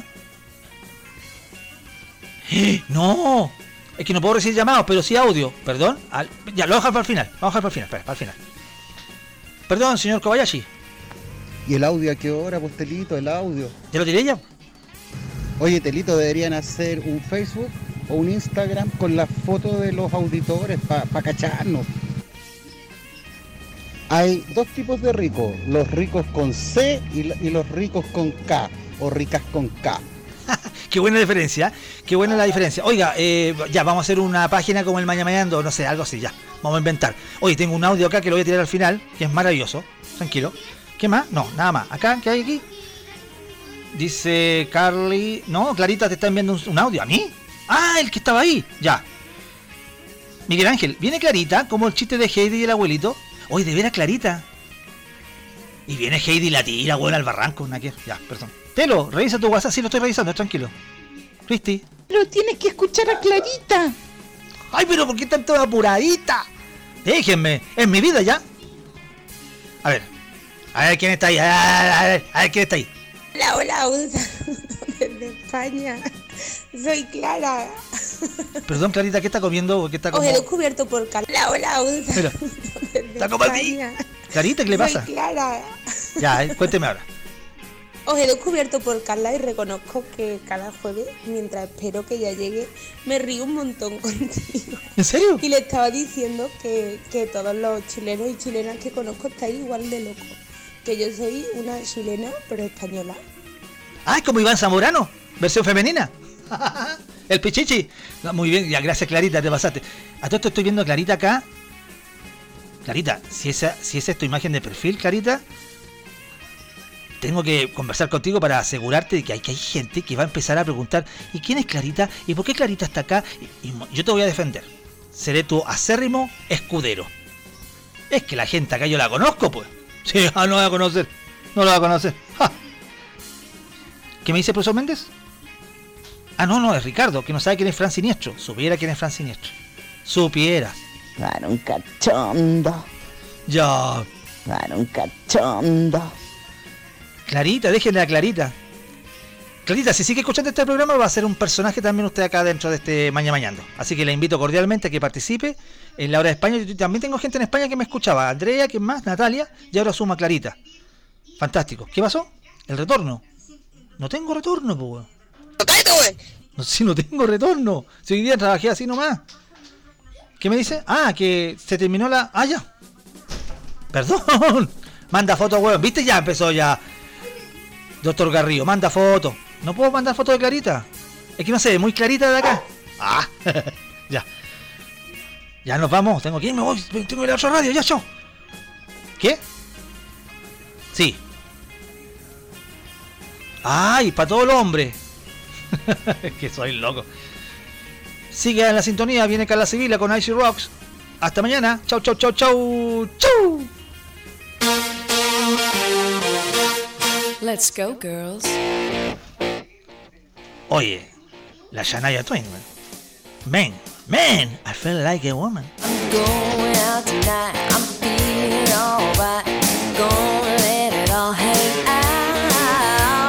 ¡No! Es que no puedo recibir llamados, pero sí audio. Perdón. Ya, lo voy a dejar para el final. Vamos a dejar para el final. Espera, para el final. Perdón, señor Kobayashi. ¿Y el audio a qué hora, pues, Telito? El audio. ¿Ya lo tiré ya? Oye, Telito, deberían hacer un Facebook o un Instagram con las fotos de los auditores para cacharnos. Hay dos tipos de ricos, los ricos con C y los ricos con K, o ricas con K. Qué buena diferencia, qué buena la diferencia. Oiga, ya vamos a hacer una página como el Mañamañando, no sé, algo así, ya. Vamos a inventar. Oye, tengo un audio acá que lo voy a tirar al final, que es maravilloso. Tranquilo. ¿Qué más? No, nada más. Acá, ¿qué hay aquí? Dice Carly... No, Clarita te está enviando un audio. ¿A mí? Ah, el que estaba ahí. Ya. Miguel Ángel, viene Clarita, como el chiste de Heidi y el abuelito. Oye, de veras Clarita. Y viene Heidi y la tira, weón, al barranco. Ya, perdón. Telo, revisa tu WhatsApp. Sí, lo estoy revisando, tranquilo. Cristi. Pero tienes que escuchar a Clarita. Ay, pero ¿por qué están toda apuradita? Déjenme, es mi vida ya. A ver quién está ahí. A ver quién está ahí. Hola, desde España. Soy Clara. Perdón, Clarita, ¿qué está comiendo? ¿Qué está Os he descubierto por Clara. Hola, está como así. Clarita, ¿qué le pasa? Soy Clara. Ya, cuénteme ahora. Os he descubierto por Carla y reconozco que cada jueves, mientras espero que ella llegue, me río un montón contigo. ¿En serio? Y le estaba diciendo que todos los chilenos y chilenas que conozco estáis igual de locos. Que yo soy una chilena, pero española. Ah, es como Iván Zamorano, versión femenina. El Pichichi. No, muy bien, ya, gracias Clarita, te pasaste. A todo esto estoy viendo a Clarita acá. Clarita, si esa es tu imagen de perfil, Clarita, tengo que conversar contigo para asegurarte de que hay gente que va a empezar a preguntar ¿y quién es Clarita? ¿Y por qué Clarita está acá? Y yo te voy a defender. Seré tu acérrimo escudero. Es que la gente acá yo la conozco, pues. Sí, no la voy a conocer. No la voy a conocer. ¡Ja! ¿Qué me dice el profesor Méndez? Ah, no, es Ricardo, que no sabe quién es Fran Siniestro. Supiera quién es Fran Siniestro. Supiera. Claro, un cachondo. Ya. Claro, un cachondo. Clarita, déjenle a Clarita. Clarita, si sigue escuchando este programa va a ser un personaje también usted acá dentro de este Mañamañando. Así que la invito cordialmente a que participe en la hora de España. Yo también tengo gente en España que me escuchaba. Andrea, ¿quién más? Natalia. Y ahora suma Clarita. Fantástico. ¿Qué pasó? El retorno. No tengo retorno, pues. No, si no tengo retorno. Si hoy día trabajé así nomás. ¿Qué me dice? Ah, que se terminó la... Ah, ya. Perdón. Manda foto, weón. ¿Viste? Ya empezó ya. Doctor Garrido, manda foto. ¿No puedo mandar foto de Clarita? Es que no sé, muy clarita de acá. Ah, ya. Ya nos vamos. Tengo que irme, voy. Tengo que ir a otra radio, ya, chao. ¿Qué? Sí. Ay, para todos los hombres. Que soy loco. Sigue en la sintonía, viene Carla Sibila con Icy Rocks. Hasta mañana. Chau, chau, chau, chau. Chau. Let's go, girls. Oye, la Shania Twain, man, I feel like a woman. I'm going out tonight. I'm feeling alright. Gonna let it all hang out.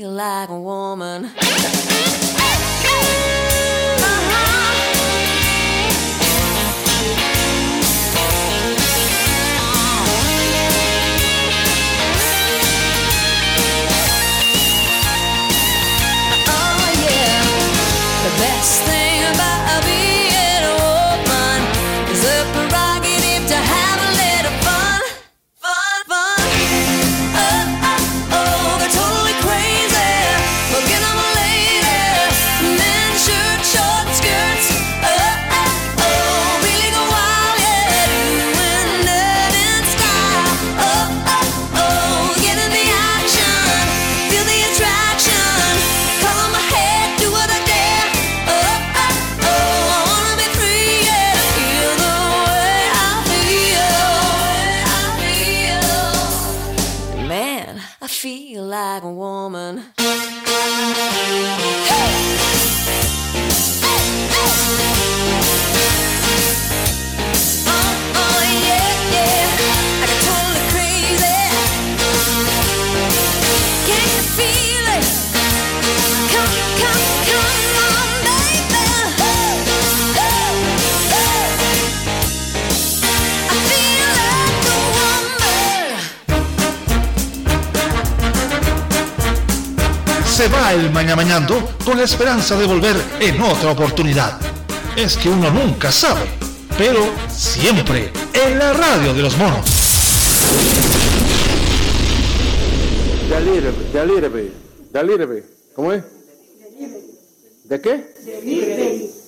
feel like a woman. The best thing about being a woman is the prerogative to have a little fun, fun, fun. They're totally crazy. Look at them later. Men shirt, short skirts. Really go wild, yeah. Doing it in style. Get in the action. Feel the attraction. Color my hair, do what I dare. I feel like a woman. Oh yeah, yeah, I got totally crazy. Can you feel it? Come on, baby. I feel like a woman. Se va el mañando con la esperanza de volver en otra oportunidad. Es que uno nunca sabe, pero siempre en la radio de los monos. Delivery. ¿Cómo es? ¿De qué? Delivery.